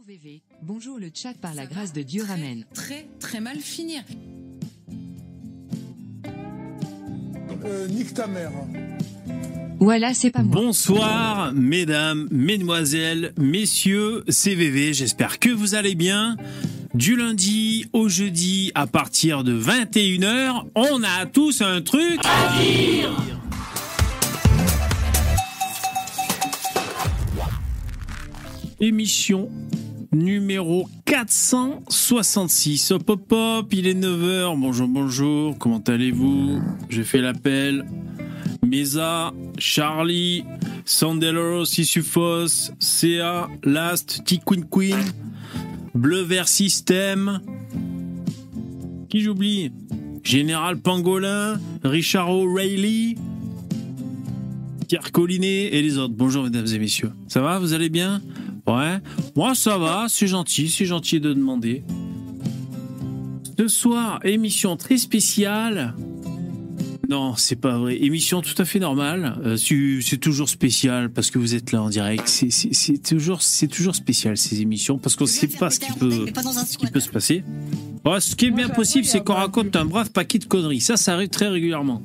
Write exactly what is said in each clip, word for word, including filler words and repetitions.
Bonjour V V, bonjour le chat par la grâce de Dieu ramène. Très très mal finir. Euh, nique ta mère. Voilà, c'est pas moi. Bonsoir, mesdames, mesdemoiselles, messieurs, c'est V V, j'espère que vous allez bien. Du lundi au jeudi, à partir de vingt et une heures, on a tous un truc à dire. Émission numéro quatre cent soixante-six. Hop hop hop, il est neuf heures. Bonjour, bonjour, comment allez-vous? Je fais l'appel. Mesa, Charlie, Sandelo, Sisyphos, C A, Last, T-Queen Queen, Bleu Vert System. Qui j'oublie? Général Pangolin, Richard O'Reilly, Pierre Collinet et les autres. Bonjour mesdames et messieurs. Ça va, vous allez bien? Ouais, moi ça va, c'est gentil, c'est gentil de demander. Ce soir, émission très spéciale. Non, c'est pas vrai. Émission tout à fait normale. Euh, c'est toujours spécial parce que vous êtes là en direct. C'est, c'est, c'est toujours, c'est toujours spécial ces émissions parce qu'on ne sait pas ce qui peut, ce qui peut se passer. Ouais, ce qui est bien possible, c'est qu'on raconte un brave paquet de conneries. Ça, ça arrive très régulièrement.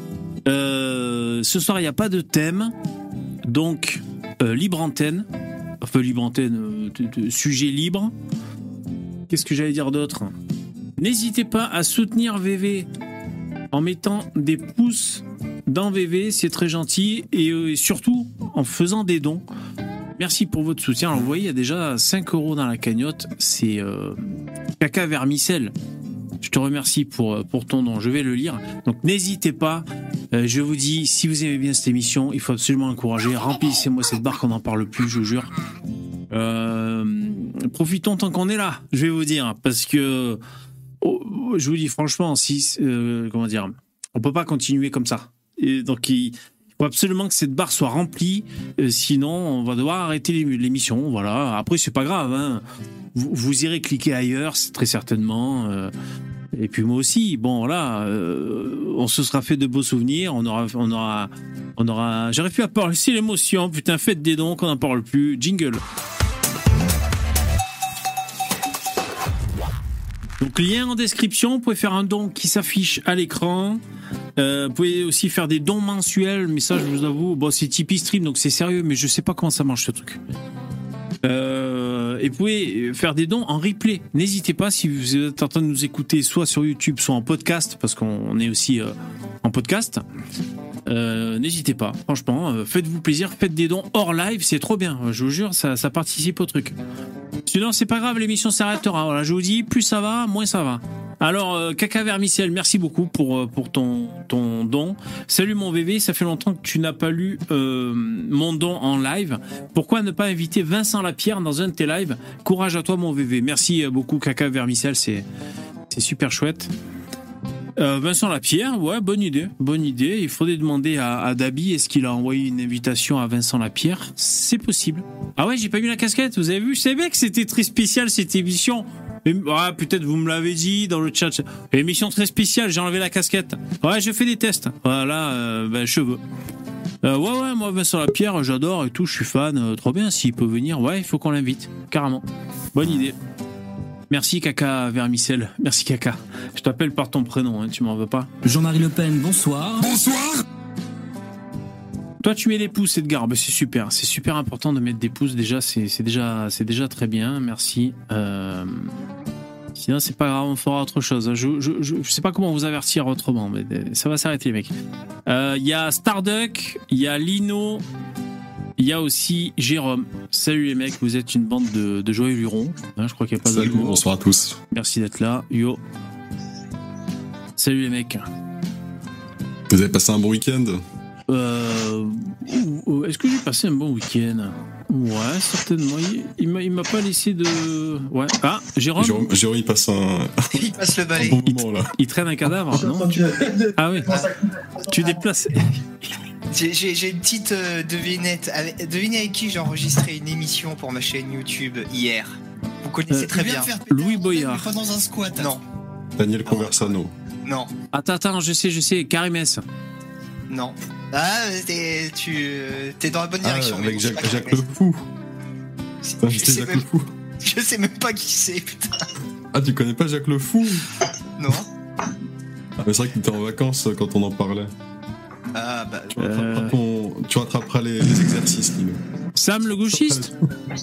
Euh, ce soir, il n'y a pas de thème, donc euh, libre antenne. Enfin, libre antenne, euh, de, de, sujet libre. Qu'est-ce que j'allais dire d'autre? N'hésitez pas à soutenir V V en mettant des pouces dans V V, c'est très gentil, et euh, surtout en faisant des dons. Merci pour votre soutien. Alors, vous voyez, il y a déjà cinq euros dans la cagnotte. C'est euh, Caca Vermicelle. Je te remercie pour, pour ton don. Je vais le lire. Donc, n'hésitez pas. Euh, je vous dis, si vous aimez bien cette émission, il faut absolument encourager. Remplissez-moi cette barre qu'on n'en parle plus, je vous jure. Euh, profitons tant qu'on est là, je vais vous dire. Parce que, oh, je vous dis franchement, si, euh, comment dire, on peut pas continuer comme ça. Et donc, il faut absolument que cette barre soit remplie. Euh, sinon, on va devoir arrêter l'émission. Voilà. Après, c'est pas grave. Hein. Vous, vous irez cliquer ailleurs, c'est très certainement. Euh, Et puis moi aussi, bon là, euh, on se sera fait de beaux souvenirs, on aura, on aura, on aura. J'aurais pu apporter l'émotion, putain, faites des dons, qu'on n'en parle plus. Jingle. Donc lien en description, vous pouvez faire un don qui s'affiche à l'écran. Euh, vous pouvez aussi faire des dons mensuels, mais ça, je vous avoue, bon, c'est Tipeee Stream, donc c'est sérieux, mais je sais pas comment ça marche ce truc. Euh, et vous pouvez faire des dons en replay. N'hésitez pas si vous êtes en train de nous écouter soit sur YouTube, soit en podcast, parce qu'on est aussi euh, en podcast. Euh, n'hésitez pas, franchement, euh, faites-vous plaisir, faites des dons hors live, c'est trop bien. Je vous jure, ça, ça participe au truc. Sinon, c'est pas grave, l'émission s'arrêtera. Voilà, je vous dis, plus ça va, moins ça va. Alors, euh, Caca Vermicelle, merci beaucoup pour, pour ton, ton don. Salut mon V V, ça fait longtemps que tu n'as pas lu euh, mon don en live. Pourquoi ne pas inviter Vincent Lapierre dans un de tes lives? Courage à toi mon V V. Merci beaucoup Caca Vermicelle, c'est, c'est super chouette. Euh, Vincent Lapierre, ouais, bonne idée, bonne idée. Il faudrait demander à, à Dabi, est-ce qu'il a envoyé une invitation à Vincent Lapierre? C'est possible. Ah ouais, j'ai pas mis la casquette, vous avez vu? Je savais que c'était très spécial cette émission. Ah, peut-être vous me l'avez dit dans le chat. Émission très spéciale, j'ai enlevé la casquette. Ouais, je fais des tests. Voilà, euh, ben, cheveux. Euh, ouais, ouais, moi, Vincent Lapierre, j'adore et tout, je suis fan. Euh, trop bien, s'il peut venir, ouais, il faut qu'on l'invite. Carrément. Bonne idée. Merci, Caca Vermicelle. Merci, Caca. Je t'appelle par ton prénom, hein, tu m'en veux pas. Jean-Marie Le Pen, bonsoir. Bonsoir. Toi, tu mets des pouces, Edgar. Ben, c'est super. C'est super important de mettre des pouces. Déjà, c'est, c'est déjà, c'est déjà très bien. Merci. Euh... Sinon, c'est pas grave. On fera autre chose. Je, je, je, je sais pas comment vous avertir autrement, mais ça va s'arrêter, les mecs. Il euh, y a Starduck, il y a Lino, il y a aussi Jérôme. Salut les mecs. Vous êtes une bande de, de joyeux lurons. Hein, je crois qu'il y a pas de. Salut. Bonsoir à tous. Merci d'être là. Yo. Salut les mecs. Vous avez passé un bon week-end? Euh, est-ce que j'ai passé un bon week-end? Ouais, certainement. Il, il, m'a, il m'a pas laissé de. Ouais. Ah, Jérôme. Jérôme, Jérôme il passe un. Il passe le balai. Un bon moment, là. Il traîne un cadavre, non? tu... Ah oui. Tu déplaces. J'ai, j'ai, j'ai une petite euh, devinette. Avec, devinez avec qui j'ai enregistré une émission pour ma chaîne YouTube hier. Vous connaissez euh, très bien. Louis Boyard. Pas dans un squat. Non. Daniel Conversano. Non. Attends, attends, je sais, je sais. Karim S. Non. Ah, t'es, tu, t'es dans la bonne direction. Ah, avec Jacques, Jacques Le Fou. C'est, Jacques Le Fou. Je sais même pas qui c'est, putain. Ah, tu connais pas Jacques Le Fou? Non. Ah, mais c'est vrai que t'étais en vacances quand on en parlait. Ah bah. Tu rattraperas, ton... tu rattraperas les, les exercices, Lino. Sam le gauchiste?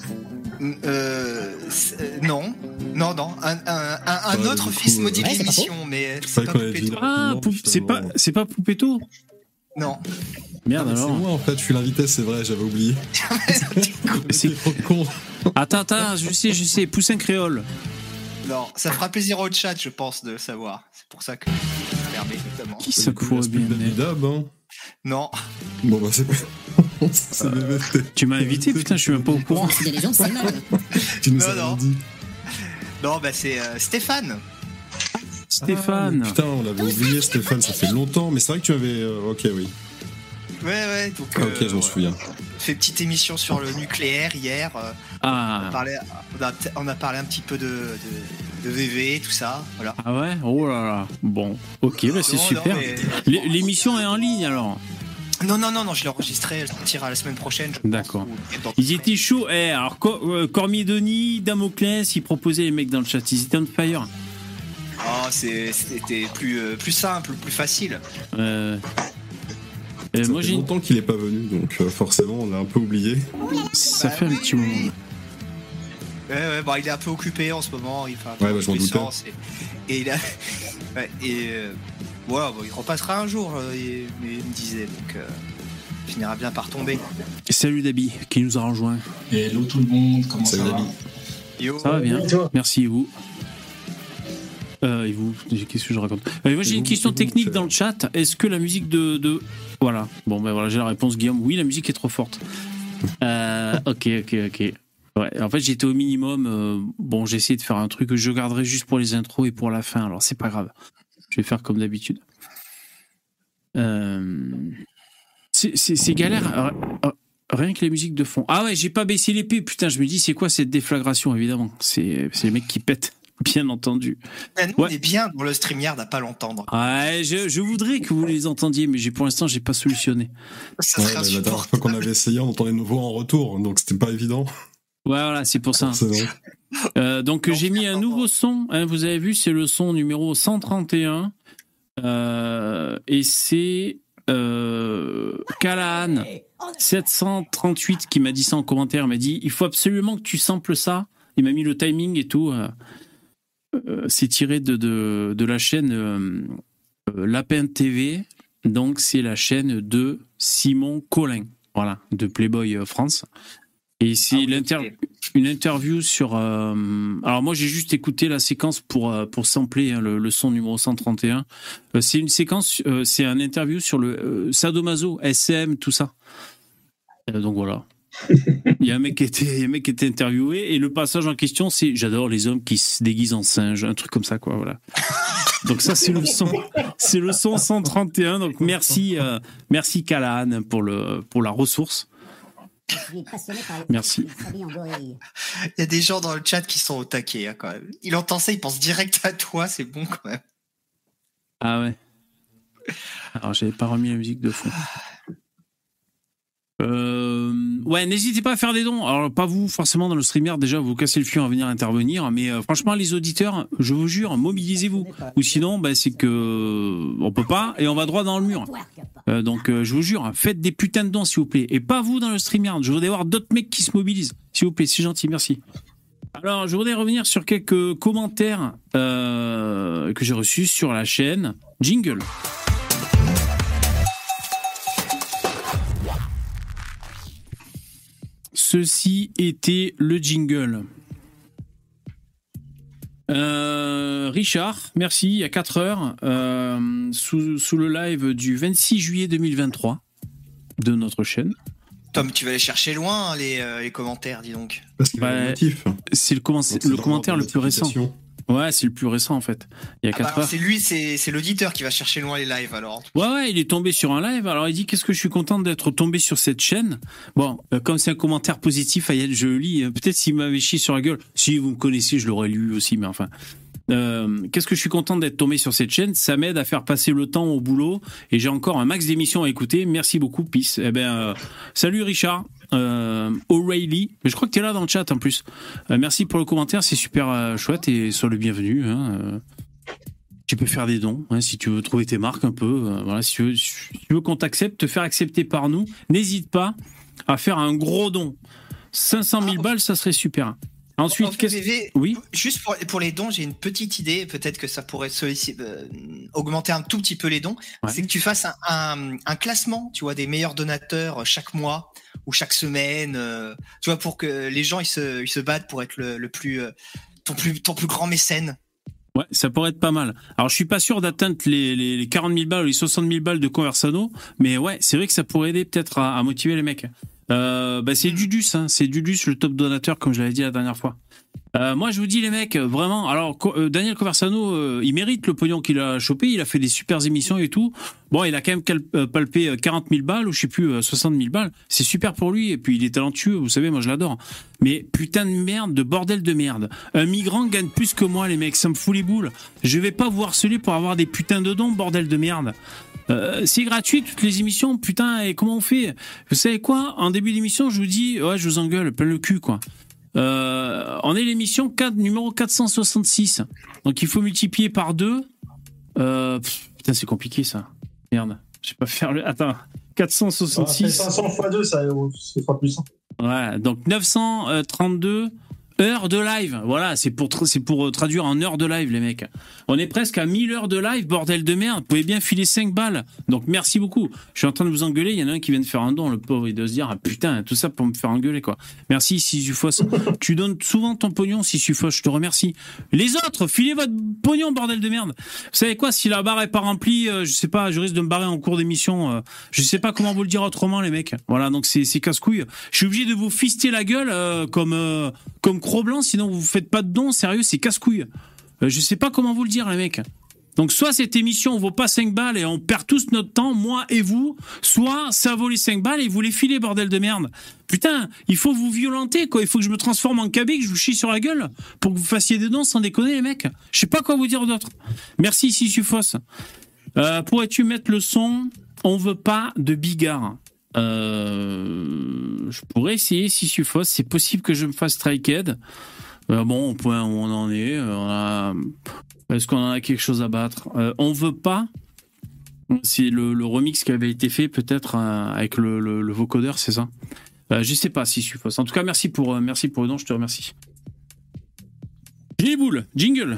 Euh, c'est- non, non, non, un, un, un, un Ouais, autre du coup, fils euh, maudit de ouais, c'est pas l'émission, mais Je c'est savais pas qu'on avait Poupetto. dit- Ah, Rapidement, Pou- c'est pas, justement. c'est pas Poupetto? Non. Merde Ah, mais c'est alors. moi en fait, je suis l'invité, c'est vrai, j'avais oublié. C'est- C'est trop con. Attends, attends, je sais, je sais, Poussin Créole. Non, ça fera plaisir au chat, je pense, de le savoir. C'est pour ça que je me permets notamment. Qui ça fout bien né? Dab, hein. Non, Bon bah c'est c'est B V T. Tu m'as invité, putain, je suis même pas au courant. C'est des légendes, c'est mal. Tu nous Non, as non. rien dit. non, bah c'est euh, Stéphane. Stéphane. Ah, putain, on l'avait oublié Stéphane, ça fait longtemps, mais c'est vrai que tu avais... euh, ok, oui. Ouais, ouais, donc. Ah, ok, euh, je m'en voilà. souviens. Fait petite émission sur le nucléaire hier. euh, on, Ah. parlait, on, a, on a parlé un petit peu de, de, de V V, tout ça. Voilà. Ah ouais? Oh là là. Bon, ok, bah c'est Non, super. non, mais- L'é- L'émission est en ligne alors? Non, non, non, non, je l'ai enregistré, elle sortira la semaine prochaine. je pense, D'accord. ou dans- Ils étaient chauds. Eh, alors, Cor- euh, Cormier Denis, Damoclès, ils proposaient les mecs dans le chat. Ils étaient on fire. Ah, c'est- c'était plus, euh, plus simple, plus facile. Euh, euh, Ça moi, fait j'ai. longtemps qu'il est pas venu, donc euh, forcément, on l'a un peu oublié. Ça Bah fait un oui, petit oui. moment. Ouais, ouais, bon, il est un peu occupé en ce moment. Il fait un peu Ouais, bah, je m'en tous les doutais. sens, Et, et il a. ouais, et. Euh, voilà, bon, il repassera un jour, euh, il, mais il me disait, donc. Euh, il finira bien par tomber. Salut Dabi, qui nous a rejoint. Hello tout le monde, comment Salut, ça va Dabi. Yo. Ça va bien. Et toi? Merci, et vous? Euh, et vous? Qu'est-ce que je raconte? Euh, Moi, j'ai Et une vous, question et vous, technique c'est- dans le chat. Est-ce que la musique de. de... Voilà. Bon, ben voilà, j'ai la réponse, Guillaume. Oui, la musique est trop forte. Euh, ok, ok, ok. Ouais, en fait, j'étais au minimum. euh, bon, j'ai essayé de faire un truc que je garderai juste pour les intros et pour la fin. Alors, c'est pas grave. Je vais faire comme d'habitude. Euh... C'est c'est- c'est galère. euh, Rien que les musiques de fond. Ah ouais, j'ai pas baissé l'épée. Putain, je me dis, c'est quoi cette déflagration, évidemment? C'est c'est les mecs qui pètent, bien entendu. Ah, nous, Ouais. on est bien dans le StreamYard à pas l'entendre. Ouais, je, je voudrais que vous les entendiez, mais j'ai pour l'instant, j'ai pas solutionné. Ça Ouais, serait la dernière fois insupportable. qu'on avait essayé, on entendait nos voix en retour, donc c'était pas évident. Ouais, voilà, c'est pour ça. C'est vrai. Euh, donc, j'ai mis un nouveau son. Hein, vous avez vu, c'est le son numéro cent trente et un. Euh, et c'est euh, Callahan sept cent trente-huit qui m'a dit ça en commentaire. Il m'a dit il faut absolument que tu samples ça. Il m'a mis le timing et tout. Euh, euh, c'est tiré de, de, de la chaîne euh, euh, Lapin T V. Donc, c'est la chaîne de Simon Collin. Voilà, de Playboy euh, France. Et c'est Ah oui, l'inter- ok. une interview sur. euh, alors moi j'ai juste écouté la séquence pour euh, pour sampler hein, le, le son numéro cent trente et un. Euh, c'est une séquence, euh, c'est un interview sur le euh, sadomaso, S M, tout ça. Euh, donc voilà. Il y a un mec qui était, il y a un mec qui était interviewé et le passage en question c'est j'adore les hommes qui se déguisent en singe, un truc comme ça quoi. Voilà. Donc ça c'est le son, c'est le son cent trente et un. Donc merci, euh, merci Callahan pour le pour la ressource. Merci. Il y a des gens dans le chat qui sont au taquet, hein, quand même. Il entend ça, il pense direct à toi, c'est bon quand même. Ah ouais. Alors j'avais pas remis la musique de fond. Euh, ouais, n'hésitez pas à faire des dons. Alors pas vous forcément dans le StreamYard déjà, vous cassez le fion à venir intervenir, mais euh, franchement les auditeurs, je vous jure, mobilisez-vous. Ou sinon, bah, c'est que on peut pas et on va droit dans le mur. Euh, donc euh, je vous jure, faites des putains de dons s'il vous plaît, et pas vous dans le StreamYard. Je voudrais voir d'autres mecs qui se mobilisent, s'il vous plaît, c'est gentil, merci. Alors je voudrais revenir sur quelques commentaires euh, que j'ai reçus sur la chaîne. Jingle. Ceci était le jingle. Euh, Richard, merci, il y a quatre heures, euh, sous, sous le live du vingt-six juillet deux mille vingt-trois de notre chaîne. Tom, tu vas aller chercher loin hein, les, euh, les commentaires, dis donc. Parce qu'il y a Bah, un motif. C'est le, comment- Donc, c'est le dans commentaire le plus récent. l'authentification. Ouais, c'est le plus récent en fait. Il y a Ah bah quatre alors, heures. c'est lui, c'est c'est l'auditeur qui va chercher loin les lives alors. Ouais, ouais, il est tombé sur un live. Alors, il dit qu'est-ce que je suis content d'être tombé sur cette chaîne. Bon, euh, comme c'est un commentaire positif, Ayel, je le lis. Euh, Peut-être s'il m'avait chié sur la gueule. Si vous me connaissez, je l'aurais lu aussi, mais enfin. Euh, qu'est-ce que je suis content d'être tombé sur cette chaîne. Ça m'aide à faire passer le temps au boulot et j'ai encore un max d'émissions à écouter. Merci beaucoup, Peace. Eh ben, euh, salut Richard. euh, O'Reilly. Mais je crois que tu es là dans le chat en plus. Euh, merci pour le commentaire, c'est super euh, chouette et sois le bienvenu. Hein, euh. Tu peux faire des dons, hein, si tu veux trouver tes marques un peu. Euh, voilà, si tu veux, si tu veux qu'on t'accepte, te faire accepter par nous, n'hésite pas à faire un gros don. cinq cent mille balles, ça serait super. Ensuite, qu'est-ce que... Oui. Juste pour, pour les dons, j'ai une petite idée. Peut-être que ça pourrait solliciter, euh, augmenter un tout petit peu les dons. Ouais. C'est que tu fasses un, un, un classement, tu vois, des meilleurs donateurs chaque mois ou chaque semaine. Euh, tu vois, pour que les gens ils se, ils se battent pour être le, le plus, euh, ton plus, ton plus grand mécène. Ouais, ça pourrait être pas mal. Alors, je suis pas sûr d'atteindre les, les, les quarante mille balles ou les soixante mille balles de Conversano, mais ouais, c'est vrai que ça pourrait aider peut-être à, à motiver les mecs. Euh, bah, c'est Dudus, hein, c'est Dudus le top donateur, comme je l'avais dit la dernière fois. Euh, moi, je vous dis, les mecs, vraiment. Alors, euh, Daniel Conversano, euh, il mérite le pognon qu'il a chopé. Il a fait des super émissions et tout. Bon, il a quand même cal- euh, palpé quarante mille balles ou je sais plus, euh, soixante mille balles. C'est super pour lui. Et puis, il est talentueux. Vous savez, moi, je l'adore. Mais putain de merde, de bordel de merde. Un migrant gagne plus que moi, les mecs. Ça me fout les boules. Je vais pas vous harceler pour avoir des putains de dons, bordel de merde. Euh, c'est gratuit, toutes les émissions. Putain, et comment on fait? Vous savez quoi? En début d'émission, je vous dis, ouais, je vous engueule, plein le cul, quoi. Euh, on est l'émission quatre, numéro quatre cent soixante-six. Donc il faut multiplier par deux. Euh, pff, putain, c'est compliqué ça. Merde. Je vais pas faire le. Attends. quatre cent soixante-six. Ah, cinq cents fois deux, ça, ça fera plus simple. Ouais, donc neuf cent trente-deux heures de live. Voilà, c'est pour, tra- c'est pour traduire en heures de live, les mecs. On est presque à mille heures de live, bordel de merde. Vous pouvez bien filer cinq balles. Donc merci beaucoup. Je suis en train de vous engueuler. Il y en a un qui vient de faire un don, le pauvre. Il doit se dire, ah putain, tout ça pour me faire engueuler, quoi. Merci, Sisyphos. Tu donnes souvent ton pognon, Sisyphos. Je te remercie. Les autres, filez votre pognon, bordel de merde. Vous savez quoi, si la barre est pas remplie, euh, je sais pas, je risque de me barrer en cours d'émission. Euh, je sais pas comment vous le dire autrement, les mecs. Voilà, donc c'est, c'est casse-couille. Je suis obligé de vous fister la gueule euh, comme, euh, comme Cro-Blanc, sinon vous faites pas de dons, sérieux, c'est casse-couille. Euh, je sais pas comment vous le dire, les mecs. Donc soit cette émission vaut pas cinq balles et on perd tous notre temps, moi et vous, soit ça vaut les cinq balles et vous les filez, bordel de merde. Putain, il faut vous violenter, quoi. Il faut que je me transforme en cabé, que je vous chie sur la gueule pour que vous fassiez des dons sans déconner, les mecs. Je sais pas quoi vous dire d'autre. Merci, Sisyphos. Euh, pourrais-tu mettre le son? On veut pas de bigard. Euh, je pourrais essayer, Sisyphos. C'est possible que je me fasse striked. Euh, bon, au point où on en est, euh, on a... est-ce qu'on en a quelque chose à battre? euh, On veut pas. C'est le, le remix qui avait été fait peut-être euh, avec le, le, le vocodeur, c'est ça? euh, Je sais pas si je suis fausse. En tout cas, merci pour, euh, merci pour le don, je te remercie. J'ai les boules, jingle.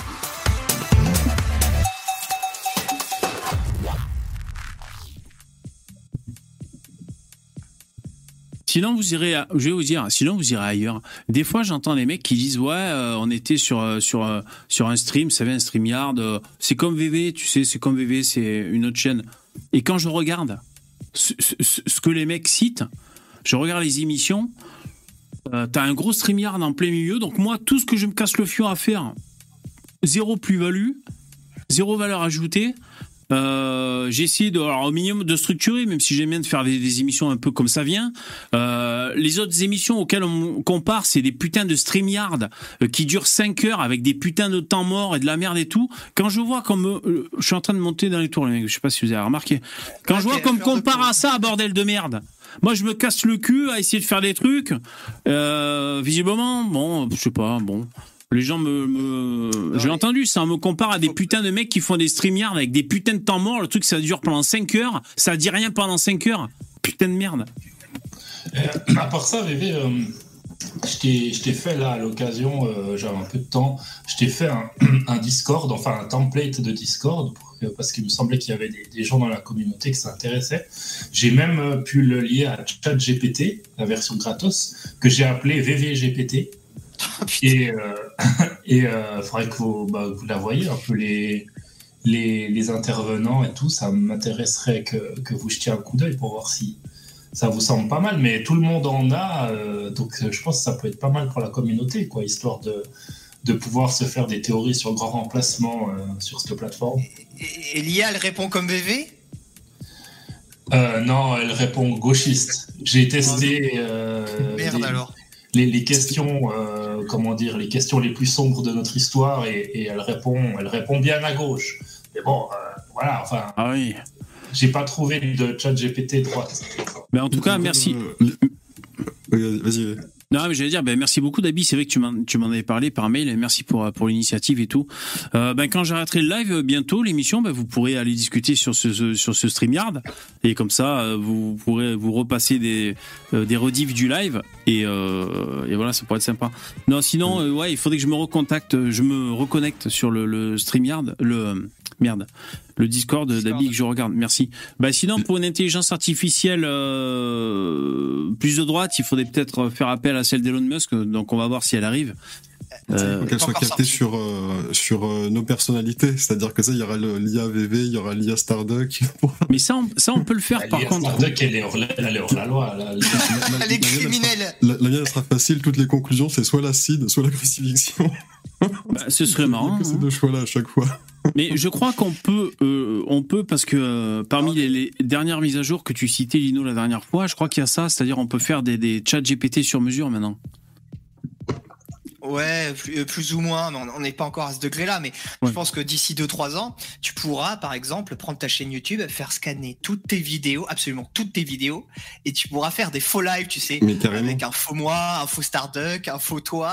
Sinon vous irez, à, je vais vous dire, sinon vous irez ailleurs. Des fois j'entends des mecs qui disent ouais, euh, on était sur euh, sur euh, sur un stream, ça fait un StreamYard, euh, c'est comme V V, tu sais, c'est comme V V, c'est une autre chaîne. Et quand je regarde ce, ce, ce que les mecs citent, je regarde les émissions, euh, t'as un gros StreamYard en plein milieu, donc moi tout ce que je me casse le fion à faire, zéro plus-value, zéro valeur ajoutée. Euh, j'ai essayé de, alors au minimum de structurer, même si j'aime bien de faire des, des émissions un peu comme ça vient. Euh, les autres émissions auxquelles on compare, c'est des putains de StreamYard euh, qui durent cinq heures avec des putains de temps morts et de la merde et tout. Quand je vois comme, euh, je suis en train de monter dans les tours, les mecs, je sais pas si vous avez remarqué. Quand okay, je vois comme compare à ça, bordel de merde. Moi, je me casse le cul à essayer de faire des trucs. Euh, visiblement, bon, je sais pas, bon. Les gens me, me... j'ai entendu ça, on me compare à des putains de mecs qui font des StreamYard avec des putains de temps morts. Le truc, ça dure pendant cinq heures. Ça dit rien pendant cinq heures. Putain de merde. Euh, à part ça, V V, euh, je, t'ai, je t'ai fait là à l'occasion, euh, j'avais un peu de temps, je t'ai fait un, un Discord, enfin un template de Discord, pour, parce qu'il me semblait qu'il y avait des, des gens dans la communauté qui s'intéressaient. J'ai même euh, pu le lier à ChatGPT, la version gratos, que j'ai appelé V V G P T. Oh, et euh, et euh, faudrait que vous, bah, vous la voyez un peu les, les, les intervenants et tout. Ça m'intéresserait que, que vous jetiez un coup d'œil pour voir si ça vous semble pas mal. Mais tout le monde en a, euh, donc je pense que ça peut être pas mal pour la communauté, quoi, histoire de, de pouvoir se faire des théories sur le grand remplacement euh, sur cette plateforme. Et, et l'I A, elle répond comme V V? euh, Non, elle répond gauchiste. J'ai testé. Euh, Merde des... alors. Les, les questions, euh, comment dire, les questions les plus sombres de notre histoire et, et elle répond, elle répond bien à gauche. Mais bon, euh, voilà, enfin. Ah oui. J'ai pas trouvé de ChatGPT droite. Mais en tout cas, merci. Oui, vas-y. vas-y. Non, mais j'allais dire, ben, merci beaucoup, Dabi. C'est vrai que tu m'en, tu m'en avais parlé par mail. Et merci pour, pour l'initiative et tout. Euh, ben, quand j'arrêterai le live bientôt, l'émission, ben, vous pourrez aller discuter sur ce, ce sur ce StreamYard. Et comme ça, vous pourrez vous repasser des, euh, des rediffs du live. Et, euh, et voilà, ça pourrait être sympa. Non, sinon, euh, ouais, il faudrait que je me recontacte, je me reconnecte sur le, le StreamYard, le, euh, merde. Le Discord, Discord. Dabi que je regarde, merci. Bah sinon pour une intelligence artificielle euh, plus de droite, il faudrait peut-être faire appel à celle d'Elon Musk, donc on va voir si elle arrive. Euh, qu'elle soit captée sur euh, sur euh, nos personnalités, c'est-à-dire que ça, il y aura le, l'I A V V, il y aura l'I A Starduck. Mais ça, on, ça on peut le faire la par L'I A contre. Starduck, elle est hors la, elle est hors la loi. Là. Les criminels. La, la mienne sera facile. Toutes les conclusions, c'est soit l'acide, soit la crucifixion. Bah, ce serait marrant. Que ces deux choix-là à chaque fois. Mais je crois qu'on peut, euh, on peut parce que euh, parmi les, les dernières mises à jour que tu citais, Lino, la dernière fois, je crois qu'il y a ça, c'est-à-dire on peut faire des, des chats G P T sur mesure maintenant. Ouais, plus, plus ou moins, mais on n'est pas encore à ce degré-là, mais ouais. Je pense que d'ici deux trois ans, tu pourras, par exemple, prendre ta chaîne YouTube, faire scanner toutes tes vidéos, absolument toutes tes vidéos, et tu pourras faire des faux lives, tu sais, avec un faux moi, un faux Starduck, un faux toi.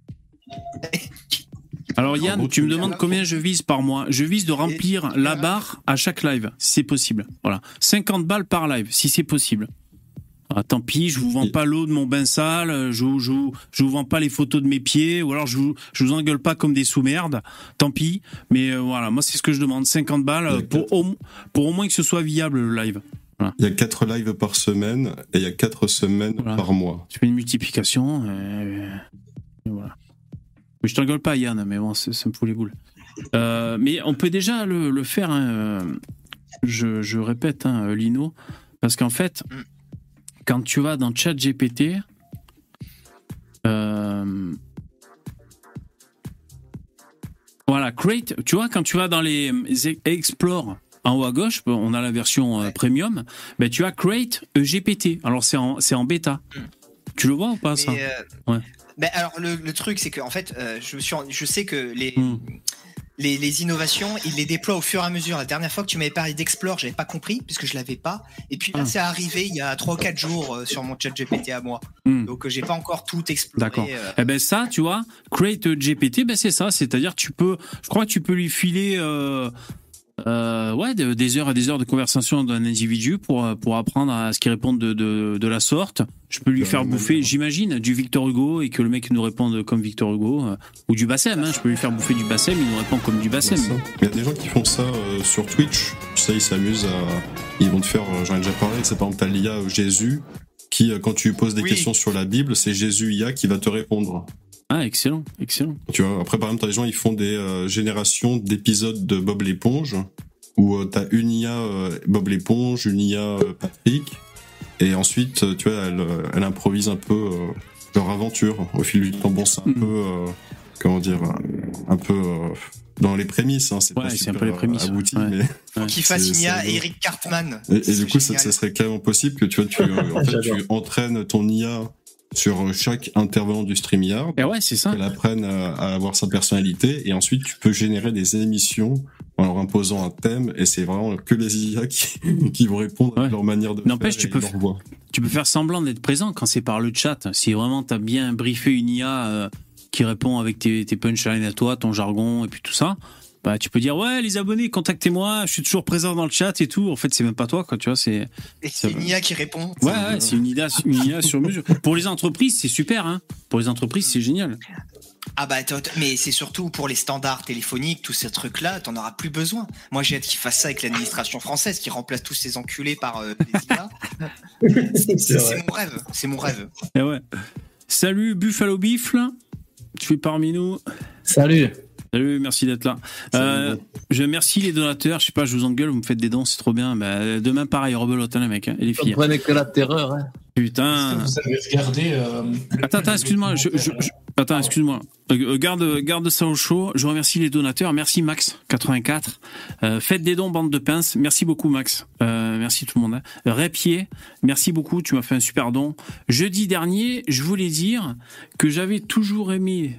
Alors Yann, tu me demandes combien je vise par mois. Je vise de remplir la barre à chaque live, si c'est possible. Voilà, cinquante balles par live, si c'est possible. Ah, tant pis, je vous vends pas l'eau de mon bain sale, je vous, je vous, je vous vends pas les photos de mes pieds, ou alors je vous, je vous engueule pas comme des sous-merdes. Tant pis, mais euh, voilà, moi c'est ce que je demande, cinquante balles pour au, pour au moins que ce soit viable le live. Voilà. Il y a quatre lives par semaine et il y a quatre semaines voilà. par mois. Tu fais une multiplication, et, et voilà. Mais je t'engueule pas, Yann, mais bon, ça me fout les boules. Euh, mais on peut déjà le, le faire, hein, je, je répète, hein, Lino, parce qu'en fait, quand tu vas dans ChatGPT, euh, voilà, create, tu vois, quand tu vas dans les Explore, en haut à gauche, on a la version euh, premium, ben tu as create G P T. Alors c'est en, c'est en bêta. Mm. Tu le vois ou pas, mais ça euh, ouais. Ben alors le, le truc c'est que en fait euh, je me suis je sais que les, mm. les les innovations ils les déploient au fur et à mesure. La dernière fois que tu m'avais parlé d'Explore, j'avais pas compris puisque je l'avais pas. Et puis là mm. c'est arrivé il y a trois ou quatre jours euh, sur mon chat G P T à moi. Mm. Donc euh, j'ai pas encore tout exploré. D'accord. Euh... Eh ben ça tu vois, create G P T, ben c'est ça, c'est-à-dire tu peux, je crois que tu peux lui filer euh, Euh, ouais, de, des heures et des heures de conversation d'un individu pour pour apprendre à ce qu'il réponde de de de la sorte. Je peux lui ouais, faire bouffer, j'imagine, du Victor Hugo et que le mec nous réponde comme Victor Hugo euh, ou du Bassem. Hein, je peux lui faire bouffer du Bassem, il nous répond comme du Bassem. Il y a des gens qui font ça euh, sur Twitch. Ça, ils s'amusent à, ils vont te faire. Euh, J'en ai déjà parlé. C'est par exemple t'as l'I A Jésus qui, euh, quand tu lui poses des oui. questions sur la Bible, c'est Jésus I A qui va te répondre. Ah, excellent, excellent. Tu vois, après, par exemple, t'as des gens, ils font des euh, générations d'épisodes de Bob l'éponge, où euh, t'as une I A euh, Bob l'éponge, une I A euh, Patrick, et ensuite, euh, tu vois, elle, elle improvise un peu euh, leur aventure au fil du temps. Bon, c'est un mmh. peu, euh, comment dire, un peu euh, dans les prémices, hein, c'est ouais, pas c'est super un peu les prémices, abouti, ouais. mais... Faut qu'il fasse une I A et Eric Cartman. Et, et du coup, ça, ça serait carrément possible que, tu vois, tu, euh, en fait, tu entraînes ton I A sur chaque intervenant du StreamYard. Et ouais, c'est ça. Qu'elle apprenne à, à avoir sa personnalité et ensuite tu peux générer des émissions en leur imposant un thème et c'est vraiment que les I A qui, qui vont répondre ouais. à leur manière de N'empêche, faire tu peux, leur voix. Tu peux faire semblant d'être présent quand c'est par le chat. Si vraiment t'as bien briefé une I A euh, qui répond avec tes, tes punchlines à toi, ton jargon et puis tout ça, bah tu peux dire ouais les abonnés contactez-moi, je suis toujours présent dans le chat et tout. En fait c'est même pas toi quoi, tu vois, c'est. Et c'est une I A qui répond. Ouais, ouais c'est une I A, une I A sur mesure. Pour les entreprises c'est super hein. Pour les entreprises c'est génial. Ah bah mais c'est surtout pour les standards téléphoniques, tous ces trucs là, t'en auras plus besoin. Moi j'ai hâte qu'ils fassent ça avec l'administration française, qui remplace tous ces enculés par euh, les I A. c'est, c'est, c'est mon rêve, c'est mon rêve. Et ouais. Salut Buffalo Bifle, tu fais parmi nous. Salut. Salut, merci d'être là. Euh, je remercie les donateurs. Je sais pas, je vous engueule, vous me faites des dons, c'est trop bien. Bah, demain, pareil, rebelote, hein, les mecs, hein, et les filles. Vous prenez que la terreur, hein. Putain. Est-ce que vous avez regardé. Euh, attends, attends, excuse-moi. Je, je, je, attends, excuse-moi. Euh, garde, garde ça au chaud. Je remercie les donateurs. Merci, Max, quatre-vingt-quatre. Euh, faites des dons, bande de pinces. Merci beaucoup, Max. Euh, merci tout le monde. Hein. Répier, merci beaucoup. Tu m'as fait un super don. Jeudi dernier, je voulais dire que j'avais toujours aimé.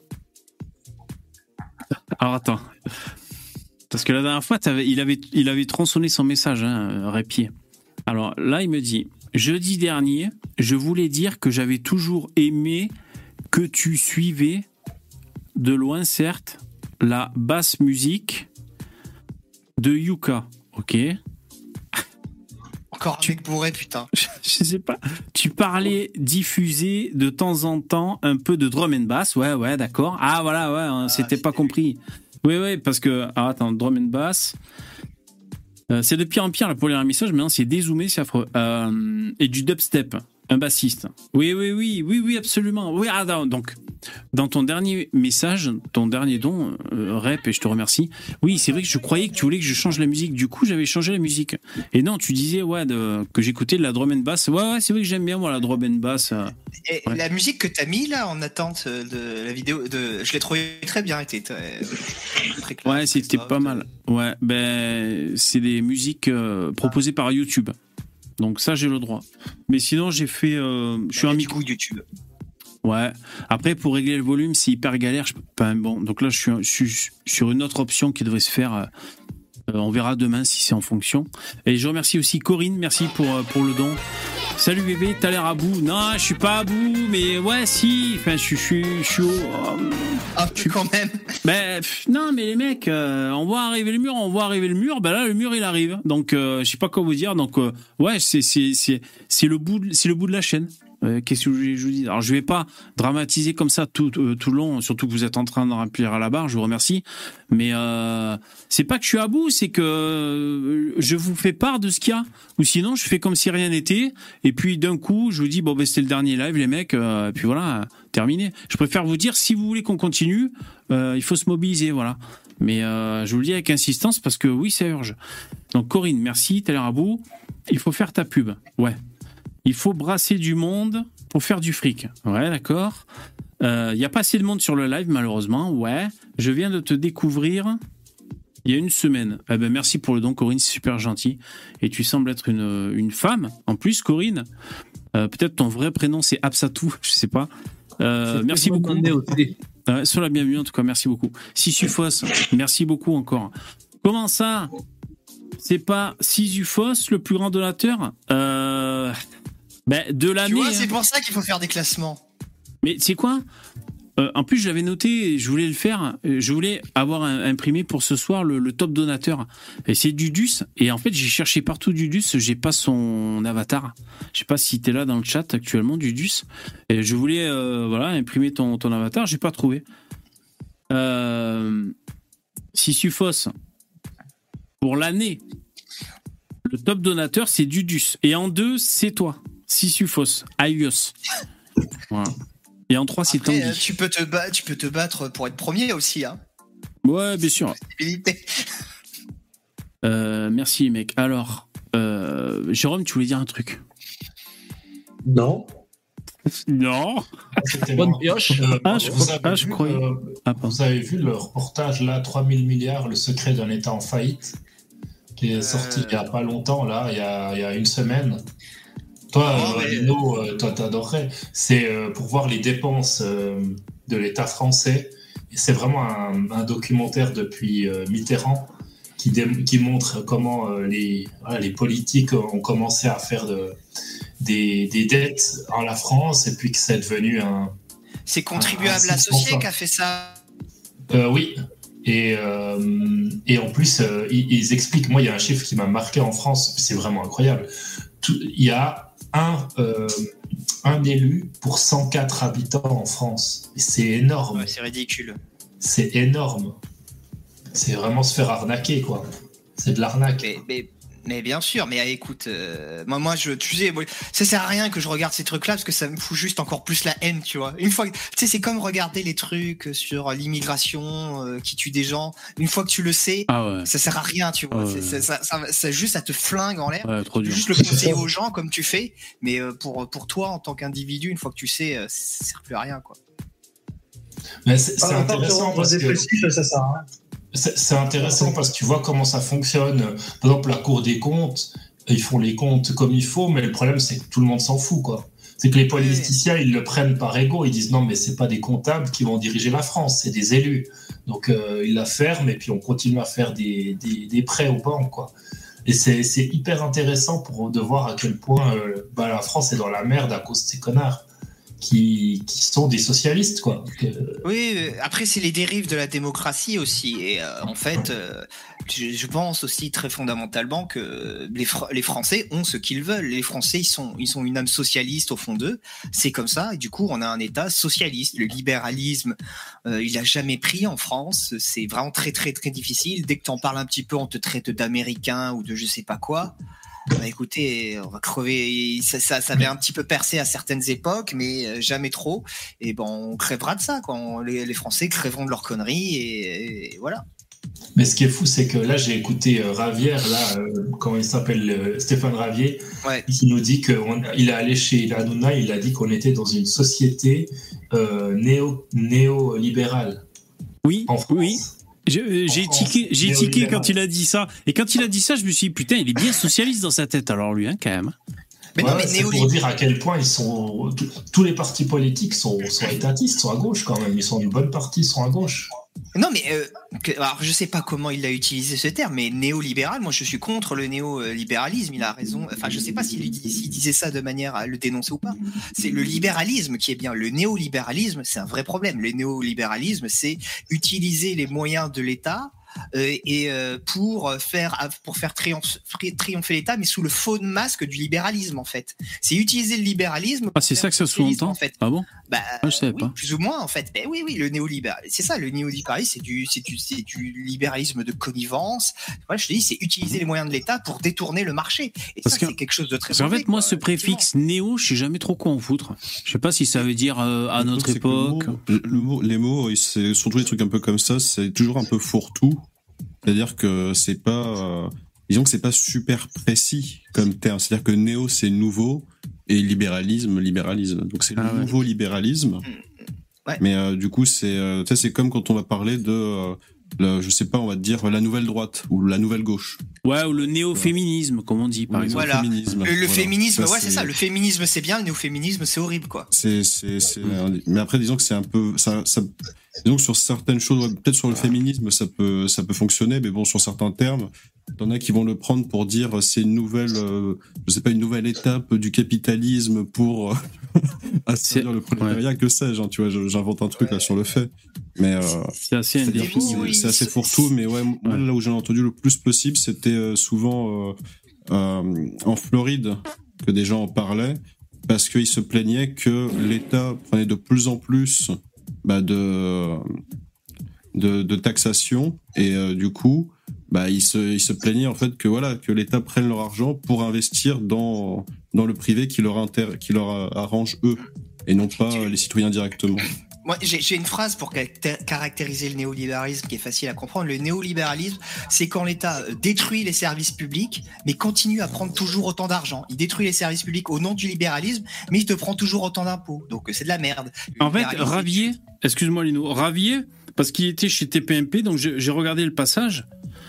Alors attends, parce que la dernière fois, il avait, il avait tronçonné son message, hein, Répier. Alors là, il me dit, jeudi dernier, je voulais dire que j'avais toujours aimé que tu suivais, de loin certes, la basse musique de Yuka. Ok. Encore un mec bourré, putain. Je, je sais pas. Tu parlais diffuser de temps en temps un peu de drum and bass. Ouais, ouais, d'accord. Ah, voilà, ouais, hein, Ah, c'était pas c'était- compris. Oui, oui, parce que. Ah, attends, drum and bass. Euh, c'est de pire en pire là, pour les messages, mais non, c'est dézoomé, c'est affreux. Euh, et du dubstep, un bassiste. Oui, oui, oui, oui, oui, absolument. Oui, ah, non, donc, dans ton dernier message, ton dernier don, euh, rep, et je te remercie. Oui, c'est vrai que je croyais que tu voulais que je change la musique. Du coup, j'avais changé la musique. Et non, tu disais, ouais, de, que j'écoutais de la drum and bass. Ouais, ouais, c'est vrai que j'aime bien, moi, la drum and bass. euh. Et Ouais. la musique que t'as mis là en attente de la vidéo, de, je l'ai trouvé très bien, était très, très classe, Ouais, c'était soft. pas mal. Ouais, ben, c'est des musiques euh, proposées par YouTube. Donc ça, j'ai le droit. Mais sinon, j'ai fait... euh, je suis Il y un a du micro... goût YouTube. Ouais. Après, pour régler le volume, c'est hyper galère. Je peux pas... Bon, donc là, je suis, je suis sur une autre option qui devrait se faire. euh, on verra demain si c'est en fonction. Et je remercie aussi Corinne. Merci pour, euh, pour le don. Salut bébé, t'as l'air à bout. Non, je suis pas à bout, mais ouais, si. Enfin, je suis, je suis, je suis au... Un peu quand même. Ben pff, non, mais les mecs, euh, on voit arriver le mur, on voit arriver le mur. Ben là, le mur il arrive. Donc, euh, je sais pas quoi vous dire. Donc, euh, ouais, c'est c'est c'est c'est le bout, de, c'est le bout de la chaîne. Euh, Qu'est-ce que je, je vous dis? Alors, je vais pas dramatiser comme ça tout euh, tout le long. Surtout que vous êtes en train de remplir à la barre. Je vous remercie. Mais euh, c'est pas que je suis à bout, c'est que euh, je vous fais part de ce qu'il y a. Ou sinon, je fais comme si rien n'était. Et puis d'un coup, je vous dis bon ben c'était le dernier live, les mecs. Euh, et puis voilà, terminé. Je préfère vous dire si vous voulez qu'on continue. Euh, il faut se mobiliser, voilà. Mais euh, je vous le dis avec insistance parce que oui, ça urge. Donc Corinne, merci, t'as l'air à bout. Il faut faire ta pub, ouais. Il faut brasser du monde pour faire du fric. Ouais, d'accord. Il euh, n'y a pas assez de monde sur le live, malheureusement, ouais. Je viens de te découvrir il y a une semaine. Eh ben, merci pour le don, Corinne, c'est super gentil. Et tu sembles être une, une femme. En plus, Corinne, euh, peut-être ton vrai prénom c'est Absatou, je sais pas. Euh, C'est merci très beaucoup. demandé aussi. Euh, sur la bienvenue, en tout cas, merci beaucoup. Sisufos, merci beaucoup encore. Comment ça? C'est pas Sisufos, le plus grand donateur? Euh... Ben, de Tu l'année. vois, hein. c'est pour ça qu'il faut faire des classements. Mais c'est quoi? Euh, en plus, je l'avais noté, je voulais le faire. Je voulais avoir un- imprimé pour ce soir le, le top donateur. Et c'est Dudus. Et en fait, j'ai cherché partout Dudus. J'ai pas son avatar. Je sais pas si t'es là dans le chat actuellement, Dudus. Et je voulais, euh, voilà, imprimer ton, ton avatar. J'ai pas trouvé. Euh, Sisufos. Pour l'année, le top donateur, c'est Dudus. Et en deux, c'est toi. Sisufos. Aios. Voilà. Et en trois, c'est Après, Tanguy. euh, tu peux te battre, tu peux te battre pour être premier aussi, hein. Ouais, bien sûr. Possibilité. Euh, merci, mec. Alors, euh, Jérôme, tu voulais dire un truc? Non. Non. C'était Bonne moi. pioche. Euh, Ah, je vous, crois- avez ah, je vu, croyais. euh, Ah, pardon. vous avez vu le reportage là, trois mille milliards, le secret d'un État en faillite, qui est sorti il y a pas longtemps, là, il y a, il y a une semaine. Toi, Oh, euh, mais- Lino, euh, toi, t'adorerais. C'est euh, pour voir les dépenses euh, de l'État français. Et c'est vraiment un, un documentaire depuis euh, Mitterrand qui, dé- qui montre comment euh, les, voilà, les politiques ont commencé à faire de, des, des dettes en la France et puis que c'est devenu un. C'est Contribuable Ah, Associé c'est qui a fait ça. Euh, oui. Et, euh, et en plus, euh, ils, ils expliquent. Moi, il y a un chiffre qui m'a marqué en France. C'est vraiment incroyable. Tout- Il y a un, euh, un élu pour cent quatre habitants en France. Et c'est énorme. Ouais, c'est ridicule. C'est énorme. C'est vraiment se faire arnaquer, quoi. C'est de l'arnaque. Mais, mais, mais bien sûr, mais euh, écoute, euh, moi, moi, je, tu sais, moi, ça sert à rien que je regarde ces trucs-là parce que ça me fout juste encore plus la haine, tu vois. Une fois, que- tu sais, c'est comme regarder les trucs sur l'immigration euh, qui tue des gens. Une fois que tu le sais, Ah ouais. ça sert à rien, tu vois. Ah C'est- ouais. ça, ça, ça, ça- juste, ça te flingue en l'air. Ouais, trop Tu peux dur. juste le conseiller aux gens comme tu fais, mais euh, pour, pour toi, en tant qu'individu, une fois que tu sais, euh, ça sert plus à rien, quoi. Mais c'est c'est Ah, attends, intéressant tu parce que. dépressif, ça sert à rien. C'est c'est intéressant parce que tu vois comment ça fonctionne. Par exemple, la Cour des comptes, ils font les comptes comme il faut, mais le problème, c'est que tout le monde s'en fout, quoi. C'est que les politiciens, ils le prennent par ego. Ils disent non, mais c'est pas des comptables qui vont diriger la France, c'est des élus. Donc, euh, ils la ferment et puis on continue à faire des, des, des prêts aux banques, quoi. Et c'est, c'est hyper intéressant pour de voir à quel point euh, bah, la France est dans la merde à cause de ces connards qui, qui sont des socialistes, quoi. Que... Oui, après, c'est les dérives de la démocratie aussi. Et euh, en fait, euh, je, je pense aussi très fondamentalement que les, Fr- les Français ont ce qu'ils veulent. Les Français, ils sont, ils sont une âme socialiste au fond d'eux. C'est comme ça. Et du coup, on a un État socialiste. Le libéralisme, euh, il a jamais pris en France. C'est vraiment très, très, très difficile. Dès que t'en parles un petit peu, on te traite d'américain ou de je sais pas quoi. Bah écoutez, on va crever. Ça, ça, ça avait un petit peu percé à certaines époques, mais jamais trop. Et bon, on crèvera de ça, quoi. On, les, les Français crèveront de leurs conneries et, et voilà. Mais ce qui est fou, c'est que là, j'ai écouté euh, Ravière, là, euh, comment il s'appelle, euh, Stéphane Ravier, ouais. qui nous dit qu'il est allé chez Hanouna, il a dit qu'on était dans une société euh, néo, néolibérale. Oui, en France. oui. J'ai, j'ai tiqué, j'ai tiqué quand il a dit ça. Et quand il a dit ça, je me suis dit, putain, il est bien socialiste dans sa tête, alors lui, hein, quand même. Mais ouais, non, mais c'est néolib... pour dire à quel point ils sont. Tous les partis politiques sont, sont étatistes, sont à gauche quand même. Ils sont une bonne partie, sont à gauche. Non, mais euh, que, alors je sais pas comment il a utilisé ce terme, mais néolibéral, moi je suis contre le néolibéralisme. Il a raison. Enfin, je sais pas s'il, s'il disait ça de manière à le dénoncer ou pas. C'est le libéralisme qui est bien. Le néolibéralisme, c'est un vrai problème. Le néolibéralisme, c'est utiliser les moyens de l'État. Euh, et euh, pour faire pour faire triomphe, triompher l'État, mais sous le faux masque du libéralisme en fait. C'est utiliser le libéralisme. Ah, c'est ça que ça sous-entend. En fait. Ah bon? Bah, ah, je savais oui, pas. Plus ou moins en fait. Ben oui, oui, le néolibéralisme, c'est ça. Le néolibéralisme, c'est du, c'est du, c'est du libéralisme de connivence. Voilà, je te dis, c'est utiliser les moyens de l'État pour détourner le marché. Et parce ça, que, c'est quelque chose de très. Parce qu'en fait, moi, ce préfixe néo, je sais jamais trop quoi en foutre. Je sais pas si ça veut dire euh, à notre époque. Le mot, le mot, les mots, c'est surtout des trucs un peu comme ça. C'est toujours un peu fourre-tout. C'est-à-dire que c'est pas, euh, disons que c'est pas super précis comme terme. C'est-à-dire que néo c'est nouveau et libéralisme, libéralisme. Donc c'est ah, le ouais. nouveau libéralisme. Ouais. Mais euh, du coup c'est, euh, tu sais, c'est comme quand on va parler de, euh, le, je sais pas, on va dire la nouvelle droite ou la nouvelle gauche. Ouais, ou le néo-féminisme, comme on dit par oui, exemple. Voilà. Le, le voilà. féminisme, ça, ouais, c'est... c'est ça. Le féminisme c'est bien, le néo-féminisme c'est horrible, quoi. C'est, c'est, c'est. Mais après, disons que c'est un peu, ça, ça. Disons que sur certaines choses, peut-être sur le féminisme, ça peut, ça peut fonctionner, mais bon, sur certains termes, t'en as qui vont le prendre pour dire c'est une nouvelle, euh, je sais pas, une nouvelle étape du capitalisme pour euh, assainir le prolétariat, ouais. que sais-je, hein, tu vois, j'invente un truc là sur le fait, mais euh, c'est assez, c'est, c'est, c'est assez fourre-tout, mais ouais, moi, là où j'en ai entendu le plus possible, c'était euh, souvent euh, euh, en Floride que des gens en parlaient, parce qu'ils se plaignaient que l'État prenait de plus en plus Bah de, de de taxation et euh, du coup bah ils se ils se plaignaient en fait que voilà que l'État prenne leur argent pour investir dans dans le privé qui leur inter, qui leur arrange eux et non pas les citoyens directement. Moi, j'ai, j'ai une phrase pour caractériser le néolibéralisme qui est facile à comprendre. Le néolibéralisme, c'est quand l'État détruit les services publics, mais continue à prendre toujours autant d'argent. Il détruit les services publics au nom du libéralisme, mais il te prend toujours autant d'impôts. Donc, c'est de la merde. Le en fait, Ravier, excuse-moi Lino, Ravier, parce qu'il était chez T P M P, donc j'ai, j'ai regardé le passage.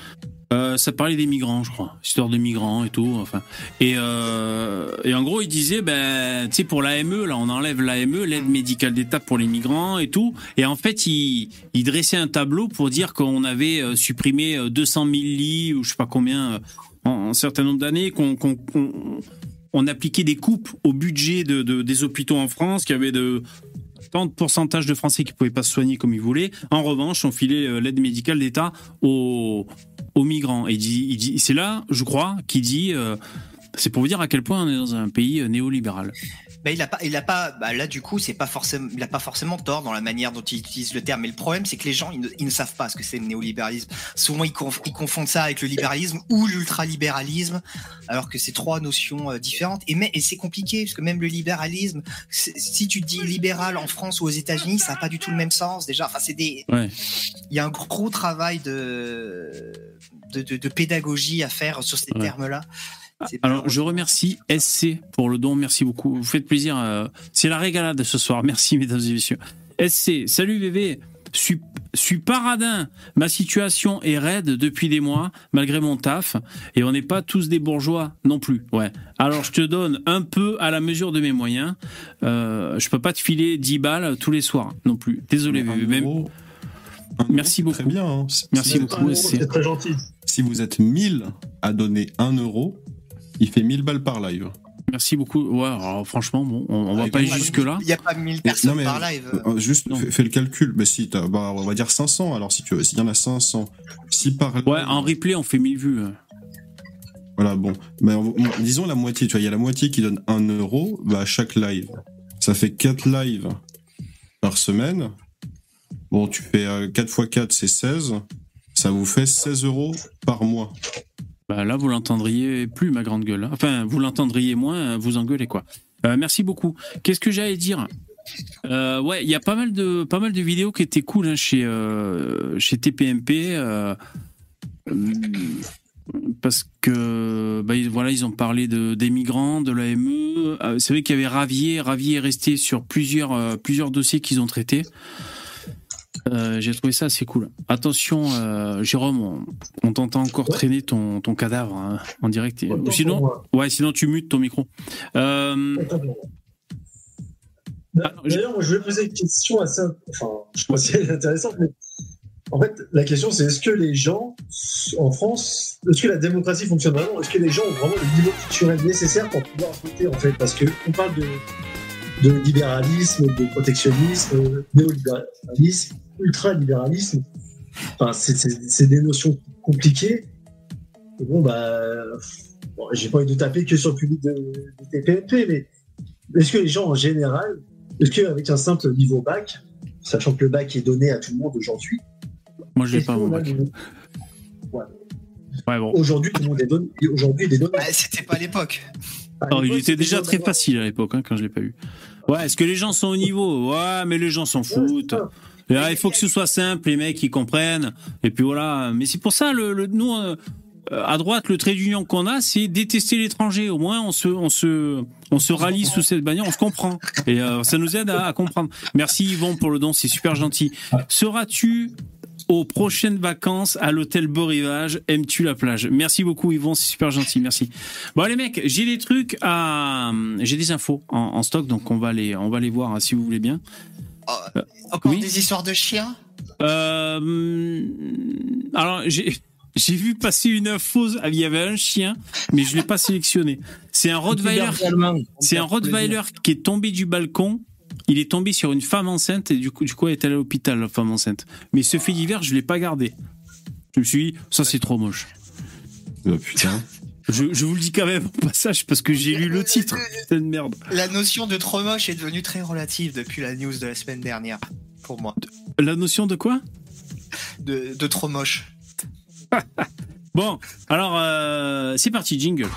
Euh, ça parlait des migrants, je crois, histoire de migrants et tout, enfin. Et, euh, et en gros, il disait, ben, tu sais, pour l'A M E, là, on enlève l'A M E, l'aide médicale d'État pour les migrants et tout. Et en fait, il, il dressait un tableau pour dire qu'on avait supprimé deux cent mille lits ou je sais pas combien en, en un certain nombre d'années, qu'on, qu'on, qu'on on appliquait des coupes au budget de, de, des hôpitaux en France, qu'il y avait de tant de pourcentage de Français qui pouvaient pas se soigner comme ils voulaient. En revanche, on filait l'aide médicale d'État aux aux migrants. Et il dit, il dit, c'est là, je crois, qu'il dit, euh, c'est pour vous dire à quel point on est dans un pays néolibéral. Bah, il a pas, il a pas, bah, là, du coup, c'est pas forcément, il a pas forcément tort dans la manière dont il utilise le terme. Mais le problème, c'est que les gens, ils ne, ils ne savent pas ce que c'est le néolibéralisme. Souvent, ils, conf, ils confondent ça avec le libéralisme ou l'ultralibéralisme, alors que c'est trois notions euh, différentes. Et, mais, et c'est compliqué, parce que même le libéralisme, si tu dis libéral en France ou aux États-Unis, ça n'a pas du tout le même sens, déjà. Enfin, c'est des, ouais. Il y a un gros travail de, de, de, de pédagogie à faire sur ces ouais. termes-là. C'est Alors, je remercie S C pour le don. Merci beaucoup. Vous faites plaisir. Euh, c'est la régalade ce soir. Merci, mesdames et messieurs. S C, salut bébé. Suis, suis paradin. Ma situation est raide depuis des mois, malgré mon taf. Et on n'est pas tous des bourgeois non plus. Ouais. Alors, je te donne un peu à la mesure de mes moyens. Euh, je peux pas te filer dix balles tous les soirs non plus. Désolé, bébé. Même... Un Merci euro, beaucoup. Très bien. Hein. Merci Si- beaucoup. C'est- C'est très gentil. Si vous êtes mille à donner un euro, il fait mille balles par live. Merci beaucoup. Ouais, alors, franchement, bon, on, on va Ah, pas il aller y a- jusque-là. Il n'y a pas mille personnes Non, mais, par live. euh, Juste, Non. fais, fais le calcul. Bah, si, t'as- bah, on va dire cinq cents, alors, si tu veux. S'il y en a cinq cents. Si par Ouais, live- en replay, on fait mille vues. Voilà, bon. Mais on- on- disons la moitié, tu vois. Il y a la moitié qui donne un euro, bah, à chaque live. Ça fait quatre lives par semaine. Bon, tu fais euh, quatre fois quatre, c'est seize. Ça vous fait seize euros par mois. Bah là, vous l'entendriez plus, ma grande gueule. Enfin, vous l'entendriez moins, vous engueulez, quoi. Euh, merci beaucoup. Qu'est-ce que j'allais dire euh, Ouais, il y a pas mal de pas mal de vidéos qui étaient cool hein, chez euh, chez T P M P euh, euh, parce que bah, ils- voilà, ils ont parlé de des migrants, de l'A M E. Euh, c'est vrai qu'il y avait Ravier. Ravier est resté sur plusieurs euh, plusieurs dossiers qu'ils ont traités. Euh, j'ai trouvé ça assez cool. Attention, euh, Jérôme, on, on t'entend encore Ouais. traîner ton, ton cadavre hein, en direct. Et- Autant pour sinon, moi. ouais, sinon tu mutes ton micro. Euh, Autant pour moi. D'ailleurs, moi, je voulais poser une question assez. Enfin, je pense qu'elle est intéressante, mais en fait, la question, c'est est-ce que les gens, en France, est-ce que la démocratie fonctionne vraiment? Est-ce que les gens ont vraiment le niveau culturel nécessaire pour pouvoir voter, en fait? Parce qu'on parle de, de libéralisme, de protectionnisme, de néolibéralisme, ultralibéralisme. Enfin, c'est, c'est, c'est des notions compliquées. Et bon, bah. Bon, j'ai pas envie de taper que sur le public de, de T P M P, mais est-ce que les gens en général, est-ce qu'avec un simple niveau bac, sachant que le bac est donné à tout le monde aujourd'hui, moi, je l'ai est-ce pas qu'on mon a bac. le- Ouais. Ouais, bon. Aujourd'hui, tout le monde est donné. Aujourd'hui, des données. Bah, c'était pas l'époque. Alors, il était déjà très facile à l'époque hein, quand je l'ai pas eu. Ouais, est-ce que les gens sont au niveau? Ouais, mais les gens s'en foutent. Et là, il faut que ce soit simple, les mecs ils comprennent. Et puis voilà. Mais c'est pour ça, le, le nous euh, à droite, le trait d'union qu'on a, c'est détester l'étranger. Au moins, on se, on se, on se rallie sous cette bannière, on se comprend. Et euh, ça nous aide à, à comprendre. Merci Yvon pour le don, c'est super gentil. Seras-tu aux prochaines vacances à l'hôtel Beau Rivage? Aimes-tu la plage? Merci beaucoup Yvon, c'est super gentil, merci. Bon les mecs, j'ai des trucs à, j'ai des infos en, en stock, donc on va les, on va les voir hein, si vous voulez bien. Oh, encore oui. des histoires de chiens? Euh, alors j'ai, j'ai vu passer une info, il y avait un chien, mais je l'ai pas sélectionné. C'est un Rottweiler, c'est un Rottweiler qui est tombé du balcon. Il est tombé sur une femme enceinte et du coup, du coup, elle est allée à l'hôpital, la femme enceinte. Mais ce fait divers, je l'ai pas gardé. Je me suis dit, ça c'est trop moche. Oh, putain. Je, je vous le dis quand même au passage parce que j'ai lu le titre. C'est une merde. La notion de trop moche est devenue très relative depuis la news de la semaine dernière, pour moi. La notion de quoi? De, de trop moche. Bon, alors euh, c'est parti, jingle.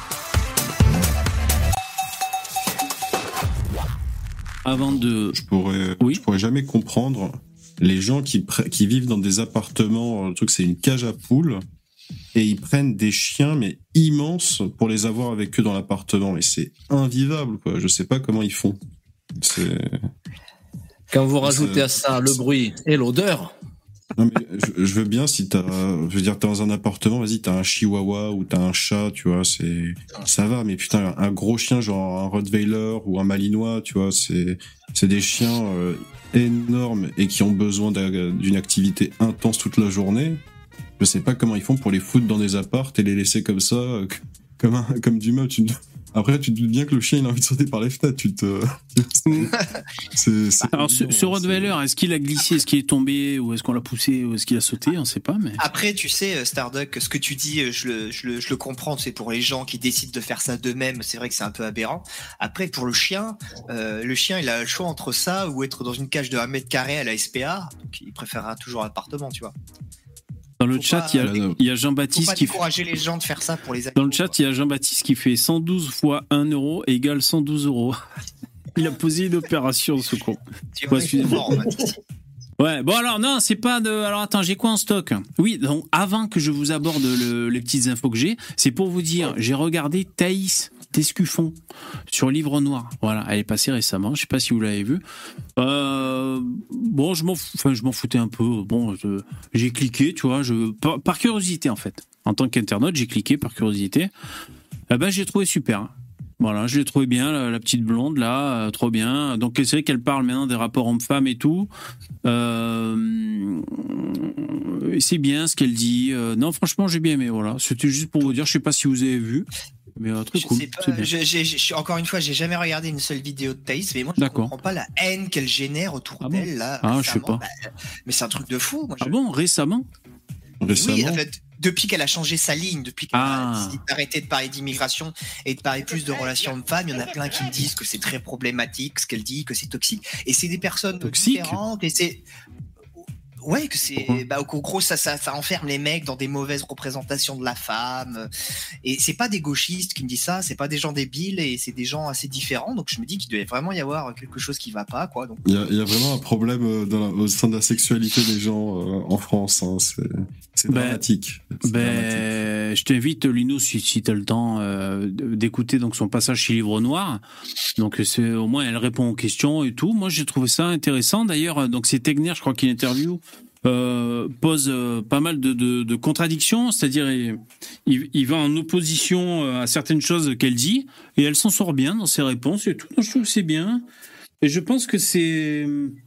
Avant de... Je pourrais, Oui. je pourrais jamais comprendre les gens qui, pr- qui vivent dans des appartements, le truc c'est une cage à poules, et ils prennent des chiens mais immenses pour les avoir avec eux dans l'appartement. Et c'est invivable, quoi. Je sais pas comment ils font. C'est... Quand vous rajoutez C'est- à ça le bruit et l'odeur, Non, mais je, je veux bien si t'as, je veux dire, t'es dans un appartement, vas-y, t'as un chihuahua ou t'as un chat, tu vois, c'est, ça va, mais putain, un gros chien, genre un Rottweiler ou un Malinois, tu vois, c'est, c'est des chiens euh, énormes et qui ont besoin d'a- d'une activité intense toute la journée. Je sais pas comment ils font pour les foutre dans des appartes et les laisser comme ça, euh, comme un, comme du meuble. Tu te- Après, tu te doutes bien que le chien, il a envie de sauter par les fenêtres, tu te, c'est, c'est Alors ce, ce Rottweiler, est-ce qu'il a glissé, est-ce qu'il est tombé, ou est-ce qu'on l'a poussé, ou est-ce qu'il a sauté, on sait pas, mais... Après, tu sais, Starduck, ce que tu dis, je le, je le, je le comprends, c'est pour les gens qui décident de faire ça d'eux-mêmes, c'est vrai que c'est un peu aberrant. Après, pour le chien, euh, le chien, il a le choix entre ça ou être dans une cage de un mètre carré à la S P A, donc il préférera toujours l'appartement, tu vois. Dans le Faut chat, pas- il y a, il y a Faut Jean-Baptiste pas qui fait... décourager les gens de faire ça pour les Dans animaux. le chat, il y a Jean-Baptiste qui fait cent douze fois un euro égale cent douze euros. Il a posé une opération, ce con. Tu Ouais, vois, excusez-moi. c'est mort, Mathis. Ouais, bon alors non, c'est pas de... Alors attends, j'ai quoi en stock? Oui, donc avant que je vous aborde le- les petites infos que j'ai, c'est pour vous dire, j'ai regardé Thaïs Tescuffon sur Livre Noir. Voilà, elle est passée récemment, je sais pas si vous l'avez vu. Euh, bon, je m'en fous- enfin, je m'en foutais un peu. Bon, je- j'ai cliqué, tu vois, je, par, par curiosité en fait. En tant qu'internaute, j'ai cliqué par curiosité. Eh ben, j'ai trouvé super. Voilà, je l'ai trouvé bien, la, la petite blonde, là, euh, trop bien. Donc, c'est vrai qu'elle parle maintenant des rapports hommes-femmes et tout. Euh, c'est bien ce qu'elle dit. Euh, non, franchement, j'ai bien aimé. Voilà, c'était juste pour vous dire. Je sais pas si vous avez vu, mais euh, très je cool. sais pas, c'est bien. je- j'ai- j'ai- encore une fois, j'ai jamais regardé une seule vidéo de Thaïs, mais moi je D'accord. comprends pas la haine qu'elle génère autour Ah bon d'elle là. Ah, je sais récemment. pas. Bah, mais c'est un truc de fou. Moi, je- Ah bon, récemment? Récemment. Oui, en fait, depuis qu'elle a changé sa ligne, depuis qu'elle Ah. a décidé d'arrêter de parler d'immigration et de parler plus de relations hommes-femmes, il y en a plein qui me disent que c'est très problématique, ce qu'elle dit, que c'est toxique. Et c'est des personnes Toxique différentes et c'est. Ouais, que Pourquoi c'est. Bah, au gros, ça, ça, ça enferme les mecs dans des mauvaises représentations de la femme. Et c'est pas des gauchistes qui me disent ça, c'est pas des gens débiles et c'est des gens assez différents. Donc je me dis qu'il doit vraiment y avoir quelque chose qui va pas, quoi. Donc. Il y, a, il y a vraiment un problème euh, dans la, au sein de la sexualité des gens euh, en France. Hein. C'est, c'est Ben, dramatique. C'est dramatique. Ben, je t'invite, Lino, si, si tu as le temps, euh, d'écouter donc son passage chez Livre Noir. Donc, c'est, au moins, elle répond aux questions et tout. Moi, j'ai trouvé ça intéressant. D'ailleurs, donc c'est Tegner, je crois qu'il interview, euh, pose euh, pas mal de, de, de contradictions. C'est-à-dire, il, il, il va en opposition à certaines choses qu'elle dit et elle s'en sort bien dans ses réponses et tout. Donc, je trouve que c'est bien. Et je pense que c'est,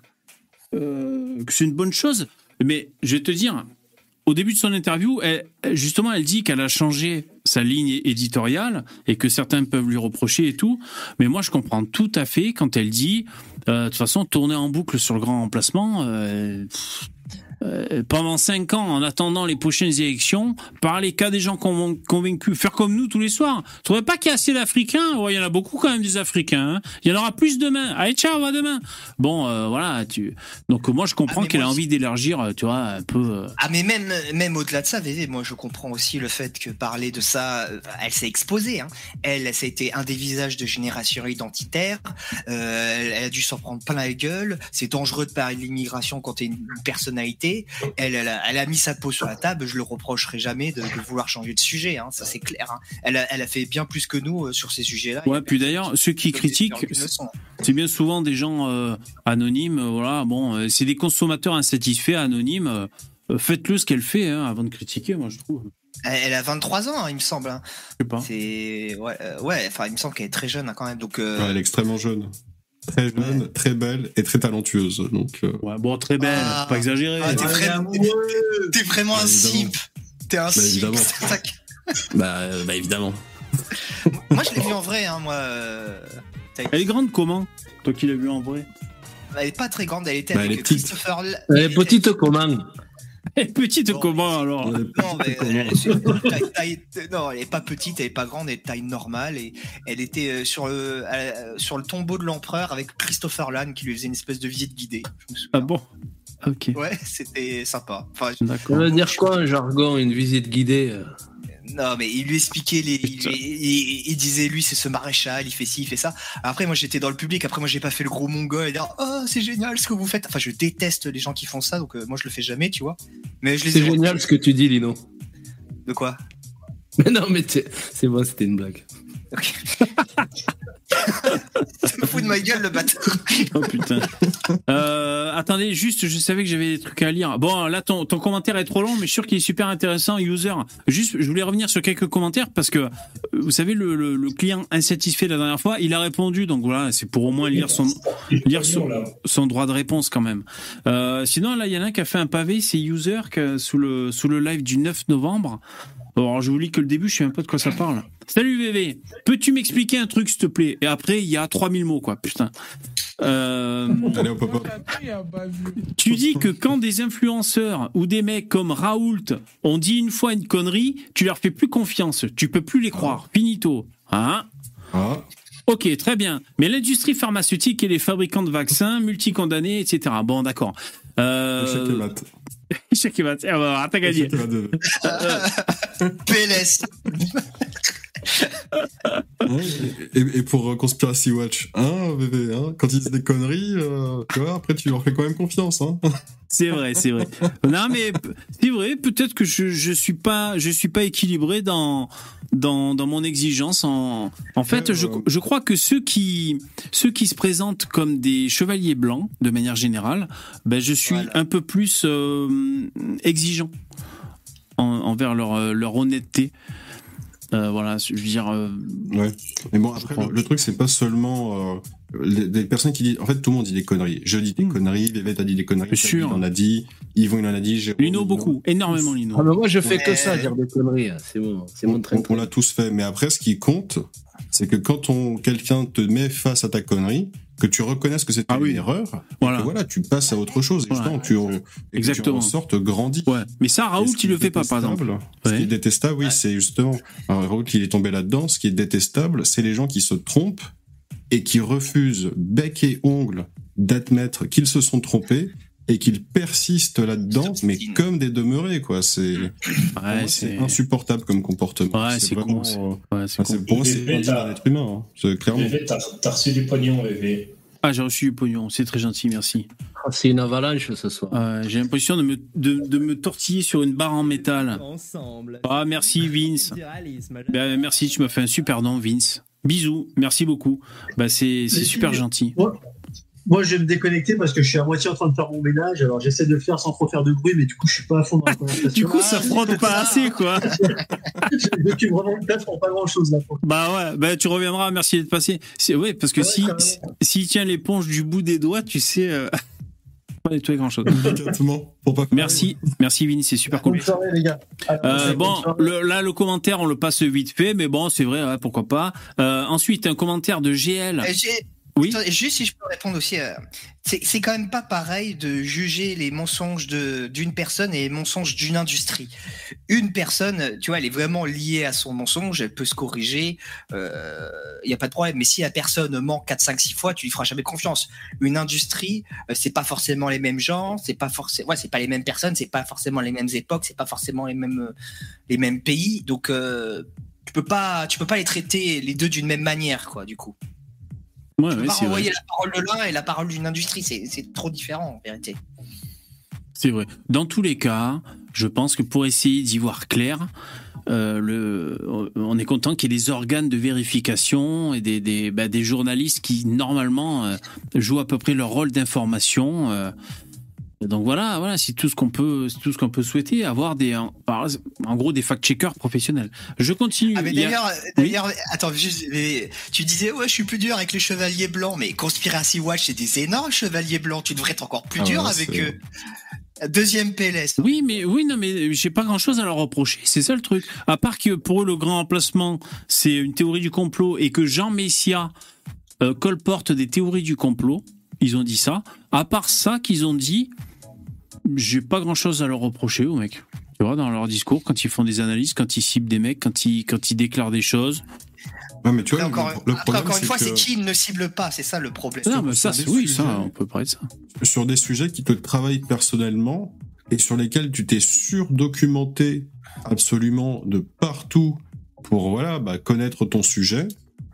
euh, que c'est une bonne chose. Mais je vais te dire, au début de son interview, elle, justement, elle dit qu'elle a changé sa ligne éditoriale et que certains peuvent lui reprocher et tout. Mais moi, je comprends tout à fait quand elle dit, euh, de toute façon, tourner en boucle sur le grand remplacement, euh, pff, euh, pendant cinq ans, en attendant les prochaines élections, parler qu'à des gens convain- convaincus, faire comme nous tous les soirs. Tu trouves pas qu'il y a assez d'Africains? Ouais, il y en a beaucoup quand même des Africains. Hein. Il y en aura plus demain. Allez, ciao, à demain. Bon, euh, voilà. Tu... Donc moi, je comprends Ah, mais qu'elle moi a aussi. envie d'élargir, tu vois, un peu. Euh... Ah mais même même au-delà de ça, Vévé, moi je comprends aussi le fait que parler de ça, euh, elle s'est exposée. Hein. Elle, ça a été un des visages de génération identitaire. Euh, elle, elle a dû s'en prendre plein la gueule. C'est dangereux de parler de l'immigration quand t'es une, une personnalité. Elle, elle a, elle a mis sa peau sur la table. Je le reprocherai jamais de, de vouloir changer de sujet. Hein. Ça c'est clair. Hein. Elle, a, elle a fait bien plus que nous euh, sur ces sujets-là. Ouais, puis d'ailleurs, ceux qui critiquent, c'est bien souvent des gens euh, anonymes. euh, Voilà, bon, euh, c'est des consommateurs insatisfaits, anonymes. euh, euh, Faites-le ce qu'elle fait hein, avant de critiquer, moi je trouve. Elle, elle a vingt-trois ans, hein, il me semble. Hein. Je sais pas. C'est ouais, euh, ouais. Enfin, il me semble qu'elle est très jeune hein, quand même. Donc. Euh... Ouais, elle est extrêmement jeune. Très jeune, ouais. Très belle et très talentueuse. Donc, euh... ouais, bon, très belle, ah, faut pas exagérer. Ah, t'es, vraiment, t'es vraiment bah, un simp. T'es un bah, simp. Évidemment. bah, bah, évidemment. Moi, je l'ai vu en vrai. Hein, moi, euh... Elle est grande comment? Toi qui l'as vu en vrai? Elle est pas très grande. Elle était bah, avec elle est Christopher. L... Elle est petite comment? Elle est petite comment alors? Non, mais elle, elle, taille, taille, non, elle est pas petite, elle est pas grande, elle est taille normale et elle était sur le euh, sur le tombeau de l'empereur avec Christopher Lann qui lui faisait une espèce de visite guidée. Ah bon? Ok. Ouais, c'était sympa. Enfin, d'accord. Ça veut dire quoi un jargon, une visite guidée? Non, mais il lui expliquait les. Il, il, il disait, lui, c'est ce maréchal, il fait ci, il fait ça. Après, moi, j'étais dans le public. Après, moi, j'ai pas fait le gros mongol et dire, oh, c'est génial ce que vous faites. Enfin, je déteste les gens qui font ça, donc euh, moi, je le fais jamais, tu vois. Mais je les c'est génial ce que tu dis, Lino. De quoi? Mais non, mais c'est bon, c'était une blague. Ok. Tu te fous de ma gueule, le bâtard. Oh putain. Euh, attendez, juste, je savais que j'avais des trucs à lire. Bon, là, ton, ton commentaire est trop long, mais je suis sûr qu'il est super intéressant, user. Juste, je voulais revenir sur quelques commentaires parce que, vous savez, le, le, le client insatisfait la dernière fois, il a répondu, donc voilà, c'est pour au moins lire son, lire son, son droit de réponse quand même. Euh, sinon, là, il y en a un qui a fait un pavé, c'est user, que, sous le, sous le live du neuf novembre. Alors, je vous lis que le début, je sais même pas de quoi ça parle. Salut V V, peux-tu m'expliquer un truc, s'il te plaît? Et après, il y a trois mille mots, quoi, putain. Euh... Allez, hop, hop, hop. Tu dis que quand des influenceurs ou des mecs comme Raoult ont dit une fois une connerie, tu leur fais plus confiance, tu peux plus les croire. Finito. Hein? Ah. Ok, très bien. Mais l'industrie pharmaceutique et les fabricants de vaccins, multicondamnés, et cetera. Bon, d'accord. Euh... Échec et mat. Ah bah, t'as gagné. P L S. et, et pour Conspiracy Watch, hein, bébé, hein, quand ils disent des conneries, euh, tu vois, après tu leur fais quand même confiance, hein. C'est vrai, c'est vrai. Non, mais c'est vrai. Peut-être que je je suis pas je suis pas équilibré dans dans dans mon exigence. En en fait, euh, je je crois que ceux qui ceux qui se présentent comme des chevaliers blancs de manière générale, ben je suis voilà. un peu plus euh, exigeant en, envers leur leur honnêteté. Euh, voilà, je veux dire. Euh... Ouais. Mais bon, après, le, le truc, c'est pas seulement euh, les, les personnes qui disent, en fait, tout le monde dit des conneries. Je dis des Mm. conneries, Vévet a dit des conneries, C'est sûr. il en a dit, Yvon il en a dit, Jérôme, Lino, il en- beaucoup. Énormément, Lino. Ah, mais moi, je fais Ouais. que ça, dire des conneries. hein. C'est mon, c'est On, mon train. on- on l'a tous fait, mais après, ce qui compte, c'est que quand on, quelqu'un te met face à ta connerie, que tu reconnaisses que c'est Ah une oui. erreur, Voilà. que voilà, tu passes à autre chose, et Voilà. justement, tu, en- et que Exactement. tu en sortes grandi. Ouais. Mais ça, Et Raoult, ce qui il le est fait pas, par exemple. détestable, Ce qui Ouais. est détestable, oui, c'est justement, alors, Raoult, il est tombé là-dedans, ce qui est détestable, c'est les gens qui se trompent et qui refusent bec et ongle d'admettre qu'ils se sont trompés et qu'ils persistent là-dedans, mais S'obstinent. comme des demeurés, quoi. C'est, pour Ouais, moi, c'est. c'est insupportable comme comportement. Ouais, c'est vraiment, con, c'est- euh, Ouais, c'est enfin, con. c'est- pour moi, c'est Vévé, pas digne t'as- d'un être humain, hein. C'est clairement. Vévé, t'as t'as reçu du pognon, Vévé. Ah, j'ai reçu du pognon. C'est très gentil, merci. Ah, c'est une avalanche ce soir. Euh, j'ai l'impression de me, de, de me tortiller sur une barre en métal. Ah, merci, Vince. Ben, merci, tu m'as fait un super don, Vince. Bisous, merci beaucoup. Bah, c'est c'est super gentil. Moi, moi, je vais me déconnecter parce que je suis à moitié en train de faire mon ménage. Alors, j'essaie de le faire sans trop faire de bruit, mais du coup, je suis pas à fond dans la conversation. Du coup, ça frotte pas assez, quoi. je m'occupe vraiment de tâches pour pas grand chose là. Bah ouais, bah tu reviendras, merci d'être passé. C'est ouais, parce que Ouais, si carrément. si- s'il tient l'éponge du bout des doigts, tu sais euh, pas nettoyer grand chose. Délicatement, pour pas faire- Merci, merci Vin, c'est super cool. Bonne soirée, les gars. À la Euh, prochaine, bon, bonne soirée. le, là le commentaire on le passe vite fait, mais bon c'est vrai, ouais, pourquoi pas. Euh, ensuite un commentaire de G L. Euh, j'ai- Oui. Attends, juste si je peux répondre aussi, euh, c'est c'est quand même pas pareil de juger les mensonges de- d'une personne et les mensonges d'une industrie. Une personne, tu vois, elle est vraiment liée à son mensonge, elle peut se corriger, il euh, y a pas de problème. Mais si la personne ment quatre, cinq, six fois, tu lui feras jamais confiance. Une industrie, euh, c'est pas forcément les mêmes gens, c'est pas forcément, ouais, c'est pas les mêmes personnes, c'est pas forcément les mêmes époques, c'est pas forcément les mêmes euh, les mêmes pays. Donc euh, tu peux pas, tu peux pas les traiter les deux d'une même manière, quoi. Du coup. Ouais, Tu peux ouais, pas c'est renvoyer vrai. la parole de l'un et la parole d'une industrie, c'est c'est trop différent en vérité. C'est vrai. Dans tous les cas, je pense que pour essayer d'y voir clair, euh, le, on est content qu'il y ait des organes de vérification et des, des, bah, des journalistes qui, normalement, euh, jouent à peu près leur rôle d'information. Euh, donc voilà, voilà, c'est tout ce qu'on peut, c'est tout ce qu'on peut souhaiter, avoir des, en, en gros, des fact-checkers professionnels. Je continue. Ah mais Il y a- d'ailleurs, Oui. d'ailleurs, attends, juste, mais tu disais ouais, je suis plus dur avec les chevaliers blancs, mais Conspiracy Watch, c'est des énormes chevaliers blancs. Tu devrais être encore plus Ah dur ouais, avec c'est- eux. Deuxième P L S. Oui, mais oui, non, mais j'ai pas grand-chose à leur reprocher. C'est ça le truc. À part que pour eux, le grand emplacement, c'est une théorie du complot et que Jean Messia euh, colporte des théories du complot. Ils ont dit ça. À part ça qu'ils ont dit, j'ai pas grand-chose à leur reprocher aux mecs. Tu vois, dans leur discours, quand ils font des analyses, quand ils ciblent des mecs, quand ils, quand ils déclarent des choses. Ouais, mais tu vois, Après, encore, le, le après, problème, encore une fois, que c'est qui ne cible pas, c'est ça le problème. Non, mais ça, sur c'est des oui, sujets- ça, on peut parler de ça. sur des sujets qui te travaillent personnellement et sur lesquels tu t'es surdocumenté absolument de partout pour voilà bah, connaître ton sujet,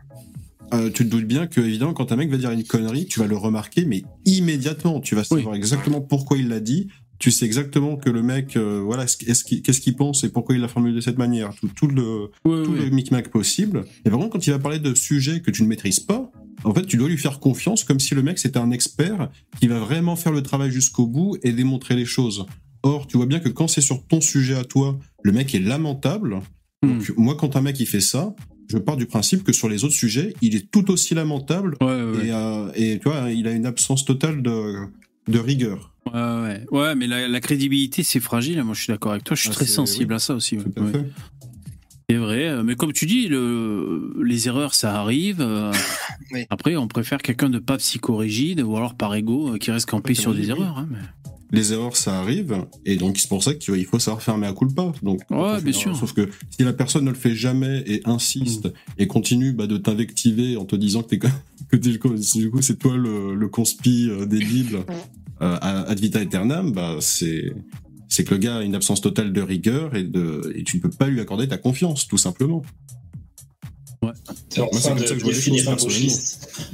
euh, tu te doutes bien que évidemment quand un mec va dire une connerie, tu vas le remarquer mais immédiatement, tu vas Oui. savoir exactement pourquoi il l'a dit. Tu sais exactement que le mec, euh, voilà, est-ce qu'il- qu'est-ce qu'il pense et pourquoi il l'a formulé de cette manière, tout, tout le, Ouais, tout ouais. le micmac possible. Et par contre, quand il va parler de sujets que tu ne maîtrises pas, en fait, tu dois lui faire confiance comme si le mec c'était un expert qui va vraiment faire le travail jusqu'au bout et démontrer les choses. Or, tu vois bien que quand c'est sur ton sujet à toi, le mec est lamentable. Donc, moi, quand un mec il fait ça, je pars du principe que sur les autres sujets, il est tout aussi lamentable Ouais, ouais, ouais. et, euh, et tu vois, il a une absence totale de, de rigueur. Ouais, ouais. Ouais, mais la, la crédibilité, c'est fragile. Moi, je suis d'accord avec toi. Je suis Ah, très c'est- sensible oui. à ça aussi. ouais. Tout à Ouais. fait. C'est vrai, euh, mais comme tu dis, le, les erreurs, ça arrive. euh, Oui. Après, on préfère quelqu'un de pas psychorigide ou alors par ego euh, qui reste campé Ouais, sur comme des on dit, erreurs. Hein, mais... Les erreurs, ça arrive, et donc c'est pour ça qu'il faut savoir faire mea culpa. Donc, Ouais, bien sûr. Sauf que si la personne ne le fait jamais et insiste Mm. et continue bah, de t'invectiver en te disant que t'es que t'es, du coup c'est toi le, le conspi euh, débile euh, ad vitam aeternam, bah c'est c'est que le gars a une absence totale de rigueur et de et tu ne peux pas lui accorder ta confiance, tout simplement. T'es en Moi, c'est train comme de ça que je vois les définir choses, un personnellement. gauchiste.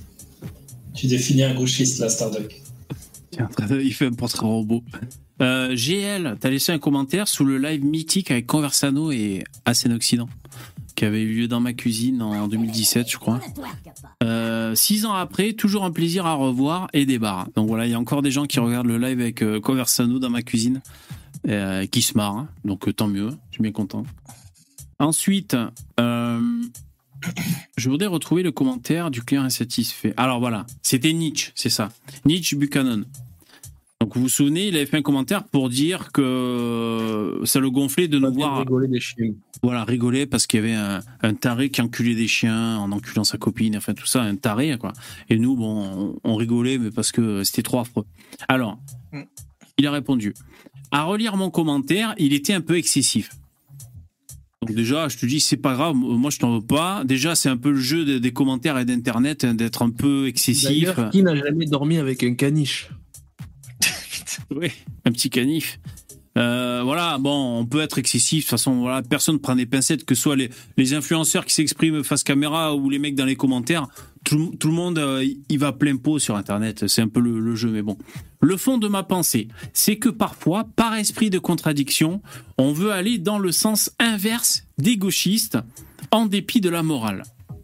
Tu définis un gauchiste, là, Starduck. Tiens, il fait un portrait robot. Euh, G L, t'as laissé un commentaire sous le live mythique avec Conversano et Asen Occident, qui avait eu lieu dans ma cuisine en deux mille dix-sept, je crois. Euh, six ans après, toujours un plaisir à revoir et des bars. Donc voilà, il y a encore des gens qui regardent le live avec euh, Conversano dans ma cuisine, euh, qui se marrent. Donc euh, tant mieux, je suis bien content. Ensuite, euh, Je voudrais retrouver le commentaire du client insatisfait. Alors voilà, c'était Nietzsche, c'est ça. Nietzsche Buchanan. Donc vous vous souvenez, il avait fait un commentaire pour dire que ça le gonflait de nous voir rigoler des chiens. Voilà, rigoler parce qu'il y avait un, un taré qui enculait des chiens en enculant sa copine, enfin tout ça, un taré quoi. Et nous, bon, on, on rigolait, mais parce que c'était trop affreux. Alors, mm. il a répondu. À relire mon commentaire, il était un peu excessif. Donc déjà, je te dis, c'est pas grave, moi je t'en veux pas. Déjà, c'est un peu le jeu des, des commentaires et d'Internet, hein, d'être un peu excessif. D'ailleurs, qui n'a jamais dormi avec un caniche? Oui, un petit canif. Euh, voilà, bon, on peut être excessif. De toute façon, voilà, personne ne prend des pincettes, que ce soit les, les influenceurs qui s'expriment face caméra ou les mecs dans les commentaires. Tout, tout le monde, euh, il va plein pot sur Internet. C'est un peu le, le jeu, mais bon. Le fond de ma pensée, c'est que parfois, par esprit de contradiction, on veut aller dans le sens inverse des gauchistes, en dépit de la morale.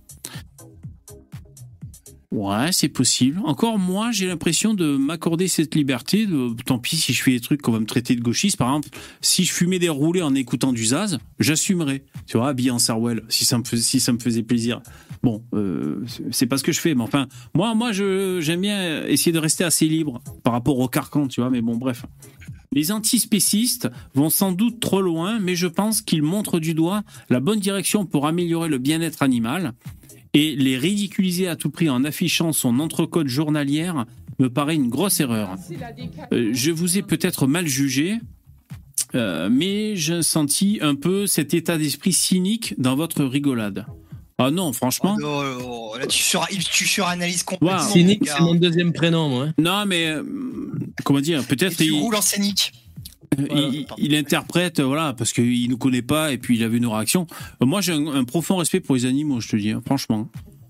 Ouais, c'est possible. Encore moi, j'ai l'impression de m'accorder cette liberté. De, tant pis si je fais des trucs qu'on va me traiter de gauchiste. Par exemple, si je fumais des roulés en écoutant du Zaz, j'assumerais. Tu vois, habillé en Sarwell, si ça me faisait, si ça me faisait plaisir. Bon, euh, c'est pas ce que je fais, mais enfin, moi, moi, je, j'aime bien essayer de rester assez libre par rapport au carcan, tu vois. Mais bon, bref. Les antispécistes vont sans doute trop loin, mais je pense qu'ils montrent du doigt la bonne direction pour améliorer le bien-être animal. Et les ridiculiser à tout prix en affichant son entrecôte journalière me paraît une grosse erreur. Euh, je vous ai peut-être mal jugé, euh, mais j'ai senti un peu cet état d'esprit cynique dans votre rigolade. Ah non, franchement... Oh non, non, là, tu, sur, tu suranalyses complètement. Wow. Cynique, c'est mon deuxième prénom, moi. Non, mais... Euh, comment dire, peut-être... Et tu il... roules en scénique. Voilà. Il, il interprète, voilà, parce qu'il nous connaît pas et puis il a vu nos réactions. Moi, j'ai un, un profond respect pour les animaux, je te dis, hein, franchement.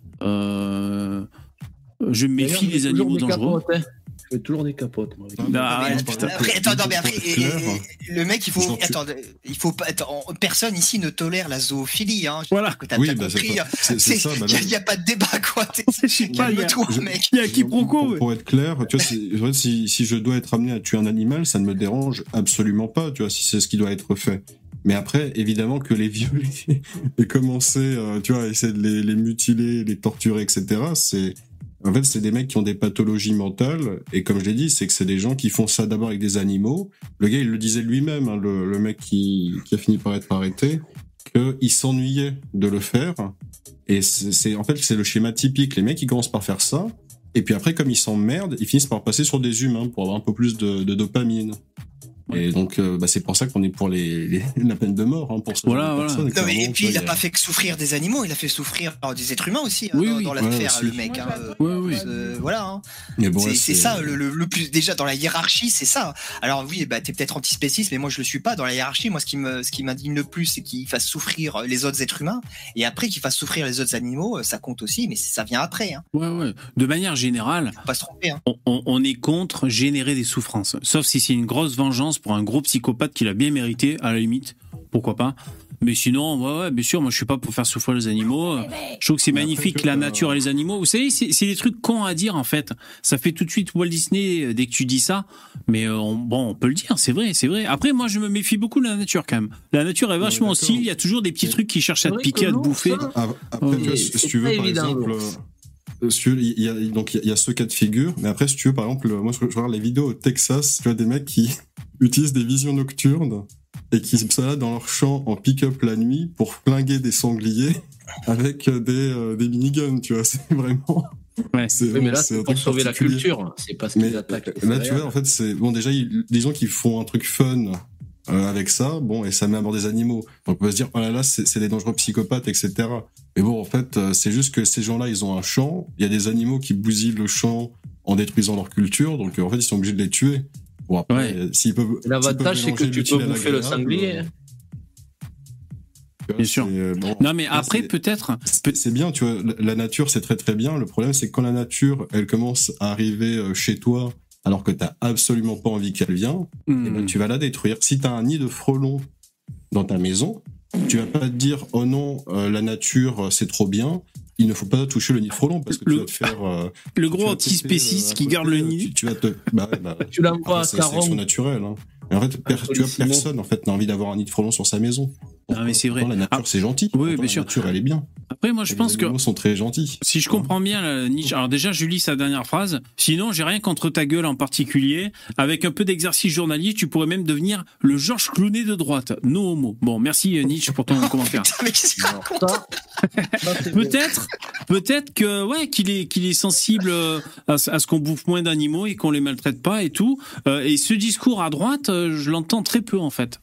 Euh, je me méfie des animaux dangereux. Capotes, hein. Je fais toujours des capotes, moi. Non, mais arrête, putain, après, attends, non, mais après, et, et, et, le mec, il faut, attends, il faut pas, attends, personne ici ne tolère la zoophilie, hein. Voilà. Que t'as oui, bien bah, compris. C'est, c'est, c'est ça, bah, il n'y a, a pas de débat, quoi. Calme-toi, mec. Il y a quiproquo. Pour, pour être clair, tu vois, c'est, si, si je dois être amené à tuer un animal, ça ne me dérange absolument pas, tu vois, si c'est ce qui doit être fait. Mais après, évidemment que les violer et commencer, euh, tu vois, à essayer de les, les mutiler, les torturer, et cetera, c'est, en fait, c'est des mecs qui ont des pathologies mentales, et comme je l'ai dit, c'est que c'est des gens qui font ça d'abord avec des animaux. Le gars, il le disait lui-même, hein, le, le mec qui, qui a fini par être arrêté, qu'il s'ennuyait de le faire, et c'est, c'est, en fait, c'est le schéma typique. Les mecs, ils commencent par faire ça, et puis après, comme ils s'emmerdent, ils finissent par passer sur des humains pour avoir un peu plus de, de dopamine. Et donc, euh, bah, c'est pour ça qu'on est pour les, les, la peine de mort, hein, pour ce voilà, genre de voilà. personnes. Non, mais, et puis, il n'a a... pas fait que souffrir des animaux, il a fait souffrir des êtres humains aussi, oui, hein, oui. dans, dans l'affaire, ouais, le mec. Hein, ouais, oui. euh, voilà. Hein. Mais bon, c'est, ouais, c'est c'est ça, le, le, le plus, déjà, dans la hiérarchie, c'est ça. Alors, oui, bah, t'es peut-être antispéciste, mais moi, je le suis pas. Dans la hiérarchie, moi, ce qui me, ce qui m'indigne le plus, c'est qu'il fasse souffrir les autres êtres humains. Et après, qu'il fasse souffrir les autres animaux, ça compte aussi, mais ça vient après. Hein. Ouais, ouais. De manière générale, faut pas se tromper. Hein. On, on, on est contre générer des souffrances. Sauf si c'est une grosse vengeance pour un gros psychopathe qui l'a bien mérité. À la limite, pourquoi pas. Mais sinon, ouais, ouais, bien sûr, moi je suis pas pour faire souffrir les animaux. Je trouve que c'est magnifique la nature et les animaux. Vous savez, c'est, c'est des trucs cons à dire en fait. Ça fait tout de suite Walt Disney dès que tu dis ça. Mais euh, on, bon, on peut le dire, c'est vrai, c'est vrai. Après, moi je me méfie beaucoup de la nature quand même. La nature est vachement ouais, hostile. Il y a toujours des petits trucs qui cherchent à te piquer, à te bouffer. Après, ouais. tu vois, si tu veux, par évident, exemple. Euh, si tu veux, il y a, donc il y a ce cas de figure. Mais après, si tu veux, par exemple, moi je regarde les vidéos au Texas, tu vois des mecs qui utilisent des visions nocturnes et qui se baladent dans leur champ en pick-up la nuit pour flinguer des sangliers avec des, euh, des miniguns, tu vois, c'est vraiment... Ouais. C'est, oui, mais là, c'est, c'est pour sauver la culture, c'est pas ce qu'ils attaquent. Là, tu vois, en fait, c'est... Bon, déjà, ils... disons qu'ils font un truc fun euh, avec ça, bon, et ça met à bord des animaux. Donc, on peut se dire, oh là là, c'est, c'est des dangereux psychopathes, et cetera. Mais bon, en fait, euh, c'est juste que ces gens-là, ils ont un champ, il y a des animaux qui bousillent le champ en détruisant leur culture, donc euh, en fait, ils sont obligés de les tuer. Bon, après, ouais. s'ils peuvent, l'avantage, s'ils peuvent c'est que tu peux bouffer le sanglier. Euh, bien sûr. Bon, non, mais après, c'est, peut-être. C'est, c'est bien, tu vois, la nature, c'est très très bien. Le problème, c'est que quand la nature, elle commence à arriver chez toi, alors que t'as absolument pas envie qu'elle vienne, mmh. eh ben, tu vas la détruire. Si t'as un nid de frelons dans ta maison, tu vas pas te dire, oh non, euh, la nature, c'est trop bien. Il ne faut pas toucher le nid de frelon parce que le, tu vas te faire. Euh, le gros antispéciste euh, qui garde le nid. Tu, tu vas te. Bah, bah, tu l'envoies à c'est la sélection naturelle. Hein. Et en fait, per, tu vois, personne en fait n'a envie d'avoir un nid de frelon sur sa maison. Non, mais c'est vrai. La nature, ah, c'est gentil. Oui, Pourtant, bien la sûr. nature, elle est bien. Après, moi, je Et pense les que. animaux sont très gentils. Si je comprends bien la niche. Alors, déjà, je lis sa dernière phrase. Sinon, j'ai rien contre ta gueule en particulier. Avec un peu d'exercice journaliste, tu pourrais même devenir le Georges Clooney de droite. No homo. Bon, merci, Nietzsche, pour ton commentaire. Putain, mais qu'est-ce qu'il raconte ? Peut-être, peut-être que, ouais, qu'il est, qu'il est sensible à, à ce qu'on bouffe moins d'animaux et qu'on les maltraite pas et tout. Euh, et ce discours à droite, euh, je l'entends très peu, en fait.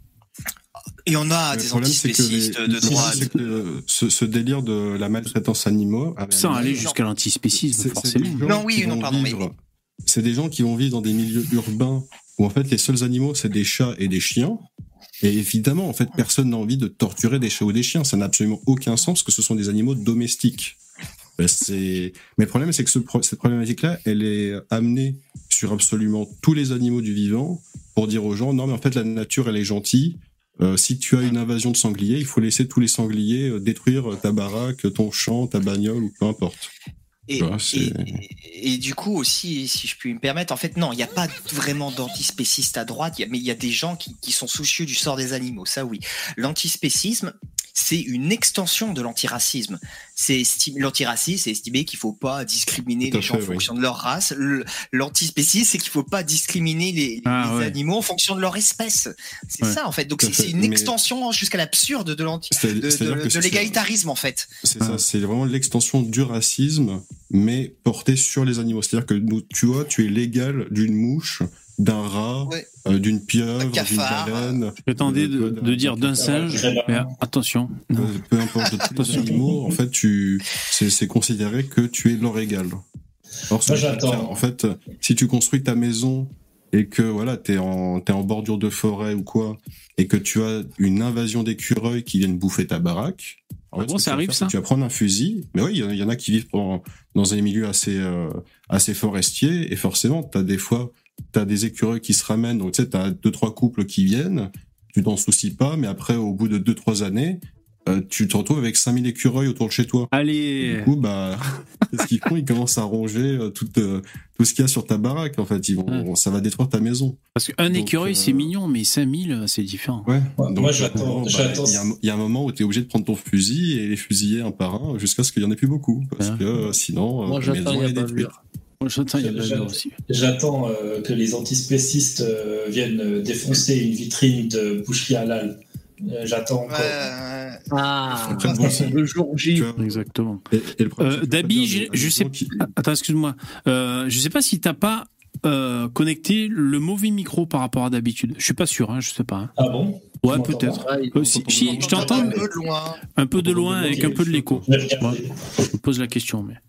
Et on a Le des problème, c'est que antispécistes les- de le problème, droite. c'est que, euh, ce, ce délire de la maltraitance animaux. Sans aller jusqu'à l'antispécisme, C'est- c'est forcément. des gens Non, oui, qui non, vont pardon, mais- vivre- C'est des gens qui vont vivre dans des milieux urbains où en fait les seuls animaux c'est des chats et des chiens. Et évidemment, en fait, personne n'a envie de torturer des chats ou des chiens. Ça n'a absolument aucun sens que ce sont des animaux domestiques. Ben, c'est... Mais le problème, c'est que ce pro- cette problématique-là, elle est amenée sur absolument tous les animaux du vivant pour dire aux gens, non, mais en fait, la nature, elle est gentille. Euh, si tu as une invasion de sangliers, il faut laisser tous les sangliers euh, détruire ta baraque, ton champ, ta bagnole ou peu importe. Et, Tu vois, c'est- et, et- et du coup aussi, si je puis me permettre, en fait, non, il n'y a pas vraiment d'antispécistes à droite, il y a- mais il y a des gens qui, qui sont soucieux du sort des animaux, ça oui. L'antispécisme, c'est une extension de l'antiracisme. C'est esti- l'antiracisme, c'est estimer qu'il faut pas discriminer Tout à les gens fait, en fonction de leur race. Le- L'antispécisme, c'est qu'il faut pas discriminer les, les Ah, ouais. animaux en fonction de leur espèce. C'est Ouais. ça en fait. Donc Tout à c'est fait, c'est une mais- extension jusqu'à l'absurde de l'anti, C'est- de, c'est-à-dire de- que de c'est- l'égalitarisme en fait. C'est ça, c'est vraiment l'extension du racisme, mais porté sur les animaux. C'est-à-dire que nous, tu vois, tu es l'égal d'une mouche, d'un rat, Ouais. euh, d'une pieuvre, d'une cafard. baleine. J'attendais de, euh, de dire d'un singe, mais attention. euh, peu importe, de tous les animaux, en fait, tu, c'est, c'est considéré que tu es leur égal. Or, ce Moi, que tu j'attends. veux faire, en fait, si tu construis ta maison et que voilà, t'es en, t'es en bordure de forêt ou quoi, et que tu as une invasion d'écureuils qui viennent bouffer ta baraque. En fait, bon, ce que ça tu vas arrive, faire, ça c'est que Tu vas prendre un fusil, mais oui, il y, en a- il y en a qui vivent dans, dans un milieu assez, euh, assez forestier, et forcément, t'as des fois, t'as des écureuils qui se ramènent, donc tu sais, t'as deux, trois couples qui viennent, tu t'en soucies pas, mais après, au bout de deux, trois années, euh, tu te retrouves avec cinq mille écureuils autour de chez toi. Allez. Du coup, bah, qu'est-ce qu'ils font? Ils commencent à ronger euh, tout, euh, tout ce qu'il y a sur ta baraque, en fait. Ils vont, ça va détruire ta maison. Parce qu'un Donc, écureuil, euh, c'est mignon, mais cinq mille, c'est différent. Ouais. Ouais, Donc, moi, euh, j'attends- bah, j'attends- Il y, a un- il y a un moment où tu es obligé de prendre ton fusil et les fusiller un par un jusqu'à ce qu'il y en ait plus beaucoup. Parce Ouais. que euh, sinon, Moi, euh, la j'attends, maison il y a est pas détruite. de Moi, j'entends, il y a de la Je- peur aussi. J'attends euh, que les antispécistes euh, viennent euh, défoncer une vitrine de boucherie halal. Euh, J'attends encore. Ouais, Ah, Après, bon, c'est- le jour J. Tu vois, Exactement. et, et le problème, Euh, c'est que tu peux Dabi, pas je, dire des- je des sais gens qui- Attends, excuse-moi. Euh, je sais pas si t'as pas euh, connecté le mauvais micro par rapport à d'habitude. Je suis pas sûr, hein, je sais pas. hein. Ah bon? Ouais, Tu m'entends peut-être. Ah, il- Euh, si, si, je t'entends un mais peu de loin. un peu de loin avec un peu de l'écho. Je vais regarder. Ouais, je me pose la question, mais.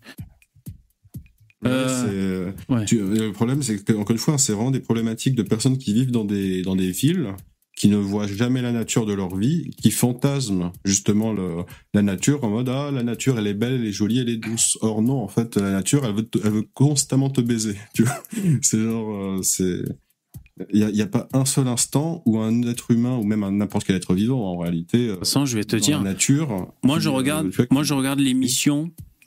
Ouais, Euh, c'est- ouais. tu- le problème, c'est que, encore une fois, c'est vraiment des problématiques de personnes qui vivent dans des, dans des villes, qui ne voient jamais la nature de leur vie, qui fantasment justement le, la nature en mode ah la nature elle est belle, elle est jolie, elle est douce. Or non, en fait la nature elle veut, te- elle veut constamment te baiser. Tu vois, c'est genre euh, c'est il y a, il y a pas un seul instant où un être humain ou même un n'importe quel être vivant en réalité. euh, De toute façon, je vais te dans dire. la nature. Moi, qui, je euh, regarde. tu vois, Moi, je regarde l'émission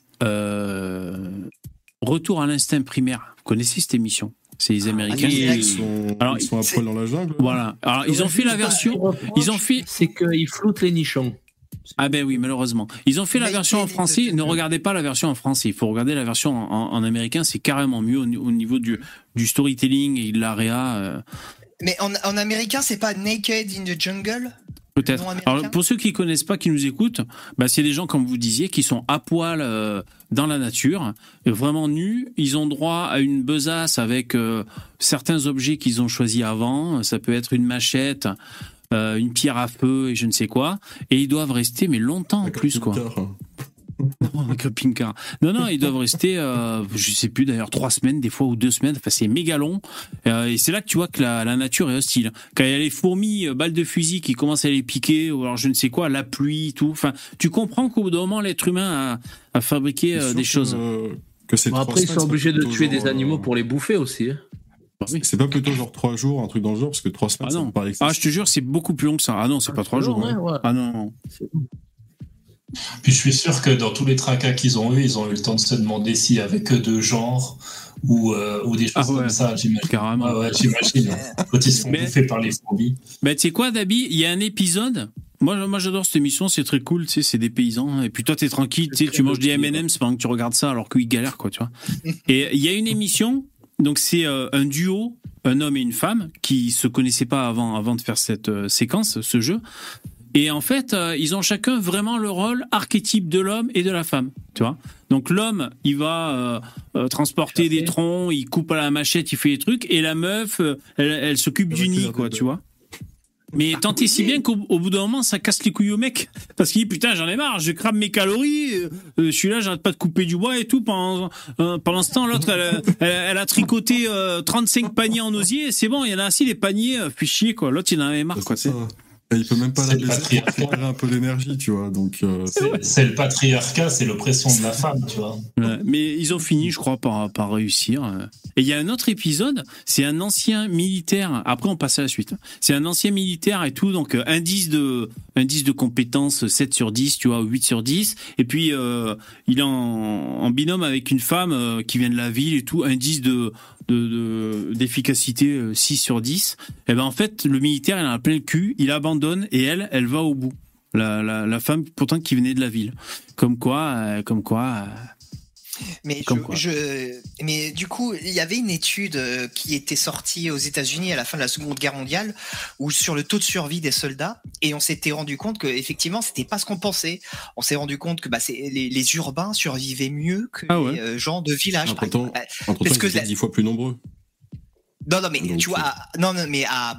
euh, Retour à l'instinct primaire. Vous connaissez cette émission? C'est les Américains. oui, ils sont, Alors, ils sont à c'est- poil dans la jungle. Voilà. Alors, ils ont fait la version. Ils ont fait. C'est qu'ils floutent les nichons. Ah ben oui, malheureusement. Ils ont fait la Mais version en quel est français. le- Ne regardez pas la version en français. Il faut regarder la version en, en américain. C'est carrément mieux au, au niveau du, du storytelling et de l'area. Euh, Mais en, en américain, c'est pas Naked in the Jungle? Peut-être. Non, américain. Alors, pour ceux qui connaissent pas, qui nous écoutent, bah, c'est des gens, comme vous disiez, qui sont à poil euh, dans la nature, euh, vraiment nus. Ils ont droit à une besace avec euh, certains objets qu'ils ont choisis avant. Ça peut être une machette, euh, une pierre à feu et je ne sais quoi. Et ils doivent rester, mais longtemps en plus, quoi. Non, un camping-car. Non, non, ils doivent rester, euh, je sais plus d'ailleurs, trois semaines, des fois, ou deux semaines. Enfin, c'est méga long. Euh, et c'est là que tu vois que la, la nature est hostile. Quand il y a les fourmis, euh, balles de fusil qui commencent à les piquer, ou alors je ne sais quoi, la pluie, tout. Enfin, tu comprends qu'au bout d'un moment, l'être humain a, a fabriqué euh, des choses. Que, que c'est Bon, trois après, ils semaines, sont c'est obligés de plutôt tuer genre, des animaux euh, pour les bouffer aussi. hein. C'est pas plutôt genre trois jours, un truc dans le genre, parce que trois semaines, Ah ça non. me paraît Ah, excessif. je te jure, c'est beaucoup plus long que ça. Ah non, c'est pas trois jours. Ouais, hein. ouais. Ah non, non. Puis je suis sûr que dans tous les tracas qu'ils ont eu, ils ont eu le temps de se demander s'il y avait que deux genres ou, euh, ou des choses Ah ouais, comme ça, j'imagine. carrément. Ah ouais, j'imagine. Quand ils se font Mais- bouffer par les fourmis. Ben, tu sais quoi, Dabi, il y a un épisode Moi, moi j'adore cette émission, c'est très cool, tu sais, c'est des paysans. Et puis toi, t'es tranquille, tu sais, tu manges des M and M's pendant que tu regardes ça, alors qu'ils galèrent, quoi, tu vois. Et il y a une émission, donc c'est euh, un duo, un homme et une femme, qui se connaissaient pas avant, avant de faire cette euh, séquence, ce jeu. Et en fait, euh, ils ont chacun vraiment le rôle archétype de l'homme et de la femme, tu vois. Donc l'homme, il va euh, euh, transporter des troncs, il coupe à la machette, il fait des trucs, et la meuf, euh, elle, elle s'occupe du nid, quoi, tu vois. Mais tant et si bien qu'au au bout d'un moment, ça casse les couilles au mec. Parce qu'il dit, putain, j'en ai marre, je crame mes calories, euh, je suis là, j'arrête pas de couper du bois et tout. Pendant, euh, pendant ce temps, l'autre, elle, elle, elle a tricoté euh, trente-cinq paniers en osier, c'est bon, il y en a assez, les paniers, euh, puis chier, quoi. L'autre, il en avait marre, quoi, tu sais. Et il peut même pas C'est la le baiser pour patriarcat. récupérer un peu d'énergie, tu vois. Donc, euh, C'est c'est le patriarcat, c'est l'oppression de la femme, tu vois. Ouais, mais ils ont fini, je crois, par, par réussir. Et il y a un autre épisode, c'est un ancien militaire. Après, on passe à la suite. C'est un ancien militaire et tout, donc euh, indice de indice de compétence sept sur dix, tu vois, huit sur dix. Et puis euh, il est en, en binôme avec une femme euh, qui vient de la ville et tout, indice de de, de d'efficacité euh, six sur dix. Et ben en fait, le militaire, il en a plein le cul, il abandonne et elle, elle va au bout. La, la, la femme, pourtant, qui venait de la ville. Comme quoi, euh, comme quoi. Euh, Mais, Comme je, quoi. je, mais du coup, il y avait une étude euh, qui était sortie aux États-Unis à la fin de la Seconde Guerre mondiale, où sur le taux de survie des soldats, et on s'était rendu compte que effectivement, c'était pas ce qu'on pensait. On s'est rendu compte que bah, c'est, les, les urbains survivaient mieux que Ah ouais. les euh, gens de village. entre temps, Bah, entre parce temps, que ils étaient la- dix fois plus nombreux. non, non, mais Donc, tu vois, euh, à, non, non, mais à,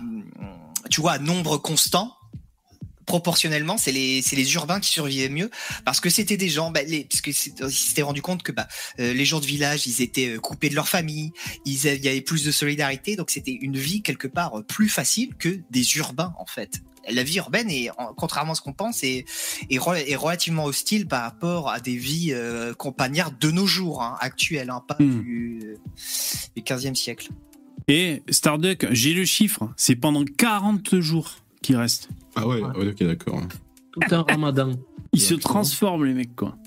tu vois, à nombre constant. Proportionnellement, c'est les c'est les urbains qui survivaient mieux parce que c'était des gens, bah, les, parce que c'est- ils s'étaient rendu compte que bah euh, les gens de village, ils étaient euh, coupés de leur famille, ils avaient- il y avait plus de solidarité, donc c'était une vie quelque part euh, plus facile que des urbains en fait. La vie urbaine est, en- contrairement à ce qu'on pense, est, est, re- est relativement hostile par rapport à des vies euh, campagnardes de nos jours, hein, actuelles, hein, pas Hmm. du, euh, du quinzième siècle. Et Starduck, j'ai le chiffre, c'est pendant quarante jours qu'il reste. Ah ouais, ouais, ok, d'accord. Tout un ramadan. Ils se transforment, les mecs, quoi.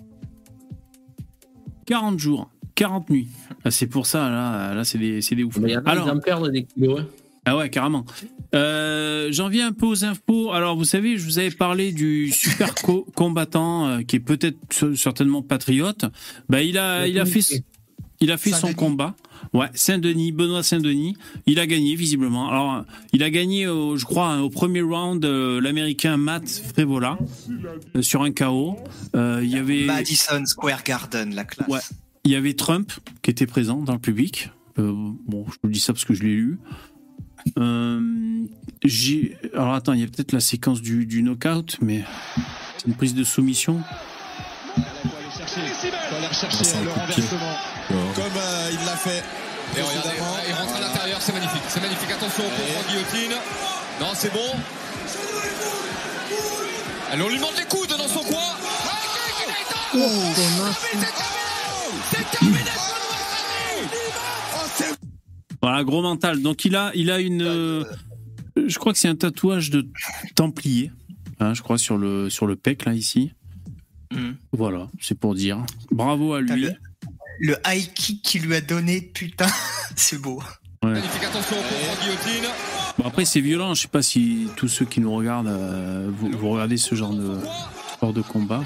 quarante jours, quarante nuits. Ah, c'est pour ça, là, là c'est des, c'est des ouf. Mais il y en a, Alors, ils en perdent des kilos. Hein. ah ouais, carrément. Euh, j'en viens un peu aux infos. Alors, vous savez, je vous avais parlé du super co- combattant euh, qui est peut-être c- certainement patriote. Bah, il a, il a fait, s- il a fait son Saint-Denis. combat. Ouais, Saint-Denis, Benoît Saint-Denis. Il a gagné, visiblement. Alors, il a gagné, au, je crois, hein, au premier round, euh, l'américain Matt Frevola, euh, sur un K O. Euh, il y avait. Madison Square Garden, la classe. Ouais. Il y avait Trump qui était présent dans le public. Euh, bon, je vous dis ça parce que je l'ai lu. Euh, j'ai... Alors attends, il y a peut-être la séquence du, du knockout, mais c'est une prise de soumission. C'est un coup de pied. Alors, Comme euh, il l'a fait. Et regardez, il rentre à l'intérieur, c'est magnifique. C'est magnifique. Attention au contre en guillotine. Non, c'est bon. Allez, on lui demande les coudes dans son coin. Oh, connasse. C'est terminé. Voilà, gros mental. Donc il a, il a une, euh, je crois que c'est un tatouage de Templier, hein, je crois sur le sur le pec là ici. Mhm. Voilà, c'est pour dire. Bravo à Putain, lui. Le, le high kick qu'il lui a donné, putain, c'est beau. Ouais. Magnifique. Attention au contre en guillotine. Bon, après c'est violent. Je sais pas si tous ceux qui nous regardent, euh, vous, vous regardez ce genre de sport de combat.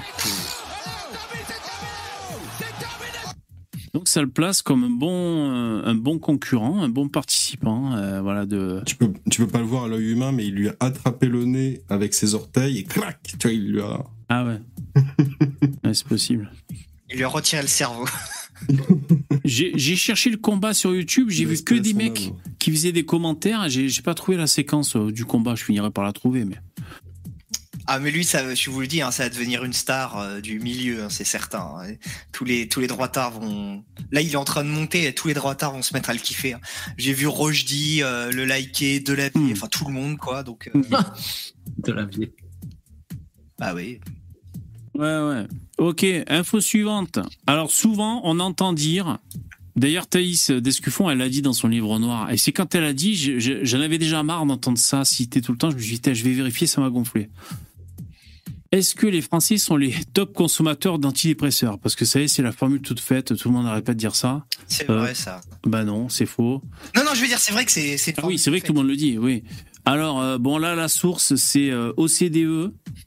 Donc ça le place comme un bon, euh, un bon concurrent, un bon participant, euh, voilà de. tu peux, tu peux pas le voir à l'œil humain, mais il lui a attrapé le nez avec ses orteils et crac, tu vois, il lui a. Ah ouais. Ouais, c'est possible. Il lui a retiré le cerveau. J'ai j'ai cherché le combat sur YouTube, j'ai Il vu a que espéré des son mecs âme. qui faisaient des commentaires. J'ai j'ai pas trouvé la séquence euh, du combat. Je finirai par la trouver, mais. Ah mais lui, ça, je vous le dis, hein, ça va devenir une star euh, du milieu, hein, c'est certain. hein. Tous les tous les droitards vont. Là, il est en train de monter, et tous les droitards vont se mettre à le kiffer. hein. J'ai vu Rojdi euh, le liker, de la Hmm. enfin tout le monde quoi. Donc euh, De la vie. bah oui. Ouais, ouais. Ok, info suivante. Alors souvent, on entend dire. D'ailleurs, Thaïs Descuffon, elle l'a dit dans son livre noir. Et c'est quand elle a dit, je- je- j'en avais déjà marre d'entendre ça citer tout le temps. Je me suis dit, Tain, je vais vérifier, ça m'a gonflé. Est-ce que les Français sont les top consommateurs d'antidépresseurs? Parce que ça y est, c'est la formule toute faite. Tout le monde n'arrête pas de dire ça. C'est Euh, vrai ça. Bah non, c'est faux. Non non, je veux dire, c'est vrai que c'est c'est. Ah oui, c'est vrai que tout le monde le dit, oui. Alors, euh, bon, là, la source, c'est euh, O C D E.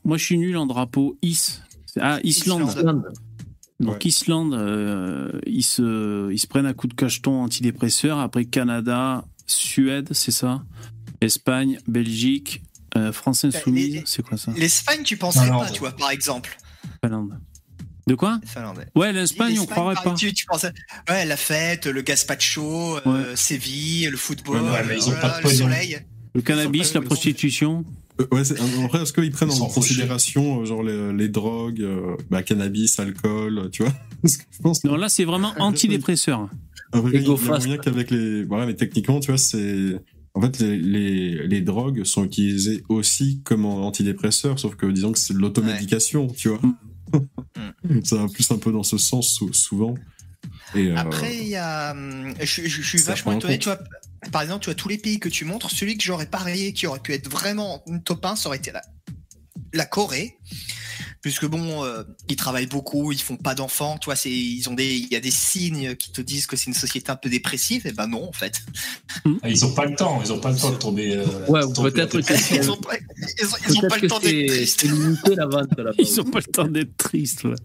moi je suis nul en drapeau. Is. Ah, Islande. Islande. Donc Ouais. Islande, euh, ils, se, ils se prennent un coup de cacheton antidépresseur. Après Canada, Suède, c'est ça. Espagne, Belgique, euh, France Insoumise, Les- c'est quoi ça? L'Espagne, tu penserais Finlande. pas, tu vois, par exemple. Finlande. De quoi? Finlande. Ouais, l'Espagne, on L'Espagne, croirait par- pas. Tu, tu pensais, ouais, la fête, le gazpacho, euh, Séville, le football, Ouais, mais ils ont oh là pas là, de le pognon. soleil. Le cannabis, Ils sont- la prostitution. Euh, ouais, c'est- après, est-ce qu'ils prennent Ils en sont fauchés. considération euh, genre les, les drogues, euh, bah, cannabis, alcool, euh, tu vois? Parce que je pense que Non, là, c'est vraiment antidépresseur. après, il y a Ego fast. moyen qu'avec les, voilà, mais techniquement, tu vois, c'est, en fait, les, les, les drogues sont utilisées aussi comme antidépresseurs, sauf que disons que c'est de l'automédication, tu vois. Ça va plus un peu dans ce sens sou- souvent. Et, euh, Après, il y a, hum, je, je- je suis ça vachement prend en étonné, compte. tu vois. Par exemple, tu vois, tous les pays que tu montres, celui que j'aurais parié qui aurait pu être vraiment une top un, ça aurait été la, la Corée. Puisque bon, euh, ils travaillent beaucoup, ils font pas d'enfants, tu vois, c'est, ils ont des, il y a des signes qui te disent que c'est une société un peu dépressive, et ben non, en fait. Ah, ils ont pas le temps, ils ont pas le temps de tomber. euh, Ouais, ou tomber peut-être à que dépression. Ils ont pas, ils ont, ils ont Peut-être pas le que temps d'être c'est tristes. c'est limité la vente là-bas. Ils ont pas le temps d'être tristes, ouais.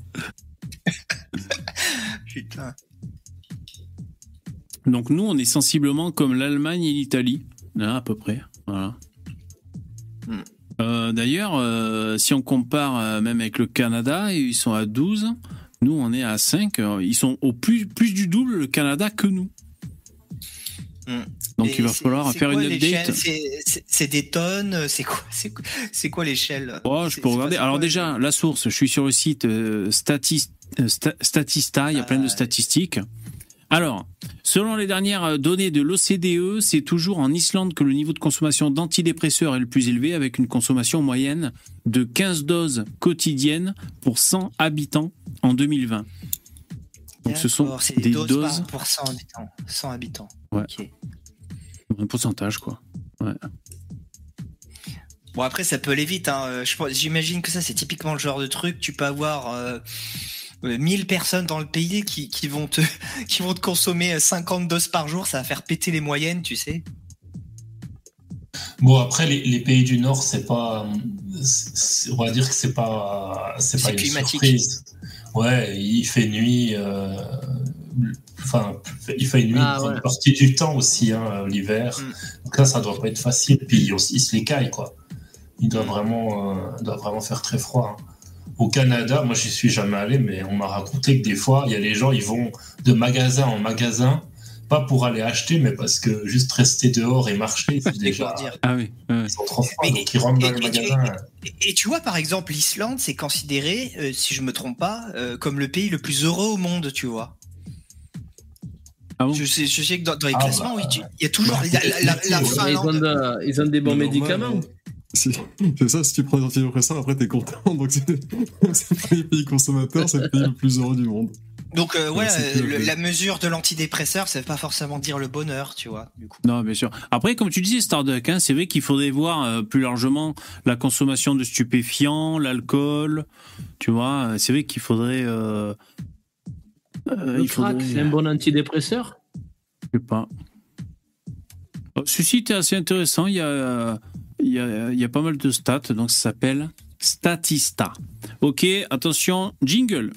Putain. Donc nous, on est sensiblement comme l'Allemagne et l'Italie, là, à peu près. Voilà. Hmm. Euh, D'ailleurs, euh, si on compare euh, même avec le Canada, ils sont à douze. Nous, on est à cinq. Ils sont au plus, plus du double, le Canada, que nous. Hmm. Donc Et il va c'est- falloir c'est faire quoi une l'échelle update. C'est- C'est c'est des tonnes, c'est quoi, c'est quoi, c'est quoi l'échelle Oh, je C'est- peux c'est regarder. pas- Alors c'est déjà, la source, je suis sur le site euh, Statis- euh, Sta- Statista, il y a Ah, plein de ouais. statistiques. Alors, selon les dernières données de l'O C D E, c'est toujours en Islande que le niveau de consommation d'antidépresseurs est le plus élevé, avec une consommation moyenne de quinze doses quotidiennes pour cent habitants en deux mille vingt. Donc ce sont D'accord, c'est des doses, doses, par- pour cent habitants. cent habitants. Ouais. Ok. un pourcentage quoi. Ouais. Bon, après, ça peut aller vite. Hein. Euh, je pense- J'imagine que ça, c'est typiquement le genre de truc. Tu peux avoir euh, euh, mille personnes dans le pays qui, qui, vont te, qui vont te consommer cinquante doses par jour. Ça va faire péter les moyennes, tu sais. Bon, après, les, les pays du Nord, c'est pas. c'est- on va dire que c'est pas. C'est pas C'est une climatique. surprise. Ouais, il fait nuit. euh, Enfin, il fait nuit Ah, une grande ouais. partie du temps aussi, hein, l'hiver. Mm. Donc là, ça doit pas être facile. Puis ils, ils se les caillent, quoi. Il doit vraiment, euh, il doit vraiment faire très froid. hein. Au Canada, moi, j'y suis jamais allé, mais on m'a raconté que des fois, il y a les gens, ils vont de magasin en magasin, pas pour aller acheter, mais parce que juste rester dehors et marcher, c'est déjà. Dégourdir. Ah oui. ouais. Ils sont trop froids, Mais- donc ils rentrent dans et- le et- magasin. Et, et tu vois, par exemple, l'Islande, c'est considéré, euh, si je me trompe pas, euh, comme le pays le plus heureux au monde, tu vois. Ah bon Je sais, je sais que dans, dans les Ah, classements, bah, oui, tu- il y a toujours bah, la, la, la, la ils Ils ont, Finlande. de- ils ont des bons normal, médicaments. hein. C'est c'est ça, si tu prends des antidépresseurs, après t'es content. Donc c'est c'est le premier pays consommateur, c'est le pays le plus heureux du monde. Donc euh, ouais, c'est euh, que- le- la mesure de l'antidépresseur, ça veut pas forcément dire le bonheur, tu vois. Du coup. Non, bien sûr. Après, comme tu disais, Starduck, hein, c'est vrai qu'il faudrait voir euh, plus largement la consommation de stupéfiants, l'alcool. Tu vois, c'est vrai qu'il faudrait. Euh, euh, Le il faudrait. crack, c'est un bon antidépresseur. Je sais pas. Oh, ce site est assez intéressant. Il y a, il y a, il y a pas mal de stats. Donc, ça s'appelle Statista. Ok, attention, jingle.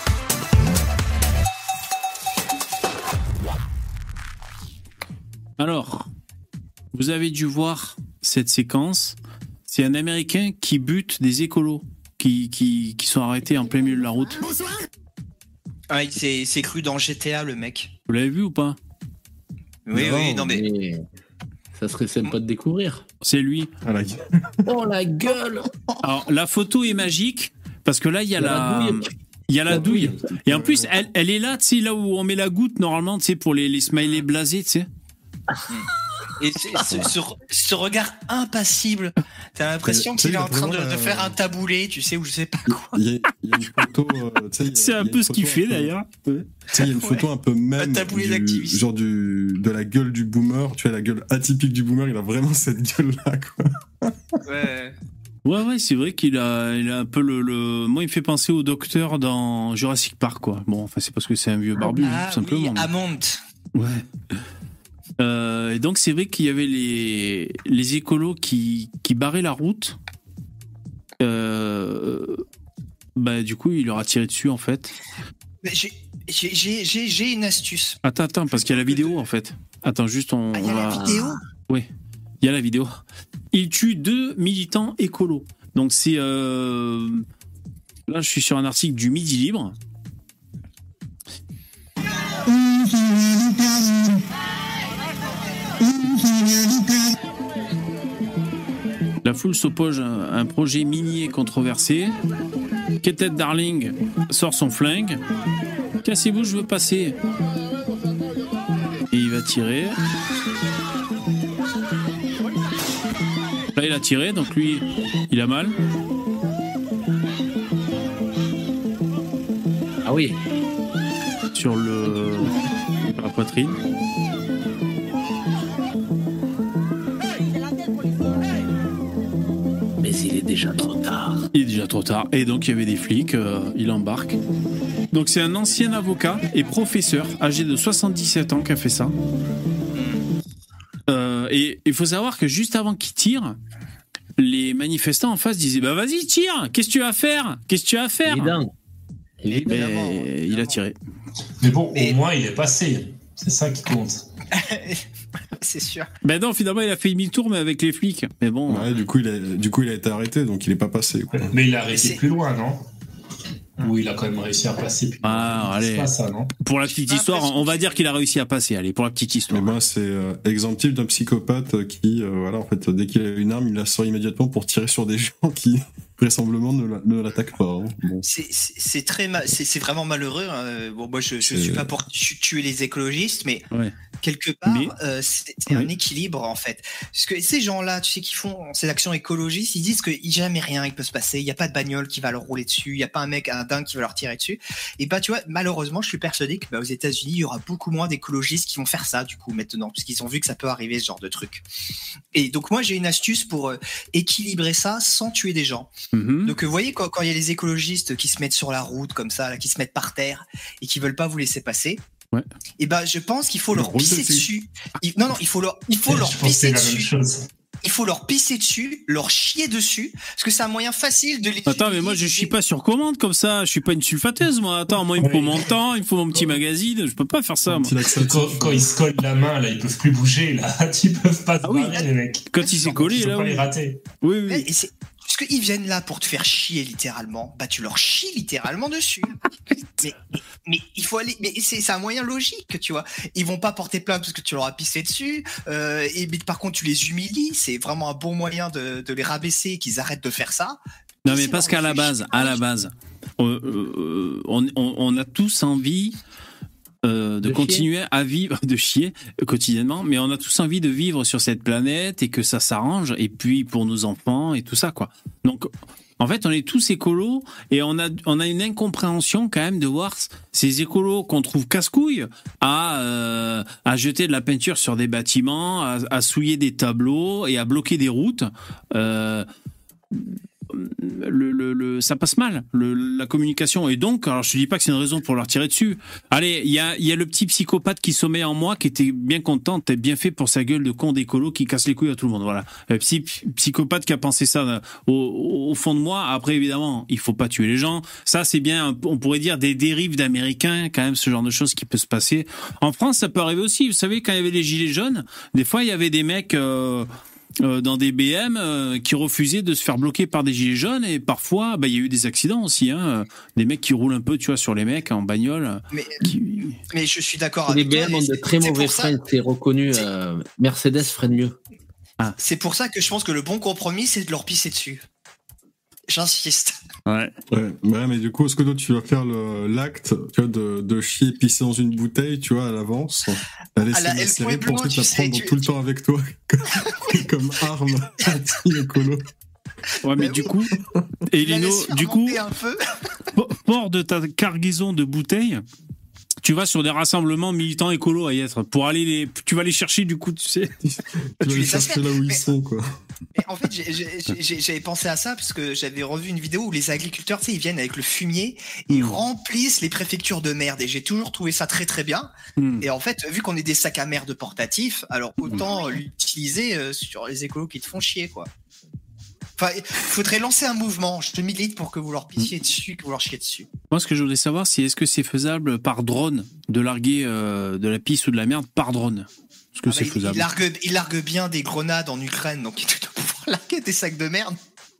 Alors, vous avez dû voir cette séquence. C'est un Américain qui bute des écolos qui, qui, qui sont arrêtés en plein milieu de la route. Ah, il s'est s'est cru dans G T A, le mec. Vous l'avez vu ou pas? Oui, oui, non mais. Ça serait sympa de découvrir. C'est lui. Voilà. Oh la gueule. Alors, la photo est magique parce que là, il y a la. douille. Il y a la, La douille. douille. Et en plus, elle, elle est là, tu sais, là où on met la goutte, normalement, tu sais, pour les, les smileys blasés, tu sais. Et c'est- ce, ce, ce regard impassible, t'as l'impression Tu sais, qu'il est il a en train de, vraiment de la- faire un taboulé, tu sais, ou je sais pas quoi. Il y, a, il y a une photo. euh, tu sais, il y a- C'est il y a un une peu ce qu'il photo fait un peu- d'ailleurs. Tu sais, il y a une photo un peu même. taboulé du- d'activiste. genre du, de la gueule du boomer. Tu vois, la gueule atypique du boomer, il a vraiment cette gueule-là, quoi. Ouais. Ouais, ouais, c'est vrai qu'il a, il a un peu le, le. Moi, il me fait penser au docteur dans Jurassic Park, quoi. Bon, enfin, c'est parce que c'est un vieux barbu, Ah tout simplement. oui, mais- Hammond. Ouais. Euh, et donc, c'est vrai qu'il y avait les, les écolos qui, qui barraient la route. euh, bah du coup il leur a tiré dessus en fait. Mais j'ai, j'ai, j'ai, j'ai, j'ai une astuce. Attends, attends, parce qu'il y a la vidéo en fait. Attends, juste on. Ah, il y a on la va... vidéo. Oui, il y a la vidéo. Il tue deux militants écolos. Donc c'est euh... là je suis sur un article du Midi Libre. La foule s'oppose à un projet minier controversé. Ketet Darling sort son flingue. Cassez-vous, je veux passer. Et il va tirer. Là, il a tiré, donc lui, il a mal. Ah oui. Sur le... la poitrine. Mais il est déjà trop tard. Il est déjà trop tard. Et donc, il y avait des flics. Euh, il embarque. Donc, c'est un ancien avocat et professeur âgé de soixante-dix-sept ans qui a fait ça. Euh, et il faut savoir que juste avant qu'il tire, les manifestants en face disaient bah vas-y tire, qu'est-ce que tu vas faire, qu'est-ce que tu vas faire. Évidemment. Évidemment, Et évidemment. il a tiré. Mais bon, Mais- au moins, il est passé. C'est ça qui compte. C'est sûr. Ben non, finalement il a fait demi-tour mais avec les flics. Mais bon. Ouais, du coup, il a, du coup, il a été arrêté, donc il est pas passé. Quoi. Mais il a arrêté c'est- plus loin, non? Ou il a quand même réussi à passer. Puis Ah, c'est allez. pas ça, non? Pour la petite J'ai histoire, l'impression on va que- dire qu'il a réussi à passer. Allez, pour la petite histoire. Mais ben, c'est euh, exemple type d'un psychopathe qui, euh, voilà, en fait, dès qu'il a une arme, il la sort immédiatement pour tirer sur des gens qui, vraisemblablement, ne, la- ne l'attaquent pas. Hein. Bon. C'est, c'est, c'est très ma- c'est, c'est vraiment malheureux. Hein. Bon, moi, je, je C'est- suis pas pour tu- tuer les écologistes, mais Ouais. quelque part, Mais- euh, c'est, c'est Oui. un équilibre en fait. Parce que ces gens-là, tu sais, qui font ces actions écologistes, ils disent que jamais rien il peut se passer. Il y a pas de bagnole qui va leur rouler dessus. Il y a pas un mec, un dingue qui va leur tirer dessus. Et bah, tu vois, malheureusement, je suis persuadé que bah, aux États-Unis, il y aura beaucoup moins d'écologistes qui vont faire ça du coup maintenant, parce qu'ils ont vu que ça peut arriver ce genre de truc. Et donc moi, j'ai une astuce pour euh, équilibrer ça sans tuer des gens. Mhm. Donc, vous voyez, quand, quand il y a les écologistes qui se mettent sur la route comme ça, là, qui se mettent par terre et qui veulent pas vous laisser passer, Ouais. et ben, je pense qu'il faut Le leur roule pisser dessus. dessus. Il- non, non, il faut leur, il faut leur Je pensais pisser la même dessus. chose. Il faut leur pisser dessus, leur chier dessus, parce que c'est un moyen facile de les. Attends, mais moi je chie pas sur commande comme ça. Je suis pas une sulfateuse, moi. Attends, moi il me faut Ouais. mon temps, il me faut mon petit magazine. Je peux pas faire ça, moi. Petit laxatif. Quand, quand ils se collent la main, là, ils peuvent plus bouger, là. Ils peuvent pas se Ah oui. barrer, les mecs. Quand il s'est collé, Ils là. Ah pas Oui, les rater. oui. Ouais, oui. et c'est- parce qu'ils viennent là pour te faire chier littéralement, bah tu leur chies littéralement dessus. mais, mais il faut aller, mais c'est, c'est un moyen logique, tu vois. Ils vont pas porter plainte parce que tu leur as pissé dessus. Euh, et mais par contre tu les humilies, c'est vraiment un bon moyen de, de les rabaisser et qu'ils arrêtent de faire ça. Non, mais C'est parce leur qu'à la fait base, chier. à la base, euh, euh, on, on, on a tous envie euh, de, De continuer à vivre, de chier euh, quotidiennement, mais on a tous envie de vivre sur cette planète et que ça s'arrange, et puis pour nos enfants et tout ça, quoi. Donc, en fait, on est tous écolos et on a, on a une incompréhension quand même de voir ces écolos qu'on trouve casse-couilles à, euh, à jeter de la peinture sur des bâtiments, à, à souiller des tableaux et à bloquer des routes. Euh, Le, le, le, ça passe mal, le, la communication. Et donc, alors je te dis pas que c'est une raison pour leur tirer dessus. Allez, il y a, y a le petit psychopathe qui sommeille en moi, qui était bien content, t'es bien fait pour sa gueule de con d'écolo qui casse les couilles à tout le monde. Voilà. Le psy, psychopathe qui a pensé ça euh, au, au fond de moi. Après, évidemment, il faut pas tuer les gens. Ça, c'est bien, on pourrait dire des dérives d'Américains, quand même, ce genre de choses qui peut se passer. En France, ça peut arriver aussi. Vous savez, quand il y avait les gilets jaunes, des fois, il y avait des mecs... Euh, Euh, dans des B M euh, qui refusaient de se faire bloquer par des gilets jaunes, et parfois bah il y a eu des accidents aussi, hein, des mecs qui roulent un peu, tu vois, sur les mecs en bagnole. Mais, Qui... mais je suis d'accord Les avec B toi. M et ont de c'est- très c'est mauvais pour ça- freins, c'est reconnu. C'est- euh, Mercedes freine mieux. C'est pour ça que je pense que le bon compromis, c'est de leur pisser dessus. J'insiste. Ouais. Ouais, ouais, mais du coup, est-ce que toi, tu vas faire le- l'acte tu vois, de, de chier pisser dans une bouteille, tu vois, à l'avance, la laisser la- et le macérer point pour blanc, ensuite tu la sais, prendre tu- tout le tu- temps avec toi comme, comme arme anti-écolo. Ouais, mais Bah du oui. coup, La Elino, laisse du coup, fermenter un peu. po- port de ta cargaison de bouteilles, tu vas sur des rassemblements militants écolos à y être, pour aller les, tu vas les chercher du coup, tu sais. Tu vas les les chercher asperges. là où ils Mais- sont, quoi. Mais en fait, j'ai- j'ai- j'ai- j'avais pensé à ça parce que j'avais revu une vidéo où les agriculteurs, tu sais, ils viennent avec le fumier, et ils remplissent les préfectures de merde. Et j'ai toujours trouvé ça très très bien. Hmm. Et en fait, vu qu'on est des sacs à merde portatifs, alors autant l'utiliser euh, sur les écolos qui te font chier, quoi. Enfin, il faudrait lancer un mouvement. Je te milite pour que vous leur pissiez dessus, que vous leur chiez dessus. Moi, ce que je voulais savoir, c'est est-ce que c'est faisable par drone de larguer euh, de la pisse ou de la merde par drone? Est-ce que Ah c'est bah, il, faisable? il, largue, il largue bien des grenades en Ukraine, donc il doit pouvoir larguer des sacs de merde.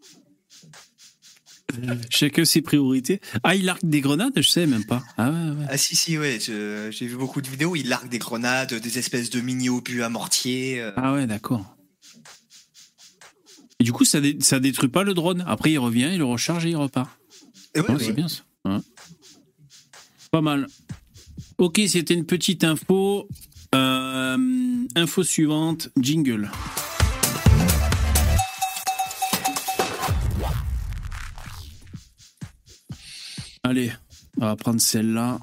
Chacun ses priorités. Ah, il largue des grenades? Je sais même pas. Ah, ouais, ouais. Ah si, si, ouais. Je, j'ai vu beaucoup de vidéos. Il largue des grenades, des espèces de mini-obus à mortier. Euh... Ah ouais, d'accord. Et du coup, ça, dé- ça détruit pas le drone. Après, il revient, il le recharge et il repart. Et ouais, Ah, ouais. c'est bien ça. Ouais. Pas mal. Ok, c'était une petite info. Euh, info suivante, jingle. Allez, on va prendre celle-là.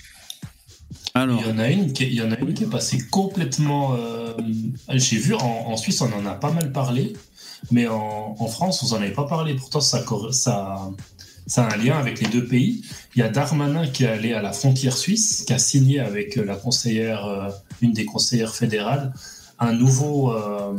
Alors, Il y en a une qui est, il y en a une qui est passée complètement. Euh, j'ai vu en, en Suisse, on en a pas mal parlé, mais en, en France, on n'en avait pas parlé. Pourtant, ça, ça, ça a un lien avec les deux pays. Il y a Darmanin qui est allé à la frontière suisse, qui a signé avec la conseillère, euh, une des conseillères fédérales, un nouveau, euh,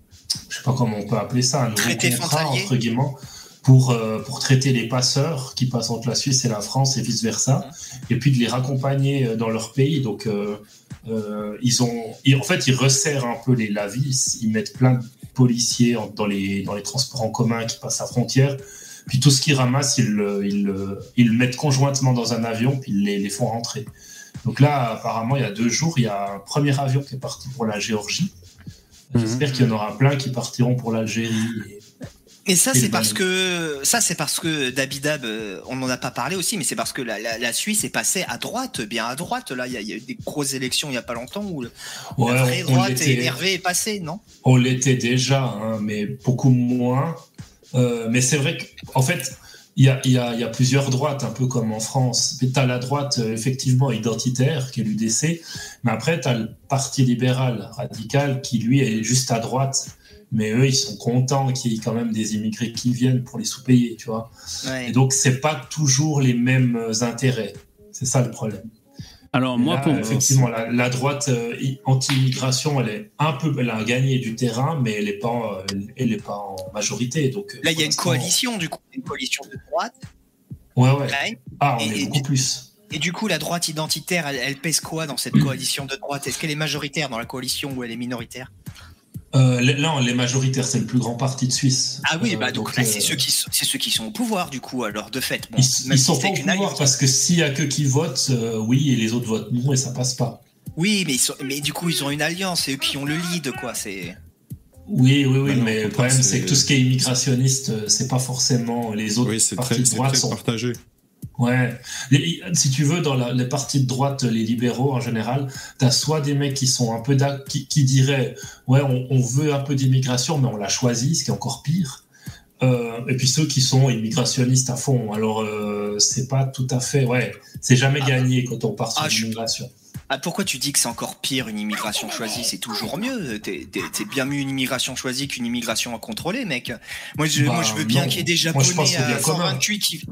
je sais pas comment on peut appeler ça, un nouveau Traité contrat frontalier. entre guillemets. Pour, euh, pour traiter les passeurs qui passent entre la Suisse et la France et vice-versa, et puis de les raccompagner dans leur pays. Donc, euh, euh, ils ont, ils, en fait, ils resserrent un peu les, la vis, ils mettent plein de policiers dans les, dans les transports en commun qui passent la frontière, puis tout ce qu'ils ramassent, ils, ils, ils le mettent conjointement dans un avion, puis ils les, les font rentrer. Donc là, apparemment, il y a deux jours, il y a un premier avion qui est parti pour la Géorgie. J'espère mmh. qu'il y en aura plein qui partiront pour l'Algérie. Et, Et ça, c'est parce que ça, c'est parce que Dabidab, on n'en a pas parlé aussi, mais c'est parce que la, la, la Suisse est passée à droite, bien à droite. Là, il y, y a eu des grosses élections il y a pas longtemps où ouais, la vraie droite énervée est passée, non? On l'était déjà, hein, mais beaucoup moins. Euh, mais c'est vrai qu'en fait, il y a, y, a, y a plusieurs droites, un peu comme en France. Tu as la droite effectivement identitaire, qui est l'U D C, mais après, tu as le Parti libéral radical, qui lui est juste à droite. Mais eux, ils sont contents qu'il y ait quand même des immigrés qui viennent pour les sous-payer, tu vois. Ouais. Et donc, c'est pas toujours les mêmes intérêts. C'est ça le problème. Alors, moi, là, pour effectivement, la, la droite euh, anti-immigration, elle est un peu, elle a gagné du terrain, mais elle est pas, euh, elle est pas en majorité. Donc, là, il y a une coalition, du coup, une coalition de droite. Ouais, ouais. Là, ah, on et, est et beaucoup du, plus. Et du coup, la droite identitaire, elle, elle pèse quoi dans cette coalition de droite? Est-ce qu'elle est majoritaire dans la coalition ou elle est minoritaire? Euh, non, les majoritaires, c'est le plus grand parti de Suisse. Ah oui, bah euh, donc, donc là, euh... c'est ceux qui sont, c'est ceux qui sont au pouvoir, du coup, alors de fait. Bon, ils même ils sont si pas au pouvoir alliance. Parce que s'il y a que qui votent, euh, oui, et les autres votent non, et ça passe pas. Oui, mais, ils sont, mais du coup, ils ont une alliance, c'est eux qui ont le lead, quoi. C'est. Oui, oui, oui, non, mais le problème, c'est... c'est que tout ce qui est immigrationniste, c'est pas forcément les autres oui, partis très, de droite c'est sont partagé. Ouais. Les, si tu veux, dans la, les partis de droite, les libéraux en général, t'as soit des mecs qui sont un peu qui, qui diraient ouais, on, on veut un peu d'immigration, mais on l'a choisi, ce qui est encore pire. Euh, et puis ceux qui sont immigrationnistes à fond. Alors euh, c'est pas tout à fait, ouais, c'est jamais ah, gagné quand on part sur ah, l'immigration. Je... Ah, pourquoi tu dis que c'est encore pire une immigration choisie? C'est toujours mieux. T'es, t'es, t'es bien mieux une immigration choisie qu'une immigration à contrôler, mec. Moi, je, bah, moi, je veux bien non. qu'il y ait des Japonais moi, à cent vingt-huit qui.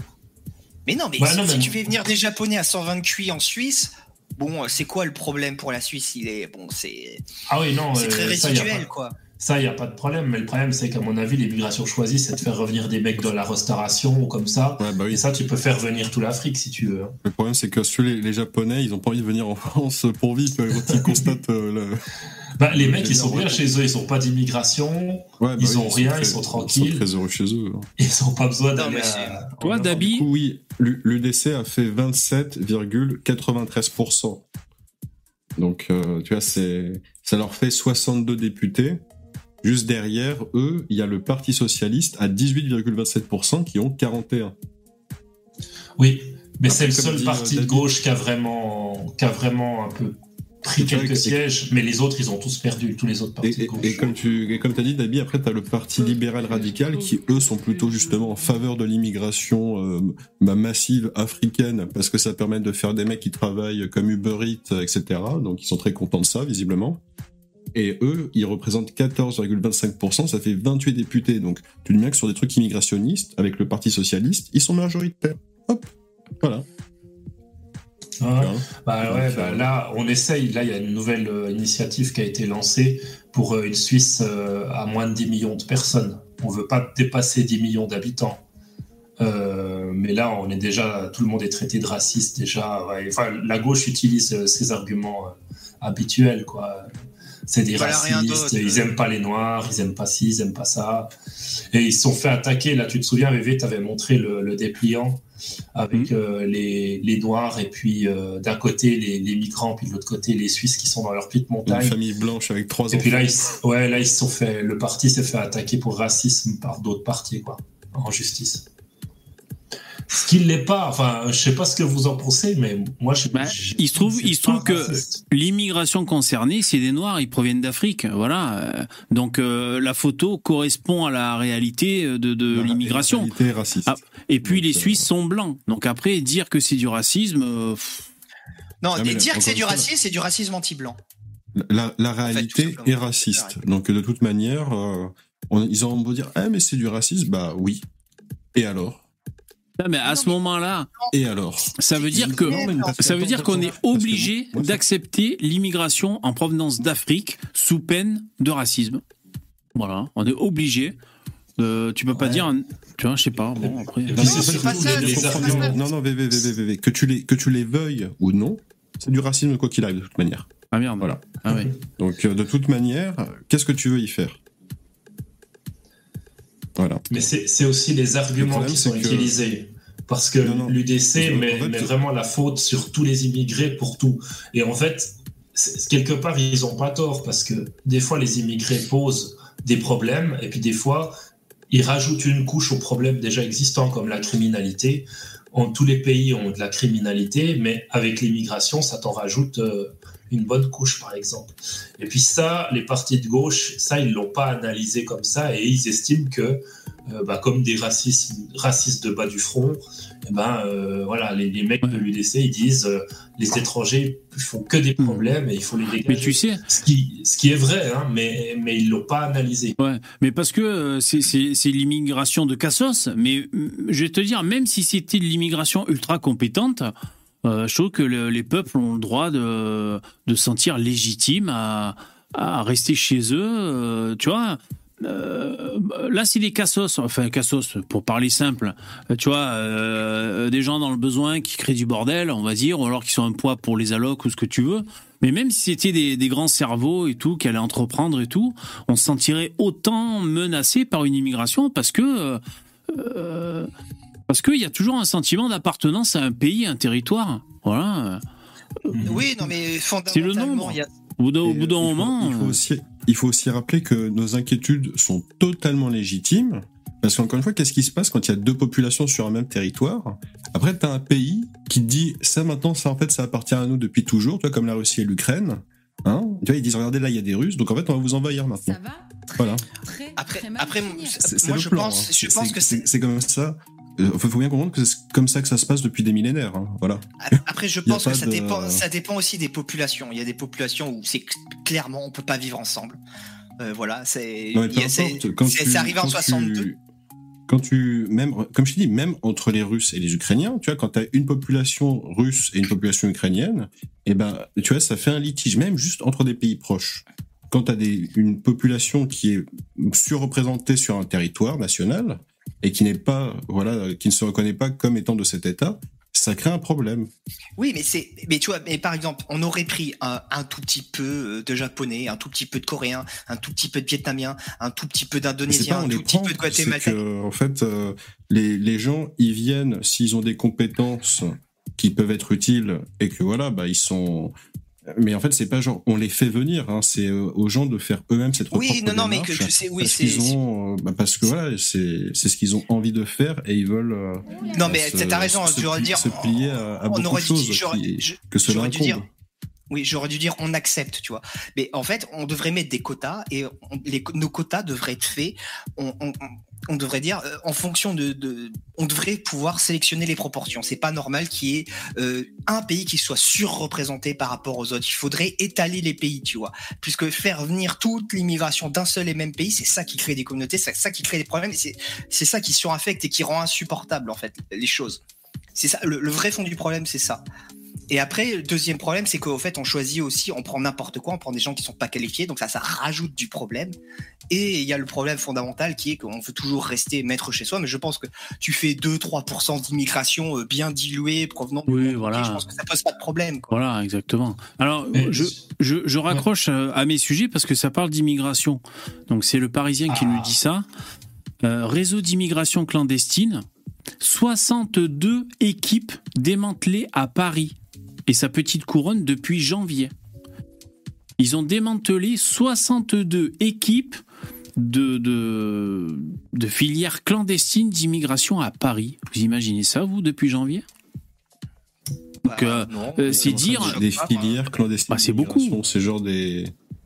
Mais non, mais, bah, si, non, mais... si tu fais venir des Japonais à cent vingt cuits en Suisse, bon, c'est quoi le problème pour la Suisse? Il est bon, c'est. Ah oui, non, c'est très euh, résiduel, pas... quoi. Ça, il n'y a pas de problème. Mais le problème, c'est qu'à mon avis, l'immigration choisie, c'est de faire revenir des mecs de la restauration ou comme ça. Ouais, bah oui. Et ça, tu peux faire venir tout l'Afrique si tu veux. Le problème, c'est que ceux, les, les Japonais, ils n'ont pas envie de venir en France pour vivre. Quand ils constatent euh, le. Bah, les mecs, ils sont bien chez eux, ils n'ont pas d'immigration, ouais, bah ils n'ont oui, rien, ils sont, très, ils sont tranquilles. Ils sont très heureux chez eux. Ils n'ont pas besoin d'aller non, à... Toi, Dabi ? Du coup, oui, l'U D C a fait vingt-sept virgule quatre-vingt-treize pour cent. Donc, euh, tu vois, c'est... ça leur fait soixante-deux députés. Juste derrière, eux, il y a le Parti Socialiste à dix-huit virgule vingt-sept pour cent qui ont quarante et un. Oui, mais après, c'est le seul dit, parti euh, de gauche qui a vraiment, qui a vraiment un peu pris quelques et, sièges, mais les autres, ils ont tous perdu, tous les autres partis et, de gauche. Et comme tu et comme t'as dit, Dabi, après, tu as le Parti libéral radical qui, eux, sont plutôt justement en faveur de l'immigration euh, bah, massive africaine, parce que ça permet de faire des mecs qui travaillent comme Uber Eats, et cetera. Donc, ils sont très contents de ça, visiblement. Et eux, ils représentent quatorze virgule vingt-cinq pour cent, ça fait vingt-huit députés. Donc, tu dis bien que sur des trucs immigrationnistes, avec le Parti Socialiste, ils sont majoritaires. Hop, voilà. Ah, bah ouais, bah là, on essaye. Là, il y a une nouvelle euh, initiative qui a été lancée pour euh, une Suisse euh, à moins de dix millions de personnes. on veut pas dépasser dix millions d'habitants. Euh, mais là, on est déjà, tout le monde est traité de raciste déjà. Ouais. Enfin, la gauche utilise euh, ces arguments euh, habituels, quoi. C'est des voilà, racistes, ils aiment pas les noirs, ils aiment pas ci, ils aiment pas ça. Et ils se sont fait attaquer. Là, tu te souviens, Vévé, t'avais montré le, le dépliant avec mmh. euh, les, les noirs et puis euh, d'un côté les, les migrants, puis de l'autre côté les Suisses qui sont dans leur petite montagne. Une famille blanche avec trois enfants. Et puis là, ils, ouais, là, ils se sont fait, le parti s'est fait attaquer pour racisme par d'autres partis, quoi, en justice. Ce qui ne l'est pas, enfin, je sais pas ce que vous en pensez, mais moi, je bah, il se trouve, il se trouve que raciste. L'immigration concernée, c'est des Noirs, ils proviennent d'Afrique, voilà. Donc euh, la photo correspond à la réalité de, de non, l'immigration. La réalité raciste. Ah, et puis donc, les Suisses sont blancs. Donc après, dire que c'est du racisme. Euh, non, non dire que c'est du racisme, c'est du racisme anti-blanc. La, la réalité en fait, est raciste. Donc de toute manière, euh, on, ils auront beau dire, ah mais c'est du racisme, bah oui. Et alors? Non, mais à non, ce mais... moment-là, et alors, ça veut dire que ça veut dire qu'on est obligé d'accepter l'immigration en provenance d'Afrique sous peine de racisme. Voilà, on est obligé. Euh, tu peux pas ouais. dire, tu vois, je sais pas. Bon, après. Non, c'est pas ça. Non, non, V V V V V, que tu les que tu les veuilles ou non, c'est du racisme quoi qu'il arrive de toute manière. Ah merde. Voilà. Ah ouais. Donc de toute manière, qu'est-ce que tu veux y faire? Voilà. Mais c'est, c'est aussi les arguments problème, qui sont que... utilisés. Parce que non, non. l'U D C met, en fait, met vraiment la faute sur tous les immigrés pour tout. Et en fait, quelque part, ils n'ont pas tort. Parce que des fois, les immigrés posent des problèmes. Et puis des fois, ils rajoutent une couche aux problèmes déjà existants, comme la criminalité. En, tous les pays ont de la criminalité. Mais avec l'immigration, ça t'en rajoute euh, une bonne couche, par exemple. Et puis ça, les partis de gauche, ça, ils ne l'ont pas analysé comme ça. Et ils estiment que Euh, bah, comme des racistes, racistes de bas du front, et ben, euh, voilà, les, les mecs ouais. de l'U D C, ils disent euh, les étrangers font que des problèmes et il faut les dégager. Mais tu sais, ce qui, ce qui est vrai, hein, mais, mais ils l'ont pas analysé. Ouais, mais parce que euh, c'est, c'est, c'est l'immigration de Cassos, mais je vais te dire, même si c'était de l'immigration ultra compétente, euh, je trouve que le, les peuples ont le droit de, de se sentir légitimes à, à rester chez eux, euh, tu vois. Euh, là, c'est des cassos, enfin cassos, pour parler simple, tu vois, euh, des gens dans le besoin qui créent du bordel, on va dire, ou alors qui sont un poids pour les allocs ou ce que tu veux. Mais même si c'était des, des grands cerveaux et tout, qui allaient entreprendre et tout, on se sentirait autant menacé par une immigration parce que euh, parce qu'il y a toujours un sentiment d'appartenance à un pays, un territoire. Voilà. Oui, non, mais fondamentalement, c'est le nombre. Il y a... Au bout d'un, au bout d'un moment. Il faut, aussi, il faut aussi rappeler que nos inquiétudes sont totalement légitimes. Parce qu'encore une fois, qu'est-ce qui se passe quand il y a deux populations sur un même territoire? Après, tu as un pays qui dit ça maintenant, ça en fait, ça appartient à nous depuis toujours, tu vois, comme la Russie et l'Ukraine. Hein, tu vois, ils disent regardez là, il y a des Russes, donc en fait, on va vous envahir maintenant. Ça va très, voilà. Très, après, très après, c'est, c'est moi, je plan, pense, hein. je pense c'est, que c'est... c'est, c'est comme ça. Il faut bien comprendre que c'est comme ça que ça se passe depuis des millénaires. Hein. Voilà. Après, je pense que ça, de... dépend, ça dépend aussi des populations. Il y a des populations où c'est clairement on peut pas vivre ensemble. Euh, voilà, c'est, non, il y a, c'est, c'est, c'est arrivé en soixante-deux. Tu, quand tu même, comme je te dis, même entre les Russes et les Ukrainiens, tu vois, quand tu as une population russe et une population ukrainienne, et eh ben, tu vois, ça fait un litige, même juste entre des pays proches. Quand tu as des, une population qui est surreprésentée sur un territoire national et qui n'est pas, voilà, qui ne se reconnaît pas comme étant de cet État, ça crée un problème. Oui, mais c'est, mais tu vois, mais par exemple, on aurait pris un, un tout petit peu de japonais, un tout petit peu de coréen, un tout petit peu de vietnamien, un tout petit peu d'indonésien, un tout petit peu de guatémaltèque. En fait, euh, les, les gens, ils viennent s'ils ont des compétences qui peuvent être utiles et que voilà, bah ils sont. Mais en fait, c'est pas genre on les fait venir, hein, c'est euh, aux gens de faire eux-mêmes cette oui, propre non, non, démarche. Mais que tu sais, oui, parce c'est. Qu'ils ont, euh, bah parce que voilà, c'est c'est ce qu'ils ont envie de faire et ils veulent. Euh, non, mais se, t'as raison. Se, j'aurais se, dire. Se plier à, à beaucoup de choses dit, qui, je, que cela incombe. Dire, oui, j'aurais dû dire on accepte, tu vois. Mais en fait, on devrait mettre des quotas et on, les, nos quotas devraient être faits. On, on, on devrait dire euh, en fonction de, de, on devrait pouvoir sélectionner les proportions. C'est pas normal qu'il y ait euh, un pays qui soit surreprésenté par rapport aux autres. Il faudrait étaler les pays, tu vois. Puisque faire venir toute l'immigration d'un seul et même pays, c'est ça qui crée des communautés, c'est ça qui crée des problèmes, et c'est c'est ça qui suraffecte et qui rend insupportable en fait les choses. C'est ça, le, le vrai fond du problème, c'est ça. Et après, le deuxième problème, c'est qu'au fait, on choisit aussi, on prend n'importe quoi, on prend des gens qui sont pas qualifiés, donc ça, ça rajoute du problème. Et il y a le problème fondamental qui est qu'on veut toujours rester maître chez soi, mais je pense que tu fais deux à trois pour cent d'immigration bien diluée provenant du oui, monde, voilà. je pense que ça pose pas de problème, quoi. Voilà, exactement. Alors, Mais je, je, je raccroche ouais. à mes sujets parce que ça parle d'immigration. Donc, c'est le Parisien qui Ah. nous dit ça. Euh, réseau d'immigration clandestine, soixante-deux équipes démantelées à Paris et sa petite couronne depuis janvier. Ils ont démantelé soixante-deux équipes de, de, de filières clandestines d'immigration à Paris. Vous imaginez ça, vous, depuis janvier ? Bah, Donc, euh, non, euh, c'est dire... ça me Des choque pas, filières clandestines. Bah, c'est beaucoup. d'immigration, C'est genre des.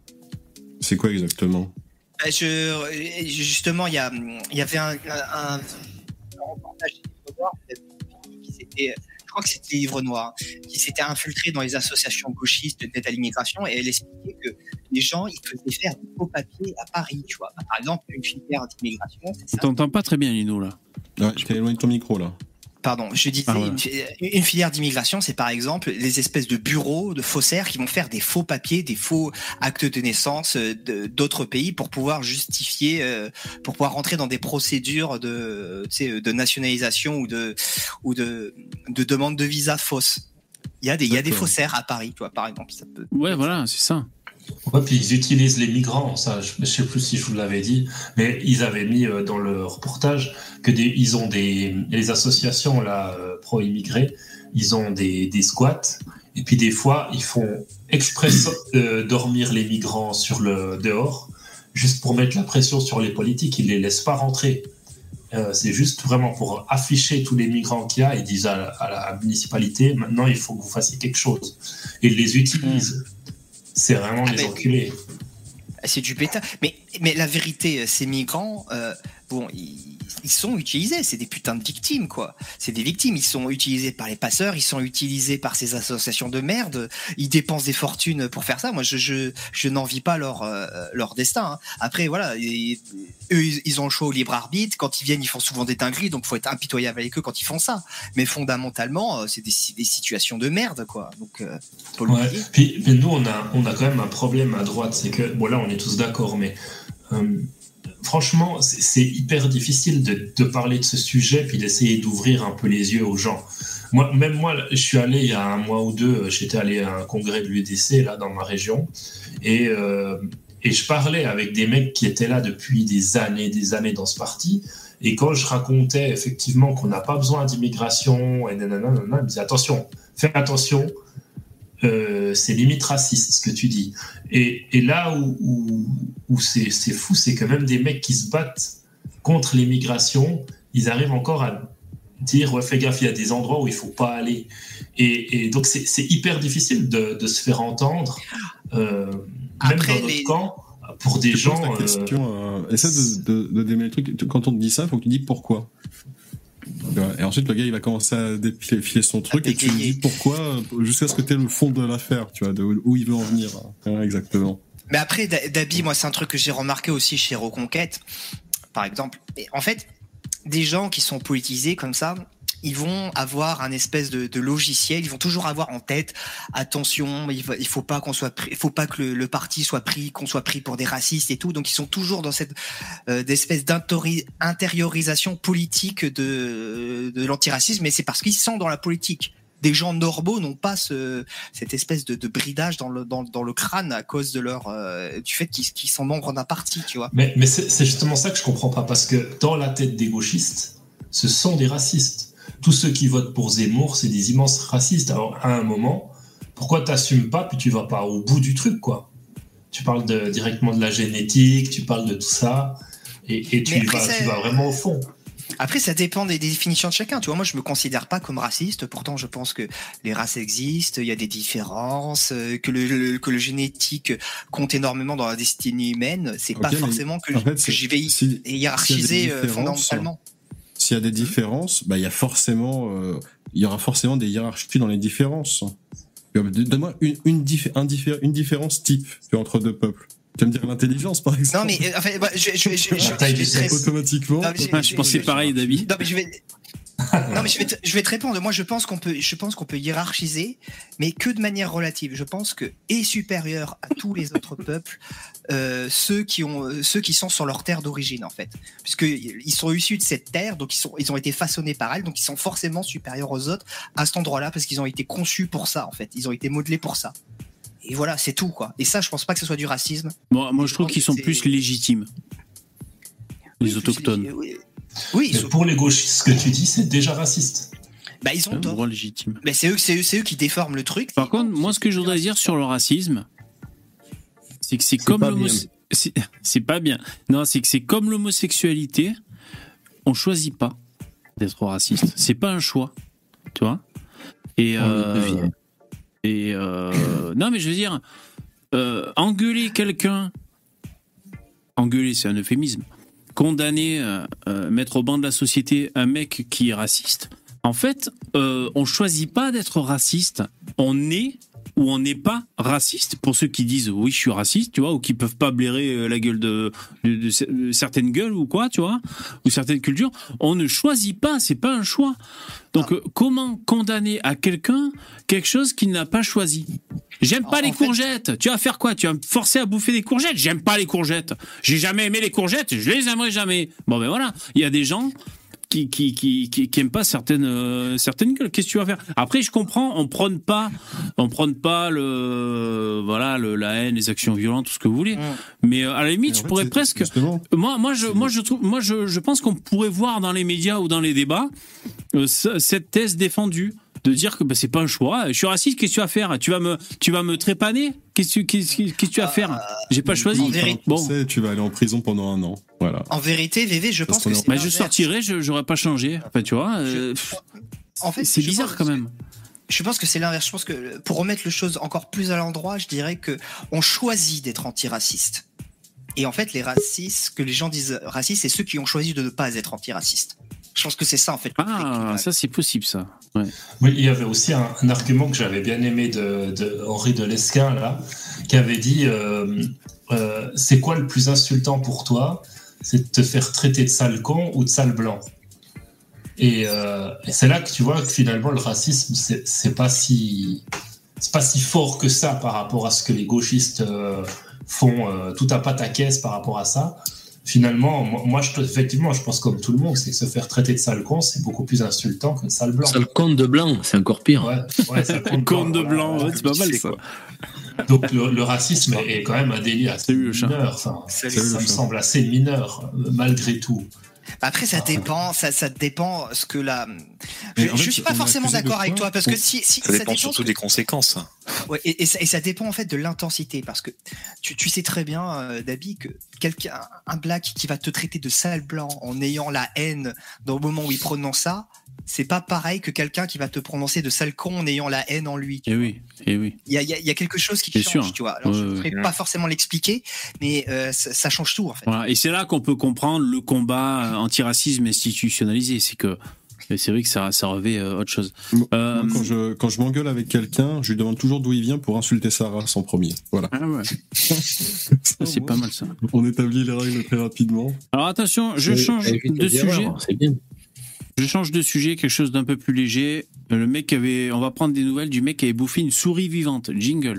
C'est quoi exactement? Bah, je, justement, il y, a, il y avait un, un, un reportage des Livres Noirs, qui s'était, je crois que c'était Livre Noir, qui s'était infiltré dans les associations gauchistes d'aide à l'immigration, et elle expliquait que les gens, ils faisaient faire des faux papiers à Paris, tu vois. Par exemple, une filière d'immigration, c'est ça. On t'entend pas très bien, Lino, là. Ouais, t'es éloigné de ton micro là. Pardon, je disais, Ah, voilà. une, une filière d'immigration, c'est par exemple les espèces de bureaux, de faussaires qui vont faire des faux papiers, des faux actes de naissance de, d'autres pays pour pouvoir justifier, euh, pour pouvoir rentrer dans des procédures de, tu sais, de nationalisation ou de, ou de, de demande de visa fausse. Il y a des, il y a des D'accord. faussaires à Paris, tu vois, par exemple. Ça peut... Ouais, voilà, c'est ça. Ouais, puis ils utilisent les migrants, ça, je ne sais plus si je vous l'avais dit, mais ils avaient mis euh, dans le reportage que des, ils ont des les associations là euh, pro-immigrés, ils ont des, des squats, et puis des fois ils font exprès euh, dormir les migrants sur le dehors, juste pour mettre la pression sur les politiques, ils les laissent pas rentrer. Euh, c'est juste vraiment pour afficher tous les migrants qu'il y a et disent à, à la municipalité, maintenant il faut que vous fassiez quelque chose. Et ils les utilisent. C'est vraiment Ah, les mais- enculés. C'est du bêta. Mais, mais la vérité, ces migrants, euh, bon, ils, ils sont utilisés. C'est des putains de victimes, quoi. C'est des victimes. Ils sont utilisés par les passeurs. Ils sont utilisés par ces associations de merde. Ils dépensent des fortunes pour faire ça. Moi, je, je, je n'envie pas leur, euh, leur destin. Hein. Après, voilà, et, eux, ils ont le choix au libre arbitre. Quand ils viennent, ils font souvent des dingueries. Donc, faut être impitoyable avec eux quand ils font ça. Mais fondamentalement, euh, c'est des, des situations de merde, quoi. Donc, euh, faut le Ouais. dire. Puis, puis nous, on a, on a quand même un problème à droite, c'est que, bon là, on est tous d'accord, mais euh, franchement, c'est, c'est hyper difficile de, de parler de ce sujet, puis d'essayer d'ouvrir un peu les yeux aux gens. Moi, même moi, je suis allé il y a un mois ou deux, j'étais allé à un congrès de l'U D C, là, dans ma région, et, euh, et je parlais avec des mecs qui étaient là depuis des années, des années dans ce parti, et quand je racontais effectivement qu'on n'a pas besoin d'immigration, et nanana, nanana, ils me disaient attention, fais attention, Euh, c'est limite raciste ce que tu dis. Et, et là où, où, où c'est, c'est fou, c'est que même des mecs qui se battent contre l'immigration, ils arrivent encore à dire ouais, fais gaffe, il y a des endroits où il faut pas aller. Et, et donc c'est, c'est hyper difficile de, de se faire entendre, euh, même Après, dans notre les- camp, pour des Tu gens. poses la euh, question, euh, essaie de, de, de démêler le truc. Quand on te dit ça, il faut que tu dises pourquoi. Et ensuite, le gars, il va commencer à défiler son truc et tu lui dis pourquoi, jusqu'à ce que tu aies le fond de l'affaire, tu vois, de où il veut en venir. Ouais, exactement. Mais après, Da- Dabi, moi, c'est un truc que j'ai remarqué aussi chez Reconquête, par exemple. Et en fait, des gens qui sont politisés comme ça, ils vont avoir un espèce de, de logiciel. Ils vont toujours avoir en tête, attention, il faut, il faut pas qu'on soit, pris, il faut pas que le, le parti soit pris, qu'on soit pris pour des racistes et tout. Donc, ils sont toujours dans cette euh, d'espèce d'intériorisation politique de, de l'antiracisme. Mais c'est parce qu'ils sont dans la politique. Des gens normaux n'ont pas ce, cette espèce de, de bridage dans le, dans, dans le crâne à cause de leur, euh, du fait qu'ils, qu'ils sont membres d'un parti, tu vois. Mais, mais c'est, c'est justement ça que je comprends pas, parce que dans la tête des gauchistes, ce sont des racistes. Tous ceux qui votent pour Zemmour, c'est des immenses racistes. Alors, à un moment, pourquoi t'assumes pas, puis tu vas pas au bout du truc, quoi. Tu parles de, directement de la génétique, tu parles de tout ça, et, et tu, après, vas, c'est... tu vas vraiment au fond. Après, ça dépend des, des définitions de chacun. Tu vois, moi, je me considère pas comme raciste. Pourtant, je pense que les races existent, il y a des différences, euh, que le, le que le génétique compte énormément dans la destinée humaine. C'est Ok, pas mais forcément que, en fait, que c'est- j'y vais si- hiérarchiser s'il y a des euh, différences, fondamentalement. S'il y a des différences, bah, il y a forcément, euh, il y aura forcément des hiérarchies dans les différences. Donne-moi une, une, diffé- un diffé- une différence type, tu vois, entre deux peuples. Tu vas me dire l'intelligence, par exemple. Non, mais euh, enfin, bah, je, je, je, je, je, La taille je vais du très- sexe. Automatiquement. Non, mais j'ai- Ah, je pensais pareil, David. Non, mais je vais, Non, mais je vais, te, je vais te répondre. Moi, je pense qu'on peut, je pense qu'on peut hiérarchiser, mais que de manière relative. Je pense que est supérieur à tous les autres peuples, euh, ceux qui ont, ceux qui sont sur leur terre d'origine, en fait, puisque ils sont issus de cette terre, donc ils sont, ils ont été façonnés par elle, donc ils sont forcément supérieurs aux autres à cet endroit-là, parce qu'ils ont été conçus pour ça, en fait. Ils ont été modelés pour ça. Et voilà, c'est tout, quoi. Et ça, je pense pas que ce soit du racisme. Bon, moi, je trouve qu'ils sont plus légitimes, les oui, autochtones. Oui. Oui, mais sont... pour les gauchistes, ce que tu dis, c'est déjà raciste. Bah, ils ont tort. Droit légitime. Mais c'est eux, c'est eux, c'est eux qui déforment le truc. Par contre, moi, ce que je voudrais dire sur le racisme, c'est que c'est, c'est comme l'homosexualité. C'est, c'est pas bien. Non, c'est que c'est comme l'homosexualité. On choisit pas d'être raciste. C'est pas un choix, tu vois. Et euh, et euh, non, mais je veux dire, euh, engueuler quelqu'un, engueuler, c'est un euphémisme. Condamner, euh, euh, mettre au banc de la société un mec qui est raciste. En fait, euh, on choisit pas d'être raciste. On est ou on n'est pas raciste. Pour ceux qui disent oui, je suis raciste, tu vois, ou qui peuvent pas blairer la gueule de, de, de, de certaines gueules ou quoi, tu vois, ou certaines cultures. On ne choisit pas, c'est pas un choix. Donc, ah. euh, comment condamner à quelqu'un quelque chose qu'il n'a pas choisi? J'aime pas en les fait... courgettes. Tu vas faire quoi? Tu vas me forcer à bouffer des courgettes? J'aime pas les courgettes. J'ai jamais aimé les courgettes. Je les aimerai jamais. Bon, ben voilà. Il y a des gens qui qui qui qui, qui aiment pas certaines euh, certaines gueules. Qu'est-ce que tu vas faire? Après, je comprends. On prône pas, on prône pas le voilà le la haine, les actions violentes, tout ce que vous voulez. Mmh. Mais euh, à la limite, je fait, pourrais presque. Justement... Moi, moi, je moi je trouve, moi je je pense qu'on pourrait voir dans les médias ou dans les débats euh, cette thèse défendue. De dire que bah, c'est pas un choix. Je suis raciste, qu'est-ce que tu vas faire? Tu vas me, tu vas me trépaner? Qu'est-ce que, qu'est-ce, qu'est-ce que tu vas faire? J'ai pas choisi. En vérité, bon. Tu sais, tu vas aller en prison pendant un an. Voilà. En vérité, V V, je pense que c'est bah, je sortirais, je, j'aurais pas changé. Enfin, tu vois. Euh, je... En fait, c'est bizarre quand même. Je pense que c'est l'inverse. Je pense que pour remettre les choses encore plus à l'endroit, je dirais que on choisit d'être antiraciste. Et en fait, les racistes, que les gens disent racistes, c'est ceux qui ont choisi de ne pas être antiracistes. Je pense que c'est ça en fait. Ah, ça c'est possible ça. Ouais. Oui, il y avait aussi un, un argument que j'avais bien aimé de, de Henri de Lesquen là, qui avait dit euh, euh, c'est quoi le plus insultant pour toi? C'est de te faire traiter de sale con ou de sale blanc. Et, euh, et c'est là que tu vois que finalement le racisme c'est, c'est pas si c'est pas si fort que ça par rapport à ce que les gauchistes euh, font euh, tout à pataquès par rapport à ça. Finalement, moi, je, effectivement, je pense comme tout le monde, c'est que se faire traiter de sale con, c'est beaucoup plus insultant que de sale blanc. Sale con de blanc, c'est encore pire. Ouais, ouais sale con de blanc, de blanc voilà, ouais, c'est pas mal ça. Donc le, le racisme est quand même un délit assez mineur. Enfin, ça me semble assez mineur, malgré tout. Après, ça dépend, ça, ça dépend ce que la. Je, je suis pas forcément d'accord avec toi parce que si, si ça, ça dépend surtout que... des conséquences. Ouais, et, et, ça, et ça dépend en fait de l'intensité parce que tu, tu sais très bien, euh, Dabi, que quelqu'un, un black qui va te traiter de sale blanc en ayant la haine dans le moment où il prononce ça, c'est pas pareil que quelqu'un qui va te prononcer de sale con en ayant la haine en lui. Et oui, et oui. Il y a, il y a, il y a quelque chose qui c'est change, sûr. tu vois. Alors, ouais, je ne ouais. pourrais pas forcément l'expliquer, mais euh, ça, ça change tout en fait. Voilà. Et c'est là qu'on peut comprendre le combat antiracisme institutionnalisé, c'est que. Mais c'est vrai que ça, ça revêt euh, autre chose. Euh... Quand, je, quand je m'engueule avec quelqu'un, je lui demande toujours d'où il vient pour insulter sa race en premier. Voilà. Ah ouais. ça, c'est pas mal ça. On établit les règles très rapidement. Alors attention, je change de sujet. C'est bien. Je change de sujet, quelque chose d'un peu plus léger. Le mec avait, on va prendre des nouvelles du mec qui avait bouffé une souris vivante. Jingle.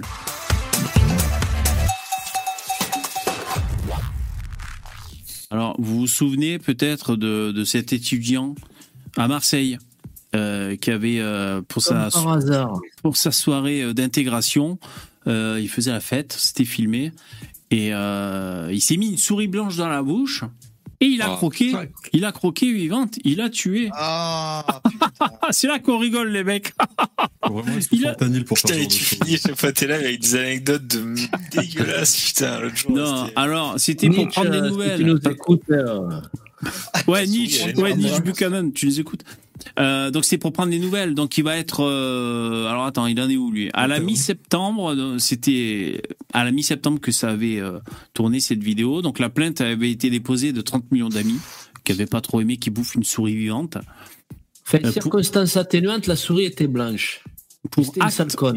Alors, vous vous souvenez peut-être de, de cet étudiant à Marseille euh, qui avait euh, pour sa pour sa soirée d'intégration, euh, il faisait la fête, c'était filmé et euh, il s'est mis une souris blanche dans la bouche et il a oh, croqué, putain. il a croqué vivante, il a tué. Ah, c'est là qu'on rigole les mecs. Vraiment, il a... pour putain, et tu finis chaque fois t'es là avec des anecdotes de dégueulasses, putain. L'autre jour, non, c'était... alors c'était pour prendre des nouvelles. Tu nous écoutes, euh... Ouais, Nietzsche, ouais, Nietzsche Buchanan, tu les écoutes. Euh, donc c'est pour prendre des nouvelles. Donc il va être. Euh... Alors attends, il en est où lui? À la mi-septembre, c'était à la mi-septembre que ça avait euh, tourné cette vidéo. Donc la plainte avait été déposée de trente millions d'amis qui n'avaient pas trop aimé qu'il bouffe une souris vivante. Fait, euh, circonstance pour... atténuante, la souris était blanche. Pour C'était une acte, sale conne.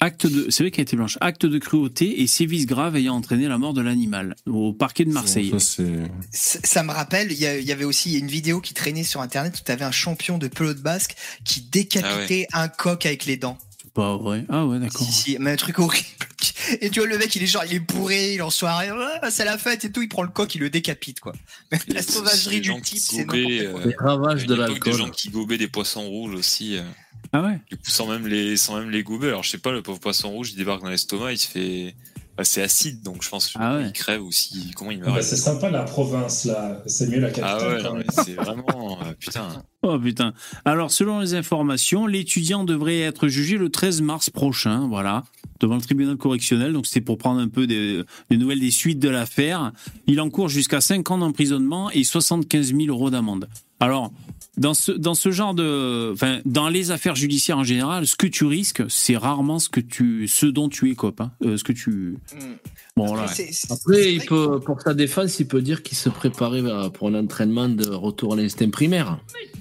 Acte de, c'est vrai qu'elle était blanche. Acte de cruauté et sévices graves ayant entraîné la mort de l'animal au parquet de Marseille. Ça, c'est... Ça, ça me rappelle, il y, y avait aussi une vidéo qui traînait sur internet où tu avais un champion de pelote basque qui décapitait ah ouais. un coq avec les dents. Pas vrai. Ah ouais, d'accord. Si, si, mais un truc horrible. Et tu vois, le mec, il est genre, il est bourré, il est en soirée, c'est la fête et tout, il prend le coq, il le décapite, quoi. La sauvagerie du type, c'est n'importe quoi. Les ravages de l'alcool. Des gens qui gobaient des poissons rouges aussi. Ah ouais? Du coup, sans même les, sans même les gober. Alors, je sais pas, le pauvre poisson rouge, il débarque dans l'estomac, il se fait, bah, c'est acide, donc je pense qu'il ah ouais. crève aussi. Comment il meurt? Bah, c'est sympa la province, là. C'est mieux la capitale. Ah ouais, non, mais c'est vraiment, euh, putain. Oh putain. Alors, selon les informations, l'étudiant devrait être jugé le treize mars prochain, voilà, devant le tribunal correctionnel. Donc, c'était pour prendre un peu des, des nouvelles des suites de l'affaire. Il encourt jusqu'à cinq ans d'emprisonnement et soixante-quinze mille euros d'amende. Alors, dans ce, dans ce genre de, enfin, dans les affaires judiciaires en général, ce que tu risques, c'est rarement ce que tu, ce dont tu écopes, hein, euh, ce que tu. Bon, voilà. C'est, c'est, Après, c'est il peut, pour sa défense, il peut dire qu'il se préparait pour un entraînement de retour à l'instinct primaire.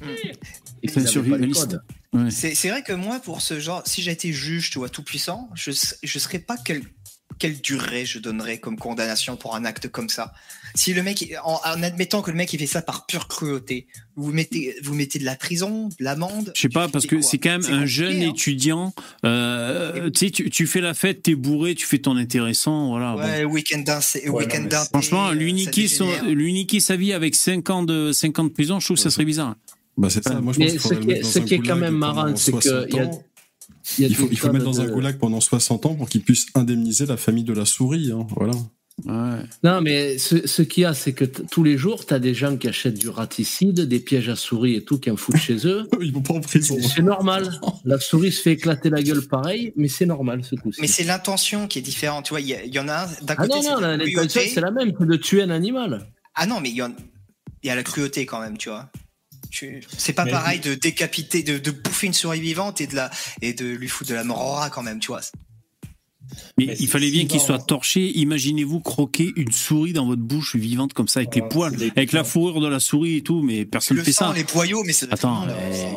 Et c'est un survivaliste. Ouais. C'est, c'est vrai que moi, pour ce genre, si j'étais juge, tu vois, tout puissant, je, je serais pas quel, quelle durée je donnerais comme condamnation pour un acte comme ça. Si le mec, en, en admettant que le mec il fait ça par pure cruauté, vous mettez, vous mettez de la prison, de l'amende. Je sais pas, parce que quoi. c'est quand même c'est un jeune hein. étudiant. Euh, tu sais, tu, tu fais la fête, t'es bourré, tu fais ton intéressant, voilà. Ouais, bon. week-end d'un, ouais, week-end d'un. Franchement, lui niquer, son, lui niquer sa vie avec cinq ans de, cinq ans de prison, je trouve que ça serait bizarre. Bah c'est ça. Moi, je pense ce qui est, ce qui est quand même marrant, c'est que il y a. Il, il faut, il faut le mettre dans de... un goulag pendant soixante ans pour qu'il puisse indemniser la famille de la souris. Hein, voilà. Ouais. Non, mais ce, ce qu'il y a, c'est que t- tous les jours, tu as des gens qui achètent du raticide, des pièges à souris et tout, qui en foutent chez eux. Ils vont pas en prison. C'est, c'est normal. La souris se fait éclater la gueule pareil, mais c'est normal ce coup-ci. Mais c'est l'intention qui est différente. Tu vois, il y, y en a un d'un ah côté. Non, non, la, l'intention, c'est la même que de tuer un animal. Ah non, mais il y, en... y a la cruauté quand même, tu vois. Tu... C'est pas mais pareil de décapiter, de, de bouffer une souris vivante et de, la... et de lui foutre de la mort au rat quand même, tu vois. Mais, mais il fallait bien qu'il soit torché. Imaginez-vous croquer une souris dans votre bouche vivante comme ça, avec ah, les poils, avec la fourrure de la souris et tout, mais personne ne fait sang, ça. Les boyaux, mais c'est Attends, mais...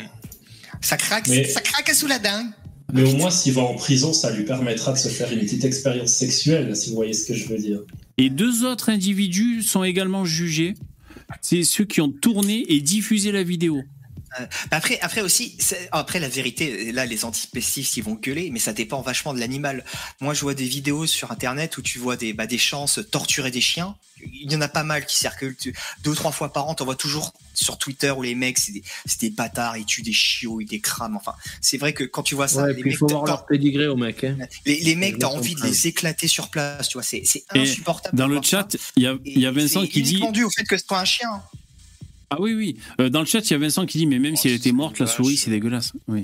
ça craque, mais... ça craque sous la dinde. Mais au moins, s'il va en prison, ça lui permettra de se faire une petite expérience sexuelle, si vous voyez ce que je veux dire. Et deux autres individus sont également jugés. C'est ceux qui ont tourné et diffusé la vidéo. Euh, après, après aussi, après la vérité, là les antispécistes ils vont gueuler, mais ça dépend vachement de l'animal. Moi, je vois des vidéos sur internet où tu vois des bah, des chances torturer des chiens. Il y en a pas mal qui circulent deux ou trois fois par an. T'en vois toujours sur Twitter où les mecs c'est des, c'est des bâtards, ils tuent des chiots, ils des crament. Enfin, c'est vrai que quand tu vois ça, ouais, les mecs, il faut voir leur pédigré aux mecs. Hein. Les, les mecs, t'as envie de les éclater sur place. Tu vois, c'est, c'est insupportable. Et dans le chat, il y a, il y a Vincent qui dit. C'est dû au fait que c'est pas un chien. Ah oui, oui. Euh, dans le chat, il y a Vincent qui dit, mais même oh, si elle était morte, la souris, c'est dégueulasse. Oui.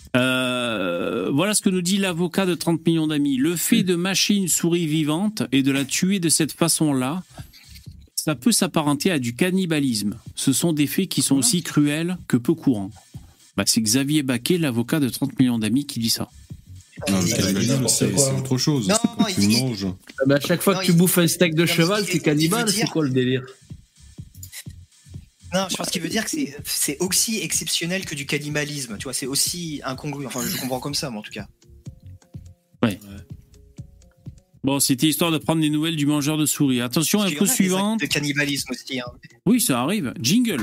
Euh, voilà ce que nous dit l'avocat de trente millions d'amis. Le fait de mâcher une souris vivante et de la tuer de cette façon-là, ça peut s'apparenter à du cannibalisme. Ce sont des faits qui sont aussi cruels que peu courants. Bah, c'est Xavier Baquet, l'avocat de trente millions d'amis, qui dit ça. Non, le cannibalisme, c'est, c'est autre chose. Non, c'est quand tu dit... manges. Ah bah, à chaque fois non, que tu il... bouffes un steak de non, cheval, c'est cannibale, dire... c'est quoi le délire? Non, je pense qu'il veut dire que c'est, c'est aussi exceptionnel que du cannibalisme. Tu vois, c'est aussi incongru. Enfin, je comprends comme ça, moi, en tout cas. Ouais. Bon, c'était histoire de prendre des nouvelles du mangeur de souris. Attention, info suivante. De cannibalisme aussi. Hein. Oui, ça arrive. Jingle.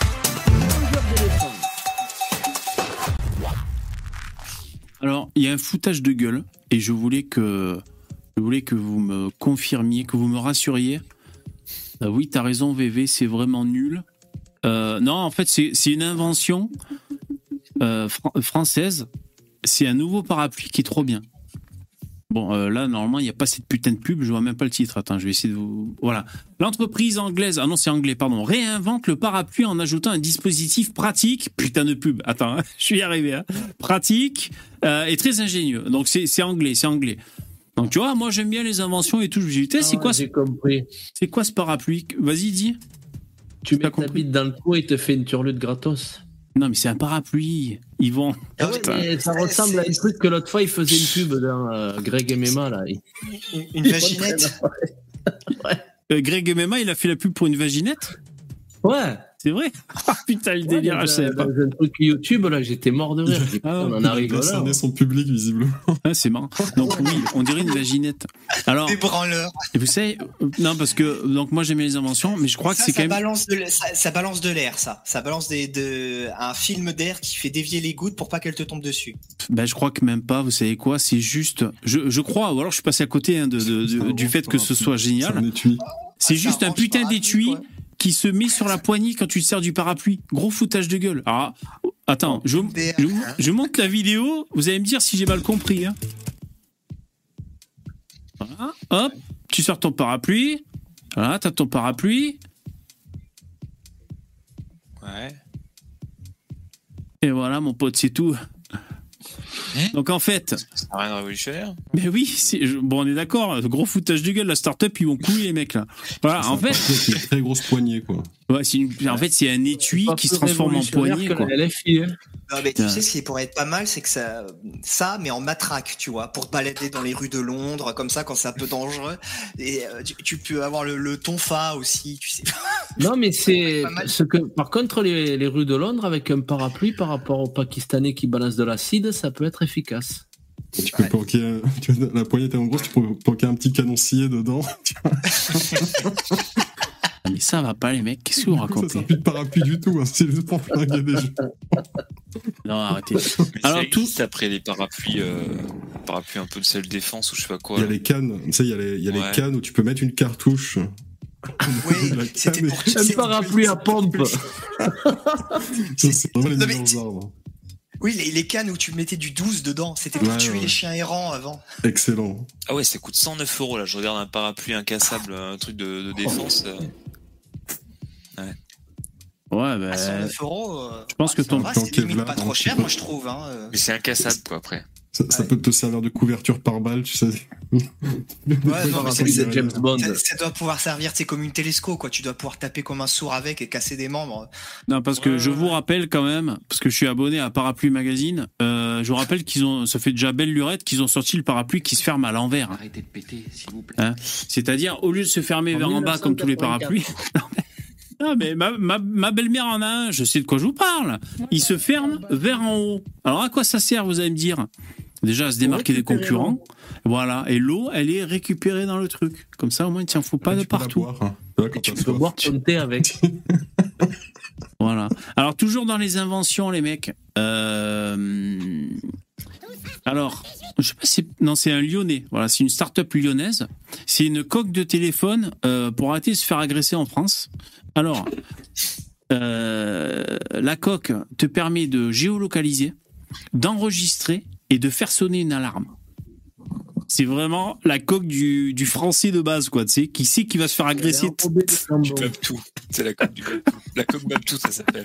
Alors, il y a un foutage de gueule, et je voulais que, je voulais que vous me confirmiez, que vous me rassuriez. Euh, oui, t'as raison, V V, c'est vraiment nul. Euh, non, en fait, c'est, c'est une invention euh, fr- française. C'est un nouveau parapluie qui est trop bien. Bon, euh, là, normalement, il n'y a pas cette putain de pub. Je vois même pas le titre. Attends, je vais essayer de vous... Voilà. L'entreprise anglaise... Ah non, c'est anglais, pardon. Réinvente le parapluie en ajoutant un dispositif pratique. Putain de pub. Attends, hein, je suis y arrivé. Hein. Pratique euh, et très ingénieux. Donc, c'est, c'est anglais, c'est anglais. Donc, tu vois, moi, j'aime bien les inventions et tout. Je me dis, c'est quoi, j'ai ce... compris. C'est quoi ce parapluie? Vas-y, dis. Tu mets ta bite dans le trou et il te fait une turlute gratos. Non, mais c'est un parapluie. Ils vont. Ah ouais, mais ça ressemble à un truc que l'autre fois il faisait une pub dans euh, Greg M M A là. Une, une vaginette. Ouais. Euh, Greg M M A, il a fait la pub pour une vaginette. Ouais. C'est vrai? Ah, putain, le délire, ouais, je savais pas. Dans un truc YouTube, là, j'étais mort de rire. Ah, on en arrive il a là. cerné son public, visiblement. Ah, c'est marrant. Donc oui, on dirait une vaginette. Alors, Des branleurs. et vous savez, non, parce que donc moi j'aimais les inventions, mais je crois Ça, que c'est ça quand même. balance de, l- ça, ça balance de l'air, ça. Ça balance des, de, un film d'air qui fait dévier les gouttes pour pas qu'elles te tombent dessus. Ben, je crois que même pas. Vous savez quoi? C'est juste, je, je crois, ou alors je suis passé à côté hein, de, de- de- du fait que ce soit C'est génial. un étui. C'est Ah, juste ça un arrange putain parapluie, d'étui quoi. qui se met sur la poignée quand tu te sers du parapluie. Gros foutage de gueule. Alors, attends, je, je, je monte la vidéo, vous allez me dire si j'ai mal compris. Hein. Voilà, hop, tu sors ton parapluie. Voilà, t'as ton parapluie. Ouais. Et voilà, mon pote, c'est tout. Donc en fait, Ça n'a rien de révolutionnaire. mais oui, c'est, je- bon, on est d'accord. Gros foutage de gueule, la start-up, ils vont couler les mecs là. Voilà, en fait, C'est une très grosse poignée, quoi. ouais, c'est une- en fait, c'est un étui Pas qui plus se transforme en révolutionnaire poignée, que quoi. la L F I, hein. Non, mais tu Ouais. sais, ce qui pourrait être pas mal, c'est que ça, ça, mais en matraque, tu vois, pour te balader dans les rues de Londres, comme ça, quand c'est un peu dangereux. Et euh, tu, tu peux avoir le, le tonfa aussi, tu sais. Non, mais c'est Pas mal. ce que, par contre, les, les rues de Londres avec un parapluie par rapport aux Pakistanais qui balancent de l'acide, ça peut être efficace. Tu peux Ouais. planquer, un- tu vois, la poignée est en gros, tu peux planquer un petit canoncier dedans. Mais ça va pas, les mecs. Qu'est-ce que vous Du coup, ça racontez? sert plus de parapluie du tout, hein. C'est juste pour flinguer des gens. Non, arrêtez. Mais Alors, ça tout- existe après les parapluies, euh, parapluies un peu de self-défense ou je sais pas quoi. Il y a là. les cannes, tu sais, il y a, les, il y a Ouais. les cannes où tu peux mettre une cartouche. Oui, La c'était canne pour est- Un c'est- parapluie à pompe. Ça, c'est vraiment les Non, mais- dinosaures. Oui, les, les cannes où tu mettais du douze dedans, c'était pour Ouais, tuer ouais. les chiens errants avant. Excellent. Ah ouais, ça coûte cent neuf euros là. Je regarde un parapluie incassable, un truc de, de défense. euh. Ouais, ben. À cent neuf euros. euh, je pense que ça ton va, plan c'est limite Kevlar, pas trop donc, cher, tu moi peux- je trouve. Hein. euh. Mais c'est incassable quoi après. Ça, ça Ouais. peut te servir de couverture par balle, tu sais. Ouais, non, mais c'est- Parapluie de James Bond. Ça, ça doit pouvoir servir, c'est comme une télescope, quoi. Tu dois pouvoir taper comme un sourd avec et casser des membres. Non, parce que Ouais, je ouais, vous ouais. rappelle quand même, parce que je suis abonné à Parapluie Magazine, euh, je vous rappelle qu'ils ont, ça fait déjà belle lurette qu'ils ont sorti le parapluie qui se ferme à l'envers. Arrêtez de péter, s'il vous plaît. Hein. C'est-à-dire, au lieu de se fermer En vers en bas comme tous les mille neuf cent parapluies. Non, mais ma, ma, ma belle-mère en a un, je sais de quoi je vous parle. Il se ferme vers en haut. Alors à quoi ça sert, vous allez me dire? Déjà à se démarquer des récupérer concurrents. Voilà. Et l'eau, elle est récupérée dans le truc. Comme ça, au moins, il ne t'en faut pas de Tu peux la partout. boire, hein. Tu vois, quand Tu t'as peux soif. boire ton thé avec. Voilà. Alors, toujours dans les inventions, les mecs. Euh... Alors, je sais pas si... Non, c'est un Lyonnais. Voilà, c'est une start-up lyonnaise. C'est une coque de téléphone euh, pour arrêter de se faire agresser en France. Alors, euh, la coque te permet de géolocaliser, d'enregistrer et de faire sonner une alarme. C'est vraiment la coque du, du français de base, quoi. Tu sais, qui sait qui va se faire agresser. Du Babtou. C'est la coque du Babtou. La coque Babtou, ça s'appelle.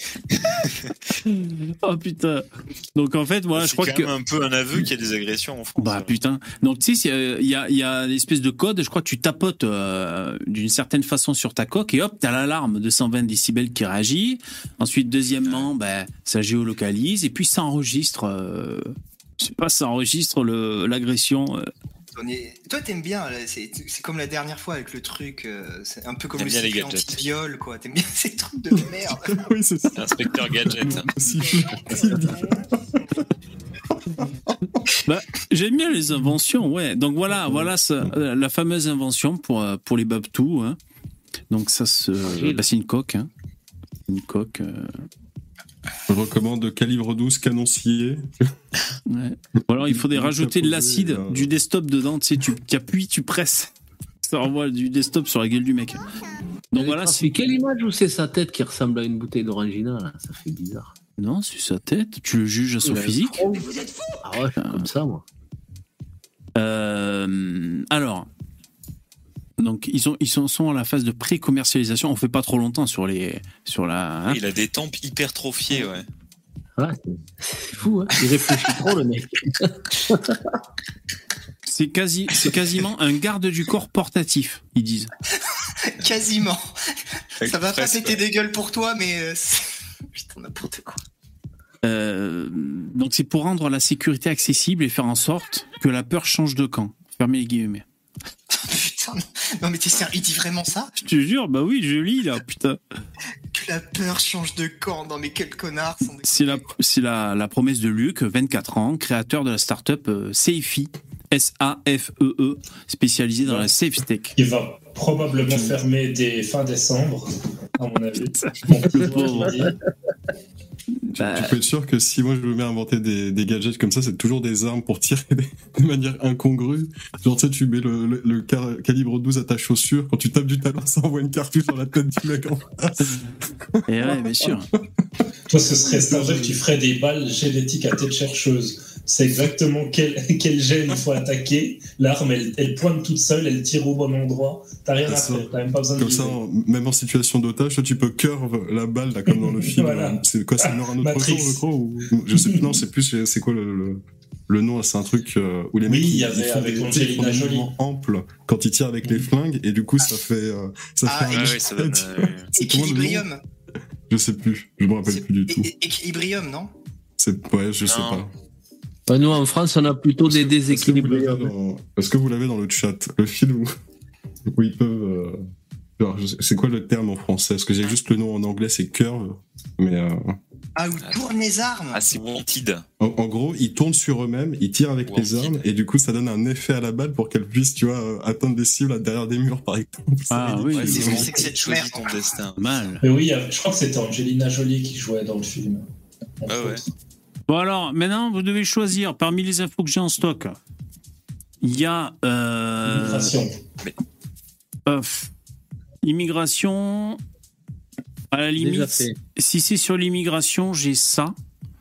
Oh putain. Donc en fait, voilà, je C'est crois quand que. même un peu un aveu qu'il y a des agressions en France. Bah putain. Donc tu sais, il y a, il y a une espèce de code, je crois que tu tapotes euh, d'une certaine façon sur ta coque et hop, t'as l'alarme de cent vingt décibels qui réagit. Ensuite, deuxièmement, bah, ça géolocalise et puis ça enregistre, euh, je sais pas, ça enregistre le, l'agression. euh. On est- Toi, t'aimes bien, là, c'est c'est comme la dernière fois avec le truc, euh, c'est un peu comme T'aimes le bien les cycle gadgets. anti-viol, quoi. T'aimes bien ces trucs de merde. Oui, c'est ça. Inspecteur Gadget. Si, Bah, j'aime bien les inventions, ouais. Donc voilà, voilà ça, euh, la fameuse invention pour, euh, pour les Babtou. Hein. Donc ça, se, bah, c'est une coque. Hein. Une coque. euh, Je recommande calibre douze canoncier. Ouais. Ou alors il faudrait rajouter de l'acide, euh, du desktop dedans, tu sais, tu tu appuies, tu presses. Ça envoie du desktop sur la gueule du mec. Donc voilà, c'est... quelle image où c'est sa tête qui ressemble à une bouteille d'orangina, là? Ça fait bizarre. Non, c'est sa tête, tu le juges à son Il a un physique. front. Ah ouais, je suis comme ça, moi. Euh, alors, donc ils, ont, ils sont, sont à la phase de pré-commercialisation, on fait pas trop longtemps sur les... Sur la, hein. Il a des tempes hypertrophiées, ouais. Ouais, c'est- c'est fou, hein. Il réfléchit trop, le mec. C'est, quasi, c'est quasiment un garde du corps portatif, ils disent. Quasiment. Ça va pas Presque, péter ouais. des gueules pour toi, mais euh, c'est- putain, n'importe quoi. Euh, donc c'est pour rendre la sécurité accessible et faire en sorte que la peur change de camp. Fermez les guillemets. Putain, non, mais t'es sérieux, il dit vraiment ça? Je te jure, bah oui, je lis là, putain. Que la peur change de camp. Non mais quel connard. C'est la, c'est la, la promesse de Luc, vingt-quatre ans, créateur de la start-up euh, Safee, S A F E E, spécialisée dans la safe tech. Il va probablement fermer dès fin décembre, à mon avis. Bah... Tu peux être sûr que si moi je me mets à inventer des, des gadgets comme ça, c'est toujours des armes pour tirer des, de manière incongrue. Genre tu sais, tu mets le, le, le car, calibre douze à ta chaussure, quand tu tapes du talon, ça envoie une cartouche dans la tête du mec en face. Et ouais, bien sûr. Toi, ce serait c'est-à-dire que tu ferais des balles génétiques à tête chercheuse. C'est exactement quel, quel gène il faut attaquer. L'arme, elle, elle pointe toute seule, elle tire au bon endroit. T'as rien à faire, t'as même pas besoin de comme ça, en, même en situation d'otage, toi, tu peux curve la balle, là, comme dans le film. Voilà. C'est quoi, c'est mort un autre jour, je crois ou... Je sais plus, non, c'est plus, c'est quoi le, le, le nom, c'est un truc euh, où les oui, mecs. Oui, il y avait avec Angelina Jolie. Ample quand ils tirent avec les flingues, et du coup, ça fait. Euh, ça ah, fait un ouais, ça donne, euh... Équilibrium. Je sais plus, je me rappelle c'est... plus du tout. Équilibrium, non? C'est, ouais, je non. sais pas. Bah nous, en France, on a plutôt des déséquilibres. Est-ce que vous l'avez dans le chat? Le film où, où ils peuvent... Euh... Alors, c'est quoi le terme en français? Parce que j'ai juste le nom en anglais, c'est curve. Mais euh... Ah, où tournent les armes? Ah, c'est wanted. En, en gros, ils tournent sur eux-mêmes, ils tirent avec wanted. les armes, et du coup, ça donne un effet à la balle pour qu'elle puisse, tu vois, atteindre des cibles derrière des murs, par exemple. Ah oui, ouais, c'est, c'est que cette merde ton destin. Mal. Mais oui, je crois que c'était Angelina Jolie qui jouait dans le film. Ah ouais. Bon alors, maintenant, vous devez choisir parmi les infos que j'ai en stock. Il y a... Euh, immigration. Euh, immigration... À la limite, si c'est sur l'immigration, j'ai ça.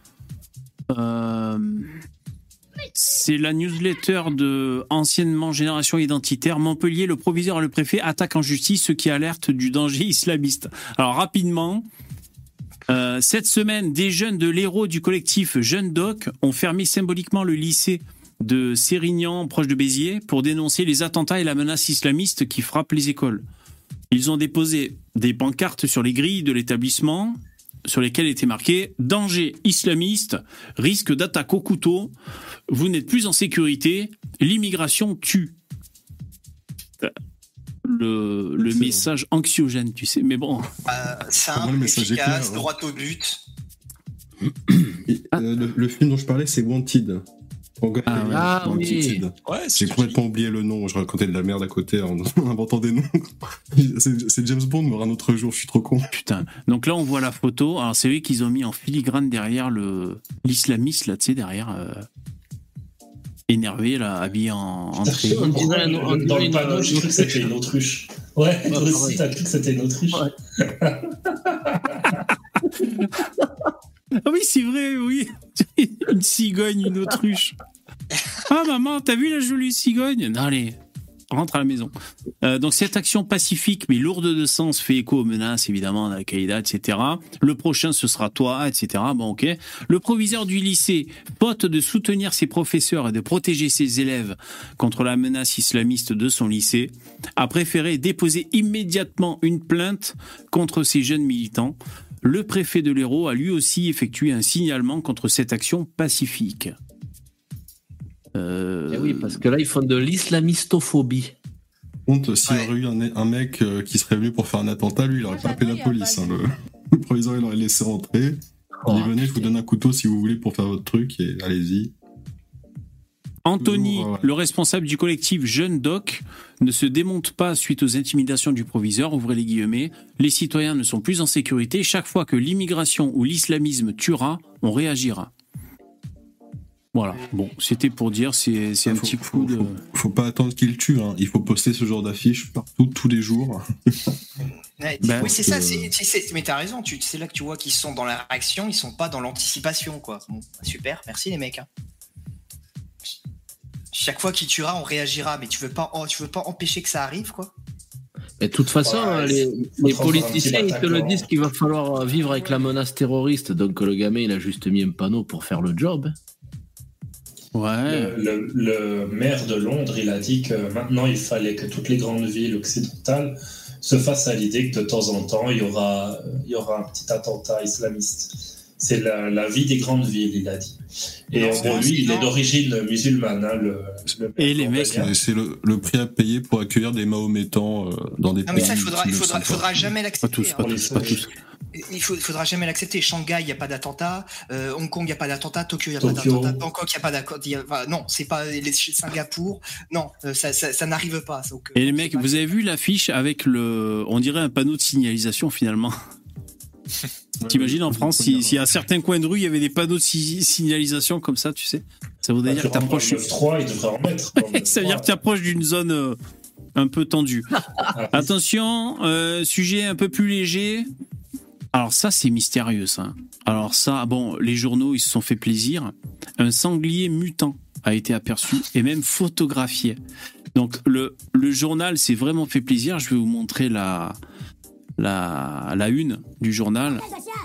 Euh, c'est la newsletter de anciennement Génération Identitaire. Montpellier, le proviseur et le préfet attaquent en justice ceux qui alertent du danger islamiste. Alors, rapidement... Euh, cette semaine, des jeunes de l'héros du collectif Jeunes Doc ont fermé symboliquement le lycée de Sérignan, proche de Béziers, pour dénoncer les attentats et la menace islamiste qui frappe les écoles. Ils ont déposé des pancartes sur les grilles de l'établissement, sur lesquelles était marqué « Danger islamiste, risque d'attaque au couteau, vous n'êtes plus en sécurité, l'immigration tue ». Le, le message anxiogène, tu sais, mais bon. Euh, simple, efficace, droit au but. Ah. Le, le film dont je parlais, c'est Wanted. Ah, ouais. ah oui. Ouais, j'ai complètement oublié le nom. Je racontais de la merde à côté en, en inventant des noms. c'est, c'est James Bond, mais un autre jour. Je suis trop con. Putain. Donc là, on voit la photo. Alors c'est vrai qu'ils ont mis en filigrane derrière le l'islamiste là, tu sais, derrière. Euh... énervé là, habillé en, en tri. On dirait un, on dans le panneau, j'ai cru que c'était une autruche. Ouais, toi ouais, aussi, t'as cru que c'était une autruche. Ouais. Ah oui, c'est vrai, oui. Une cigogne, une autruche. Ah maman, t'as vu la jolie cigogne? Non, allez, rentre à la maison. Euh, donc cette action pacifique mais lourde de sens fait écho aux menaces évidemment d'Al-Qaïda, et cetera. Le prochain ce sera toi, et cetera. Bon ok. Le proviseur du lycée, faute de soutenir ses professeurs et de protéger ses élèves contre la menace islamiste de son lycée, a préféré déposer immédiatement une plainte contre ces jeunes militants. Le préfet de l'Hérault a lui aussi effectué un signalement contre cette action pacifique. Euh... Eh oui, parce que là, ils font de l'islamistophobie. Contre, s'il y aurait eu un, un mec euh, qui serait venu pour faire un attentat, lui, il aurait pas appelé la police. Hein, le... le proviseur, il aurait laissé rentrer. Oh, il dit, venez, je vous donne un couteau si vous voulez pour faire votre truc, et allez-y. Anthony, le responsable du collectif Jeunes Doc, ne se démonte pas suite aux intimidations du proviseur, ouvrez les guillemets. Les citoyens ne sont plus en sécurité. Chaque fois que l'immigration ou l'islamisme tuera, on réagira. Voilà, bon, c'était pour dire, c'est, c'est un faut, petit faut, coup de... Faut, faut pas attendre qu'il tue, hein. Il faut poster ce genre d'affiches partout, tous les jours. Ouais, bah, oui, c'est ça, c'est, c'est, mais t'as raison, tu, c'est là que tu vois qu'ils sont dans la réaction, ils sont pas dans l'anticipation, quoi. Bon, super, merci les mecs. Hein. Chaque fois qu'il tuera, on réagira, mais tu veux pas, oh, tu veux pas empêcher que ça arrive, quoi. Mais de toute façon, ouais, les, les politiciens, ils te le disent qu'il va falloir vivre avec la menace terroriste, donc le gamin, il a juste mis un panneau pour faire le job. Ouais. Le, le, le maire de Londres, il a dit que maintenant, il fallait que toutes les grandes villes occidentales se fassent à l'idée que de temps en temps, il y aura, il y aura un petit attentat islamiste. C'est la, la vie des grandes villes, il a dit. Et non, bon, lui, il est d'origine musulmane. Hein, le, le et les mecs, c'est, c'est le, le prix à payer pour accueillir des mahométans euh, dans des non, pays. Mais ça, il faudra, il faudra, faudra jamais l'accepter. Pas tous, pas tous, pas tous. il faut, faudra jamais l'accepter. Shanghai, il n'y a pas d'attentat. Euh, Hong Kong, il n'y a pas d'attentat. Tokyo, il n'y a pas d'attentat. Bangkok, il n'y a pas d'attentat. Enfin, non, c'est pas les Singapour. Non, ça, ça, ça n'arrive pas. Donc, et les mecs, vous avez vu l'affiche avec le, on dirait un panneau de signalisation finalement. T'imagines en France, si, si à certains coins de rue il y avait des panneaux de si, signalisation comme ça, tu sais, ça voudrait bah, dire que t'approches. trois, il devrait en mettre. Ça veut dire que t'approches d'une zone euh, un peu tendue. Attention, euh, sujet un peu plus léger. Alors ça, c'est mystérieux, ça. Alors ça, bon, les journaux, ils se sont fait plaisir. Un sanglier mutant a été aperçu et même photographié. Donc le, le journal s'est vraiment fait plaisir. Je vais vous montrer la, la, la une du journal.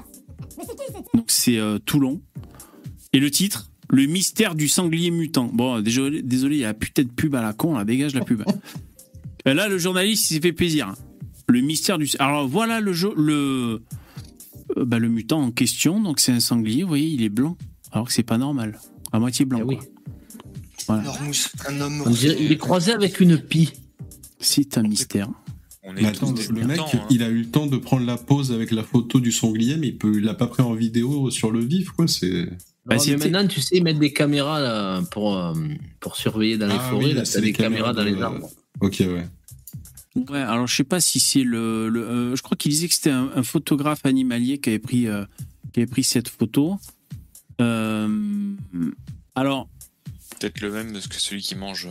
Donc c'est euh, Toulon. Et le titre, le mystère du sanglier mutant. Bon, désolé, désolé, il y a putain de pub à la con, là, dégage la pub. Et là, le journaliste, il s'est fait plaisir. Le mystère du... Alors voilà le... Jo... le... Bah, le mutant en question, donc c'est un sanglier, vous voyez, il est blanc, alors que c'est pas normal, à moitié blanc. Eh oui. Voilà. Un homme dirait, il est croisé avec une pie. C'est un mystère. On est attends, le mec, temps, hein. Il a eu le temps de prendre la pause avec la photo du sanglier, mais il peut, il l'a pas pris en vidéo sur le vif, quoi. C'est. Bah, mais maintenant, tu sais, ils mettent des caméras là, pour euh, pour surveiller dans les ah, forêts. Oui, là, t'as des caméras, caméras dans de... les arbres. Ok, ouais. Ouais, alors je sais pas si c'est le, le euh, je crois qu'il disait que c'était un, un photographe animalier qui avait pris euh, qui avait pris cette photo. Euh, alors peut-être le même que celui qui mange.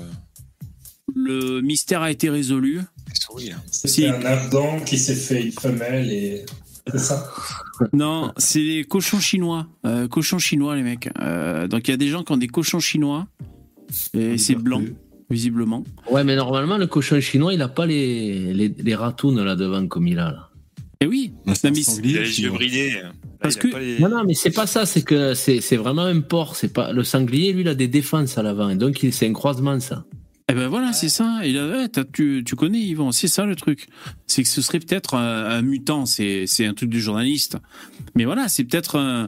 Le mystère a été résolu. Oui, hein. C'est si. Un Afghan qui s'est fait une femelle et c'est ça. Non, c'est les cochons chinois, euh, cochons chinois les mecs. Euh, donc il y a des gens qui ont des cochons chinois et c'est blanc. Visiblement. Ouais, mais normalement, le cochon chinois, il n'a pas les, les, les ratounes là devant comme il a là. Eh oui, non, mais il a les yeux bridés. Là, parce que les... non, non, mais c'est pas ça. C'est que c'est, c'est vraiment un porc. C'est pas le sanglier. Lui, il a des défenses à l'avant. Et donc, il, c'est un croisement, ça. Eh ben voilà, ouais. C'est ça. Il a, ouais, tu, tu connais, Yvan. C'est ça le truc. C'est que ce serait peut-être un, un mutant. C'est, c'est un truc du journaliste. Mais voilà, c'est peut-être un.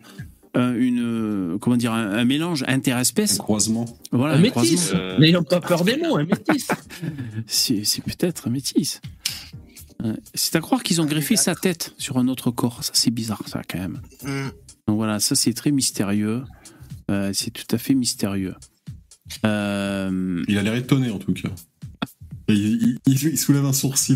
Une comment dire un, un mélange interespèce, un croisement, voilà, un, un métis. Euh... N'ayons pas peur des mots, un métis. c'est, c'est peut-être un métis. C'est à croire qu'ils ont greffé sa tête sur un autre corps. Ça, c'est bizarre, ça quand même. Mm. Donc voilà, ça c'est très mystérieux. Euh, c'est tout à fait mystérieux. Euh... Il a l'air étonné en tout cas. Il, il, il, il soulève un sourcil.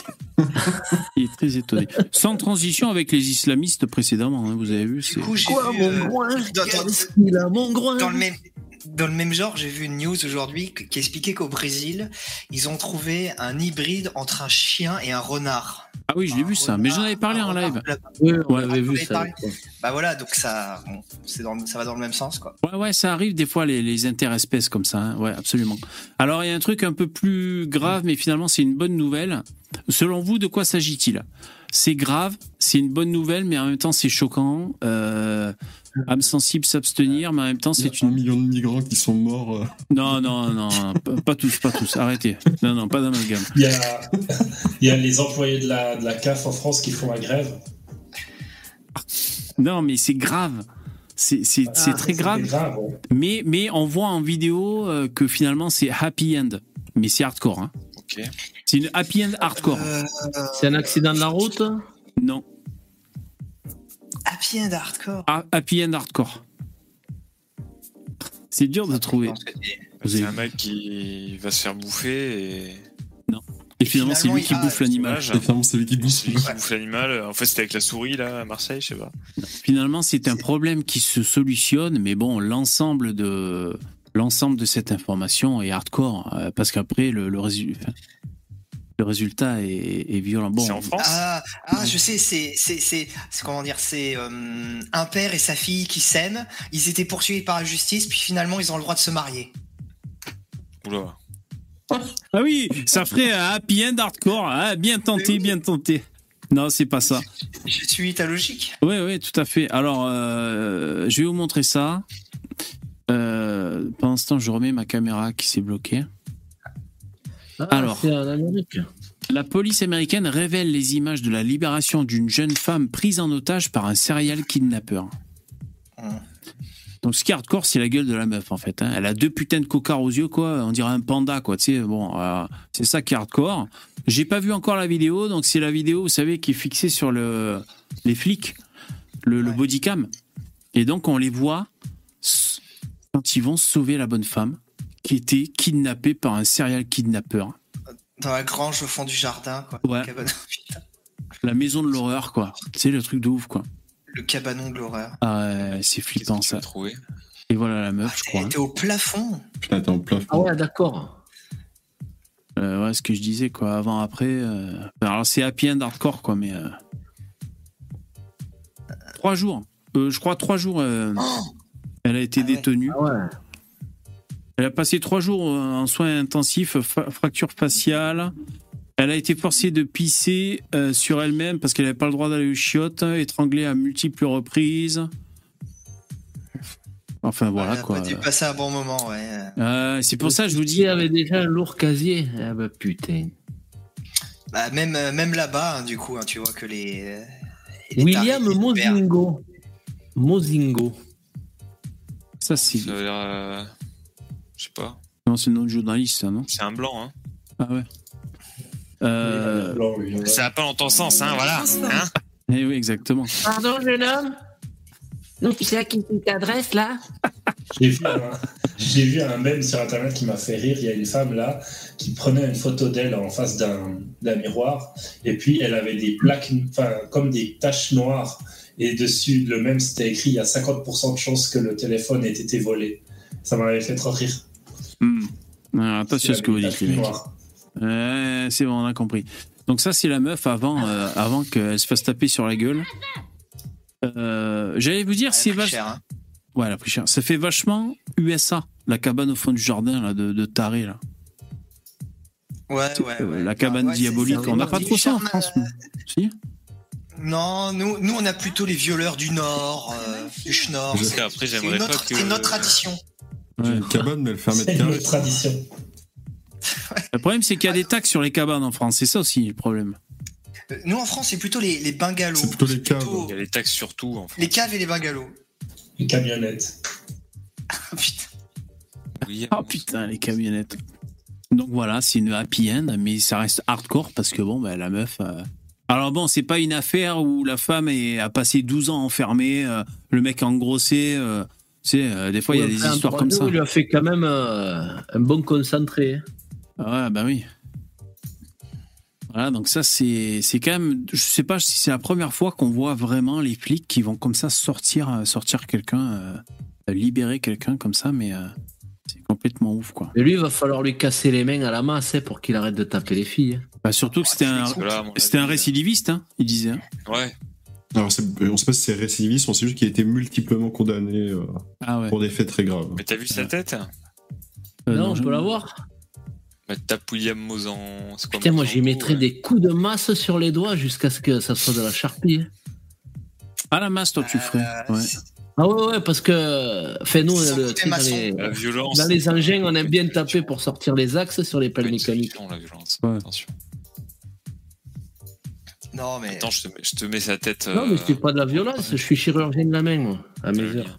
Il est très étonné. Sans transition avec les islamistes précédemment, hein, vous avez vu. C'est... Du coup, j'ai Quoi, vu, mon euh, groin dans, dans, mon groin dans, le même, dans le même genre, j'ai vu une news aujourd'hui qui expliquait qu'au Brésil, ils ont trouvé un hybride entre un chien et un renard. Ah oui, je l'ai vu ça, renard, mais j'en avais parlé en live. Oui, on avait vu ça. Bah voilà, donc ça, bon, c'est dans, ça va dans le même sens, quoi. Ouais, ouais, ça arrive des fois les, les interespèces comme ça. Hein. Ouais, absolument. Alors il y a un truc un peu plus grave, mais finalement c'est une bonne nouvelle. Selon vous, de quoi s'agit-il ? C'est grave, c'est une bonne nouvelle, mais en même temps c'est choquant. Euh, âme sensible s'abstenir, mais en même temps c'est une... un million de migrants qui sont morts. Euh... Non, non, non, pas, pas tous, pas tous. Arrêtez. Non, non, pas d'amalgame. Il y a, il y a les employés de la, de la C A F en France qui font la grève. Non, mais c'est grave. C'est, c'est, ah, c'est très grave. grave ouais. mais, mais on voit en vidéo euh, que finalement c'est happy end. Mais c'est hardcore. Hein. Ok. C'est une happy end hardcore. Euh, c'est un accident de la route ? Non. Happy end hardcore. Ah, happy end hardcore. C'est dur de trouver. C'est un mec qui va se faire bouffer et... Non. Et, et finalement, finalement, c'est lui qui bouffe l'animal. Et finalement, c'est lui qui bouffe, qui bouffe l'animal. En fait, c'était avec la souris, là, à Marseille, je sais pas. Finalement, c'est un problème qui se solutionne, mais bon, l'ensemble de... L'ensemble de cette information est hardcore, euh, parce qu'après, le, le, résu... le résultat est, est violent. Bon, c'est en France. Ah, ah je sais, c'est, c'est, c'est, c'est comment dire, c'est euh, un père et sa fille qui s'aiment. Ils étaient poursuivis par la justice, puis finalement, ils ont le droit de se marier. Oula. Ah oui, ça ferait un happy end hardcore. Ah, bien tenté, oui. bien tenté. Non, c'est pas ça. Je suis ta logique. Oui, oui, tout à fait. Alors, euh, je vais vous montrer ça. Euh, pendant ce temps, je remets ma caméra qui s'est bloquée. Ah, alors, c'est en Amérique. La police américaine révèle les images de la libération d'une jeune femme prise en otage par un serial kidnappeur. Mmh. Donc ce qui est hardcore, c'est la gueule de la meuf en fait. Hein. Elle a deux putains de cocards aux yeux, quoi. On dirait un panda, quoi. Tu sais, bon, euh, c'est ça qui est hardcore. J'ai pas vu encore la vidéo, donc c'est la vidéo, vous savez, qui est fixée sur le les flics, le, ouais. le bodycam. Et donc on les voit quand ils vont sauver la bonne femme qui était kidnappée par un serial kidnappeur. Dans la grange au fond du jardin, quoi. Ouais. La maison de l'horreur, quoi. C'est le truc de ouf, quoi. Le cabanon de l'horreur. Ah ouais, c'est flippant ça. Et voilà la meuf, ah, je crois. Elle était au plafond. Putain, t'es au plafond. Ah ouais, d'accord. Euh, ouais, ce que je disais, quoi. Avant, après. Euh... Alors, c'est happy end hardcore, quoi, mais. Euh... Trois jours. Euh, je crois trois jours. Euh... Oh elle a été ah détenue. Ouais. Ah ouais. Elle a passé trois jours en soins intensifs, fa- fracture faciale. Elle a été forcée de pisser euh, sur elle-même parce qu'elle n'avait pas le droit d'aller aux chiottes, étranglée à multiples reprises. Enfin voilà elle a quoi. Elle a dû passer un bon moment, ouais. Euh, c'est pour ça que je vous dis. Elle avait déjà un lourd casier. Ah bah putain. Bah, même, même là-bas, hein, du coup, hein, tu vois que les. les William Mozingo. Mozingo. Ça c'est. Ça veut dire. Euh... Je sais pas. Non, c'est le nom de journaliste, ça, non ? C'est un blanc, hein. Ah ouais. Euh... Blanc, lui, ouais. Ça n'a pas longtemps sens, hein, voilà. Hein eh oui, exactement. Pardon, jeune homme ? Non, tu sais à qui tu t'adresses, là ? J'ai vu, un, j'ai vu un mème sur Internet qui m'a fait rire. Il y a une femme, là, qui prenait une photo d'elle en face d'un, d'un miroir. Et puis, elle avait des plaques, enfin, comme des taches noires. Et dessus, le même, c'était écrit « Il y a cinquante pour cent de chances que le téléphone ait été volé ». Ça m'avait fait trop rire. Mmh. Alors, attention à ce que vous dites, les mecs. Euh, c'est bon, on a compris. Donc ça, c'est la meuf avant, euh, avant qu'elle se fasse taper sur la gueule. Euh, j'allais vous dire, elle c'est vachement... cher, hein. Ouais, elle a pris cher. Ça fait vachement U S A, la cabane au fond du jardin là, de, de taré, là. Ouais, ouais, ouais. La cabane ouais, diabolique. On n'a pas trop ça en France, euh... si ? Non, nous, nous, on a plutôt les violeurs du Nord, euh, du Schnorr. C'est, après, j'aimerais c'est, notre, pas que... c'est notre tradition. J'ai une cabane, mais elle fait un mètre carré. carré. C'est notre tradition. Le problème, c'est qu'il y a des taxes sur les cabanes en France. C'est ça aussi le problème. Nous, en France, c'est plutôt les, les bungalows. C'est plutôt les caves. Plutôt... Il y a les taxes surtout en France. Les caves et les bungalows. Les camionnettes. Ah putain. Oui, oh putain, les camionnettes. Donc voilà, c'est une happy end, mais ça reste hardcore parce que bon, bah, la meuf... Euh... Alors bon, c'est pas une affaire où la femme est, a passé douze ans enfermée, euh, le mec a engrossé... Euh... Tu sais, euh, des fois, il y a des histoires comme ça. Il lui a fait quand même euh, un bon concentré. Ah ouais, bah oui. Voilà, donc ça, c'est, c'est quand même... Je sais pas si c'est la première fois qu'on voit vraiment les flics qui vont comme ça sortir, sortir quelqu'un, euh, libérer quelqu'un comme ça, mais euh, c'est complètement ouf, quoi. Et lui, il va falloir lui casser les mains à la masse hein, pour qu'il arrête de taper les filles. Bah surtout que c'était un, c'était un récidiviste, hein, il disait. Hein. Ouais. Alors, c'est, on ne sait pas si c'est récidiviste, on sait juste qu'il a été multiplement condamné euh, ah ouais. pour des faits très graves. Mais t'as vu sa tête euh, Non, on peut la voir. Bah, tape William Mozan. Putain, moi j'y mettrais ouais. des coups de masse sur les doigts jusqu'à ce que ça soit de la charpie. À la masse, toi, tu ferais. Ouais. Ah ouais, ouais, parce que. Fait nous, le, dans, les, la violence, dans les engins, on aime bien taper pour sortir les axes sur les pelles mécaniques. La violence, ouais. Attention. Non, mais. Attends, je te mets, je te mets sa tête. Non, mais c'est pas de la violence, je suis chirurgien de la main, moi, à mes heures.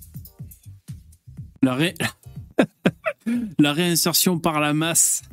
La, ré... la réinsertion par la masse.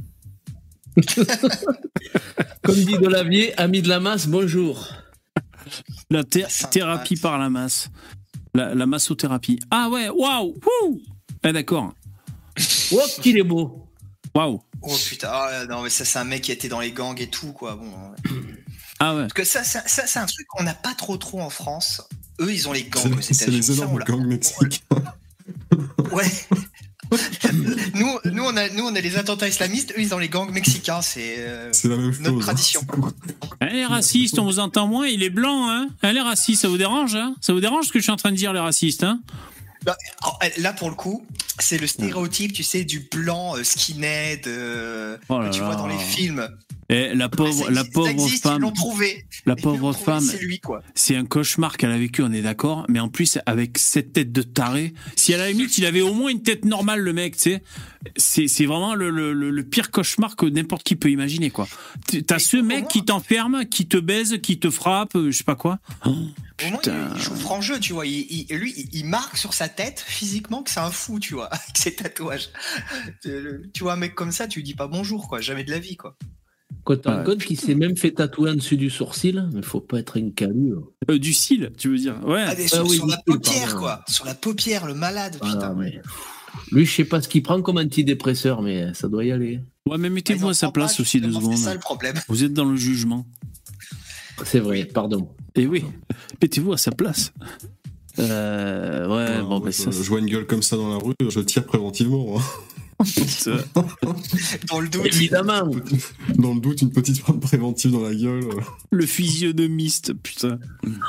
Comme dit Delavier, ami de la masse, bonjour. La thé- thérapie par la masse. La, la massothérapie. Ah ouais, waouh! Ah d'accord. Oh, qu'il est beau! Waouh! Oh putain, ah, non, mais ça, c'est un mec qui était dans les gangs et tout, quoi. Bon. Ouais. Ah ouais. Parce que ça, ça, ça, c'est un truc qu'on n'a pas trop trop en France. Eux, ils ont les gangs c'est, aux États-Unis. C'est les énormes gangs mexicains. Ouais. nous, nous, on a, nous, on a les attentats islamistes. Eux, ils ont les gangs mexicains. C'est, euh, c'est la même chose. Notre tradition. Elle est raciste, on vous entend moins. Il est blanc, hein. Elle est raciste, ça vous dérange, hein. Ça vous dérange ce que je suis en train de dire, les racistes, hein. Là, pour le coup, c'est le stéréotype, tu sais, du blanc euh, skinhead euh, oh que tu là vois là. dans les films. Et la pauvre, ça, la pauvre existe, femme, ils l'ont trouvé. la ils pauvre l'ont femme, trouvé, c'est lui, quoi. C'est un cauchemar qu'elle a vécu, on est d'accord. Mais en plus, avec cette tête de taré, si à la limite il avait au moins une tête normale, le mec, tu sais, c'est, c'est vraiment le, le, le pire cauchemar que n'importe qui peut imaginer, quoi. T'as ce mec qui t'enferme, qui te baise, qui te frappe, je sais pas quoi. Au moins, il, il joue franc jeu, tu vois. Il, il, lui, il, il marque sur sa tête physiquement que c'est un fou, tu vois, avec ses tatouages. Tu vois, un mec comme ça, tu lui dis pas bonjour, quoi. Jamais de la vie, quoi. Quand t'as un code qui s'est même fait tatouer en dessus du sourcil, mais faut pas être un calu. Euh, du cil, tu veux dire? Ouais. Ah, sur, ah, oui, sur la paupière, pardon. Quoi. Sur la paupière, le malade, ah, putain. Mais... Lui, je sais pas ce qu'il prend comme antidépresseur, mais ça doit y aller. Ouais, mais mettez-vous à sa place pas, aussi deux secondes. C'est ça le problème. Vous êtes dans le jugement. C'est vrai, pardon. Et oui, mettez-vous à sa place. Euh, ouais, ouais, bon, bah, bah, ça. Je vois une gueule comme ça dans la rue, je tire préventivement. Hein. Dans le doute. Évidemment. Dans le doute, une petite frappe préventive dans la gueule. Le physionomiste, putain.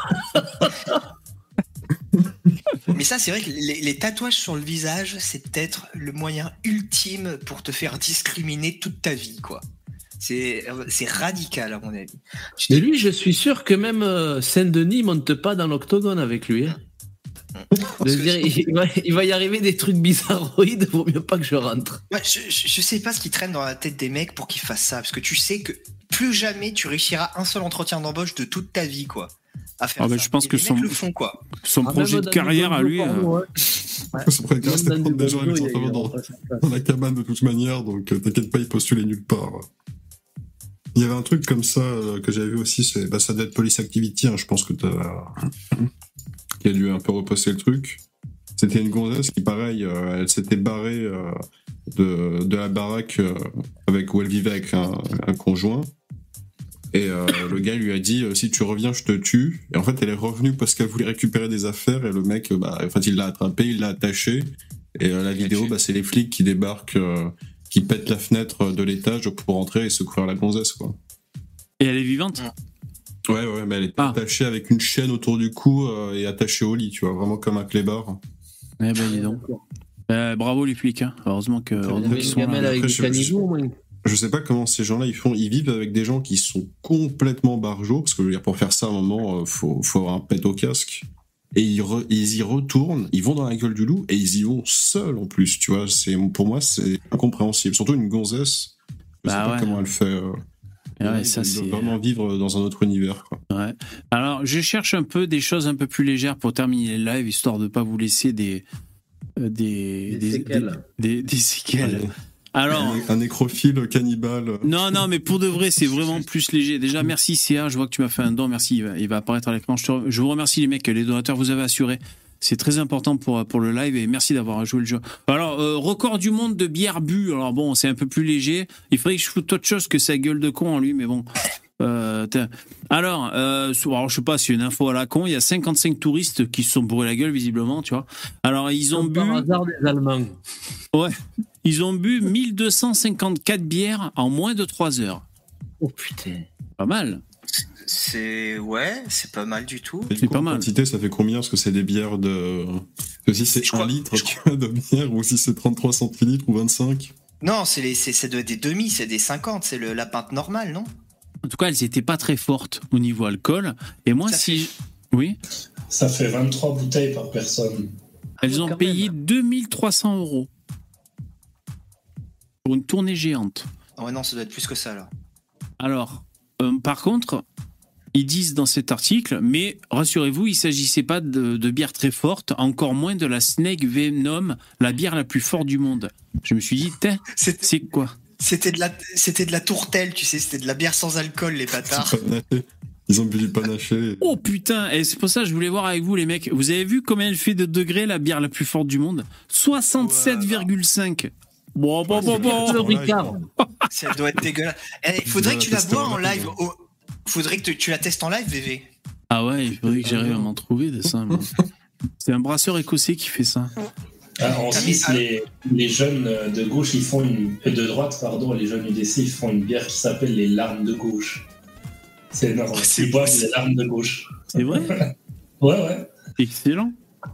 Mais ça, c'est vrai que les, les tatouages sur le visage, c'est peut-être le moyen ultime pour te faire discriminer toute ta vie, quoi. C'est, c'est radical, à mon avis. Mais lui, je suis sûr que même euh, Saint-Denis monte pas dans l'octogone avec lui. Hein. Dire, il, va, il va y arriver des trucs bizarroïdes, vaut mieux pas que je rentre. Ouais, je, je, je sais pas ce qui traîne dans la tête des mecs pour qu'ils fassent ça, parce que tu sais que plus jamais tu réussiras un seul entretien d'embauche de toute ta vie, quoi. À faire ah bah, ça. je pense Et que les son, mecs le font, quoi. son ah, projet de carrière à lui. Euh... Ouais. Son projet de carrière, c'était de prendre des gens et les enfermer dans, dans la cabane de toute manière, donc euh, t'inquiète pas, il postulait nulle part. Il y avait un truc comme ça euh, que j'avais vu aussi, c'est, bah, ça doit être Police Activity, hein, je pense que t'as. qui a dû un peu reposter le truc. C'était une gonzesse qui, pareil, euh, elle s'était barrée euh, de, de la baraque euh, avec, où elle vivait avec un, un conjoint. Et euh, le gars lui a dit euh, si tu reviens je te tue. Et en fait elle est revenue parce qu'elle voulait récupérer des affaires et le mec bah en fait il l'a attrapé, il l'a attaché et euh, la vidéo bah c'est les flics qui débarquent, euh, qui pètent la fenêtre de l'étage pour rentrer et secourir la gonzesse quoi. Et elle est vivante? Ouais ouais mais elle est ah. attachée avec une chaîne autour du cou euh, et attachée au lit tu vois vraiment comme un clébard. Eh ben dis donc. Euh, bravo les flics hein. Heureusement que heureusement qu'ils sont là. Avec Après, du caniveau, je, je sais pas comment ces gens-là ils font, ils vivent avec des gens qui sont complètement barjots parce que je veux dire, pour faire ça à un moment faut faut avoir un pet au casque et ils, re, ils y retournent, ils vont dans la gueule du loup et ils y vont seuls en plus tu vois, c'est pour moi c'est incompréhensible, surtout une gonzesse je bah sais pas ouais. comment elle fait euh, ouais, ouais, ça, c'est... vraiment vivre dans un autre univers quoi. Ouais. Alors je cherche un peu des choses un peu plus légères pour terminer le live histoire de pas vous laisser des euh, des, des, des séquelles des, des, des séquelles ouais. Alors, un, un nécrophile cannibale. Non, non, mais pour de vrai, c'est vraiment plus léger. Déjà, merci C A, je vois que tu m'as fait un don, merci, il va, il va apparaître à l'écran. Je, te, je vous remercie les mecs, les donateurs, vous avez assuré. C'est très important pour, pour le live et merci d'avoir joué le jeu. Alors, euh, record du monde de bière bu, alors bon, c'est un peu plus léger. Il faudrait que je foute autre chose que sa gueule de con en lui, mais bon. Euh, alors, euh, alors, je sais pas, c'est une info à la con. Il y a cinquante-cinq touristes qui se sont bourrés la gueule, visiblement, tu vois. Alors, ils ont Comme bu. Par hasard des Allemands. Ouais. Ils ont bu mille deux cent cinquante-quatre bières en moins de trois heures. Oh putain. Pas mal. C'est. Ouais, c'est pas mal du tout. Et du coup, pas en mal. Quantité, ça fait combien? Parce que c'est des bières de. Parce que si c'est je un crois, litre je... de bière ou si c'est trente-trois centilitres ou vingt-cinq. Non, c'est les, c'est, ça doit être des demi, c'est des cinquante, c'est le, la pinte normale, non? En tout cas, elles n'étaient pas très fortes au niveau alcool. Et moi, ça si. Fait... Oui. Ça fait vingt-trois bouteilles par personne. Elles ont payé deux mille trois cents euros. Pour une tournée géante. Oh ouais, non, ça doit être plus que ça, là. Alors, euh, par contre, ils disent dans cet article, mais rassurez-vous, il ne s'agissait pas de, de bière très forte, encore moins de la Snake Venom, la bière la plus forte du monde. Je me suis dit, c'est, c'est quoi? C'était de la, c'était de la tourtelle, tu sais, c'était de la bière sans alcool, les bâtards. Ils ont bu du panaché. Oh putain, et c'est pour ça que je voulais voir avec vous, les mecs. Vous avez vu combien elle fait de degrés, la bière la plus forte du monde? soixante-sept virgule cinq. Bon, bon, bon, bon. Le Ricard. Ça doit être dégueulasse. Il eh, faudrait que tu la bois en live. Il faudrait que tu la testes en live, V V. Ah ouais, il faudrait que j'arrive à m'en trouver de ça. C'est un brasseur écossais qui fait ça. Ah, en Suisse, les, les jeunes de gauche, ils font une. De droite, pardon, les jeunes U D C, ils font une bière qui s'appelle les larmes de gauche. C'est énorme. Oh, c'est ils boivent les larmes de gauche. C'est vrai? Ouais, ouais. Excellent.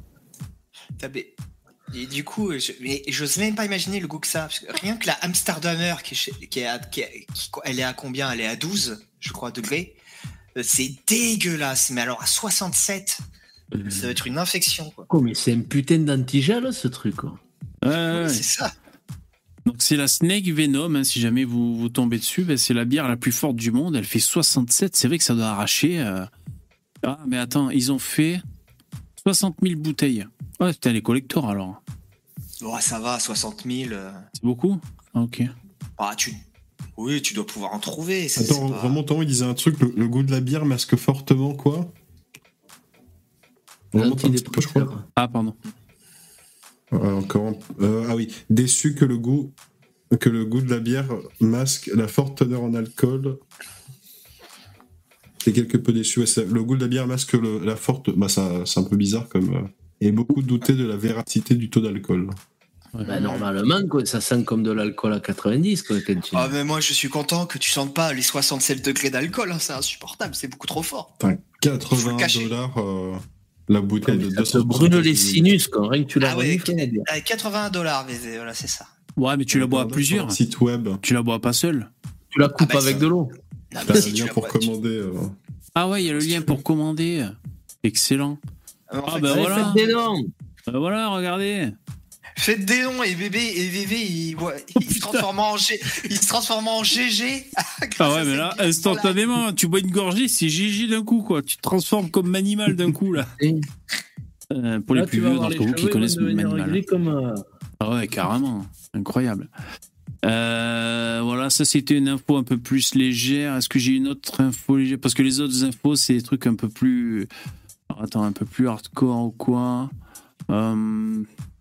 Et du coup, je, mais j'ose même pas imaginer le goût que ça. Parce que rien que la Amsterdamer, qui est, qui est à, qui est, qui, elle est à combien? Elle est à douze, je crois, degrés. C'est dégueulasse. Mais alors à soixante-sept, mmh. ça va être une infection, quoi. Oh, mais c'est un putain d'antigel, ce truc, quoi. Ouais, ouais, ouais. C'est ça. Donc c'est la Snake Venom, hein, si jamais vous, vous tombez dessus, ben c'est la bière la plus forte du monde. Elle fait soixante-sept. C'est vrai que ça doit arracher. Euh... Ah, mais attends, ils ont fait soixante mille bouteilles. Ouais, putain, les collectors alors. Oh, ça va, soixante mille. euh. C'est beaucoup? Ah, ok. Ah, tu... Oui, tu dois pouvoir en trouver. c'est- Attends, c'est pas- vraiment, Thomas, il disait un truc, le, le goût de la bière masque fortement quoi? Vraiment, un petit peu, je crois. Ah, pardon. Euh, encore un- euh, ah oui, déçu que le goût que le goût de la bière masque la forte teneur en alcool. Et quelque peu déçu. Ouais, c'est- le goût de la bière masque le- la forte. Bah, ça, c'est un peu bizarre comme. euh, et beaucoup douté de la véracité du taux d'alcool. Bah, normalement, quoi, ça sent comme de l'alcool à quatre-vingt-dix. Quoi, quand tu... Ah, mais moi, je suis content que tu sentes pas les soixante-sept degrés d'alcool. hein, C'est insupportable, c'est beaucoup trop fort. Enfin, Faut quatre-vingts le cacher. dollars euh, la bouteille de Ça deux te cents. brûle les sinus, quoi. Rien que tu la Ah ouais, renifles, la bière. à quatre-vingts dollars, mais voilà, c'est ça. Ouais, mais tu la bois à plusieurs. Site web. Tu la bois pas seul. Tu la coupes Ah bah, avec ça- de l'eau. Ah, T'as mais un si, tu lien la pour bois, tu- commander. euh. Ah ouais, il y a le lien pour commander. Excellent. Ah, en Ah fait, bah allez, voilà. Faites des dents. Bah voilà, regardez. Faites des noms et bébé et bébé il, ouais, il se transforme en G, il se transforme en G G. Ah ouais, mais là, instantanément, tu bois une gorgée, c'est G G d'un coup, quoi. Tu te transformes comme Manimal d'un coup, là. Euh, pour les Là, plus tu vas vieux avoir d'entre les vous qui cheveux, ils connaissent vont devenir Manimal. gris comme, euh, Ah ouais, carrément. Incroyable. Euh, voilà, ça c'était une info un peu plus légère. Est-ce que j'ai une autre info légère? Parce que les autres infos, c'est des trucs un peu plus... Alors, attends, un peu plus hardcore ou quoi euh...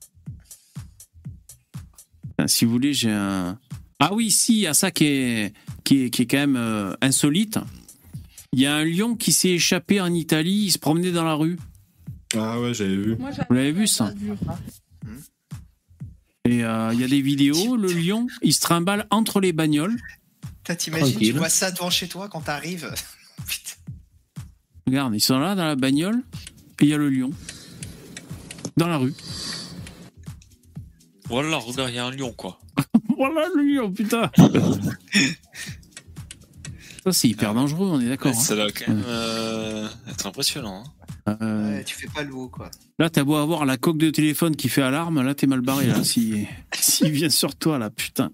enfin, si vous voulez, j'ai un... Ah oui, si, il y a ça qui est, qui est, qui est quand même euh, insolite. Il y a un lion qui s'est échappé en Italie, il se promenait dans la rue. Ah ouais, j'avais vu. Vous l'avez vu ça? Et il euh, y a des vidéos, le lion, il se trimballe entre les bagnoles. T'as t'imagines, tu Tranquille. vois ça devant chez toi quand t'arrives. Regarde, ils sont là dans la bagnole, et il y a le lion. Dans la rue. Voilà, regarde, il y a un lion, quoi. Voilà le lion, putain. Ça, c'est hyper dangereux, on est d'accord. Ouais, ça hein. va quand même euh, être impressionnant. hein. Euh, Ouais, tu fais pas le haut, quoi. Là, t'as beau avoir la coque de téléphone qui fait alarme, là, t'es mal barré, là, s'il si, vient sur toi, là, putain.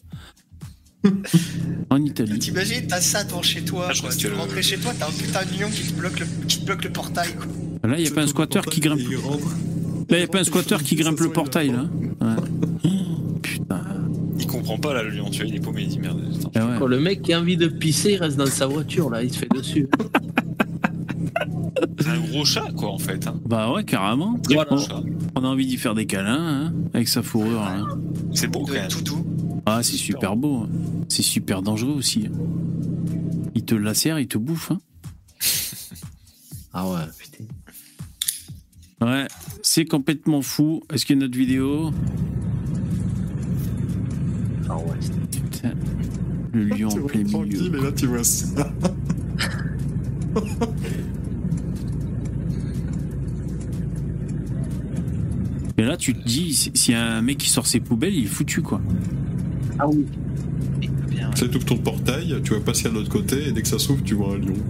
En Italie. T'imagines, t'as ça devant chez toi. Ah, je quoi. pense Tu que veux le- rentrer chez toi, t'as un putain de lion qui te bloque le, qui te bloque le portail, quoi. Là, il n'y a pas un squatteur qui grimpe. Là, il n'y a pas un squatteur qui grimpe le portail, là. Ouais. Putain. Il comprend pas, là, le lion, tu vois, il est paumé, il dit merde. Attends. Ah ouais. Quand le mec qui a envie de pisser, il reste dans sa voiture, là, il se fait dessus. C'est un gros chat, quoi, en fait. hein. Bah ouais, carrément. Très On, gros chat. on a envie d'y faire des câlins, hein, avec sa fourrure, là. C'est beau, quand De même. tout doux. Ah, c'est super beau. hein. C'est super dangereux aussi. hein. Il te lacère, il te bouffe. hein. Ah ouais, putain. Ouais, c'est complètement fou. Est-ce qu'il y a une autre vidéo? Ah ouais. Putain. Le lion en plein milieu. Tranquille, et là tu vois ça. Et là, tu te dis, si- s'il y a un mec qui sort ses poubelles, il est foutu, quoi. Ah oui. Bien, ouais. Tu ouvres ton portail, tu vas passer à l'autre côté, et dès que ça s'ouvre, tu vois un lion.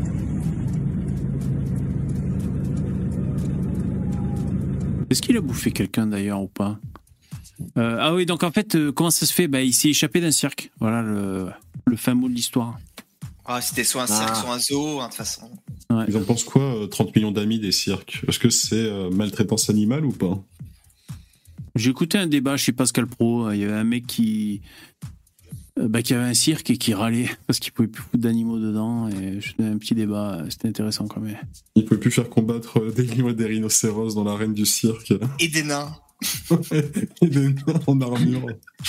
Est-ce qu'il a bouffé quelqu'un, d'ailleurs, ou pas? Euh, ah oui, donc en fait, euh, comment ça se fait? Bah, il s'est échappé d'un cirque. Voilà le, le fin mot de l'histoire. Ah, c'était soit un cirque, Ah. soit un zoo, hein, de toute façon. Ouais. Ils en pensent quoi, euh, trente millions d'amis des cirques? Est-ce que c'est euh, maltraitance animale ou pas? J'ai écouté un débat chez Pascal Pro. Il y avait un mec qui, euh, bah, qui avait un cirque et qui râlait parce qu'il pouvait plus foutre d'animaux dedans. Et je faisais un petit débat. C'était intéressant quand même. Ils ne pouvaient plus faire combattre euh, des lions et des rhinocéros dans l'arène du cirque. Et des nains. Et des nains en armure.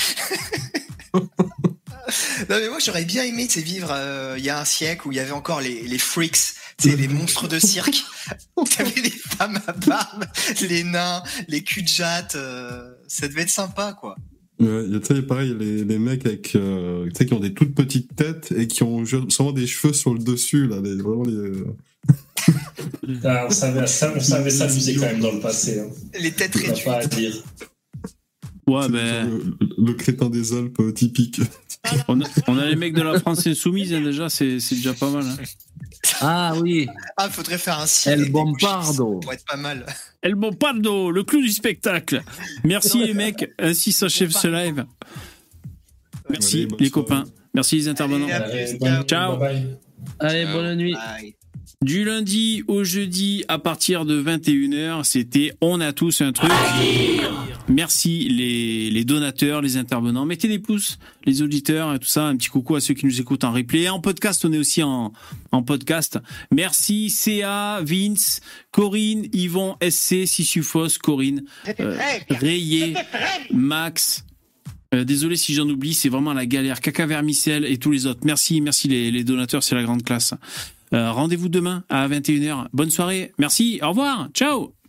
Non, mais moi, j'aurais bien aimé, tu sais, vivre euh, il y a un siècle où il y avait encore les, les freaks, tu sais, les monstres de cirque. T'avais les femmes à barbe, les nains, les cul de jatte. euh, ça devait être sympa, quoi. Ouais, il y a, tu sais, pareil, les, les mecs avec, euh, tu sais, qui ont des toutes petites têtes et qui ont sûrement des cheveux sur le dessus, là, les, vraiment les... euh, Ah, on savait, ça, on savait s'amuser quand même dans le passé. Hein. Les têtes On n'a réduites. pas à dire. Ouais, c'est ben. le, le crétin des Alpes euh, typique. On a, on a les mecs de la France insoumise, hein, déjà, c'est c'est déjà pas mal. hein. Ah oui. Ah, faudrait faire un cirque. El avec des Bombardo. mouches, ça pourrait être pas mal. El Bombardo, le clou du spectacle. Merci les mecs, ainsi s'achève ce live. Merci Allez, bonne les soirée. copains, merci les intervenants. Allez, à plus, Allez, bonne- Ciao. bye bye. Allez, Ciao. bonne nuit. Bye. Du lundi au jeudi à partir de vingt et une heures, c'était On a tous un truc. Merci les, les donateurs, les intervenants. Mettez des pouces, les auditeurs et tout ça. Un petit coucou à ceux qui nous écoutent en replay. Et en podcast, on est aussi en, en podcast. Merci Céa, Vince, Corinne, Yvon, S C, Sissufos, Corinne, euh, Rayé, Max. Euh, désolé si j'en oublie, c'est vraiment la galère. Caca Vermicelle et tous les autres. Merci, merci les, les donateurs, c'est la grande classe. Euh, rendez-vous demain à vingt et une heures. Bonne soirée. Merci. Au revoir. Ciao.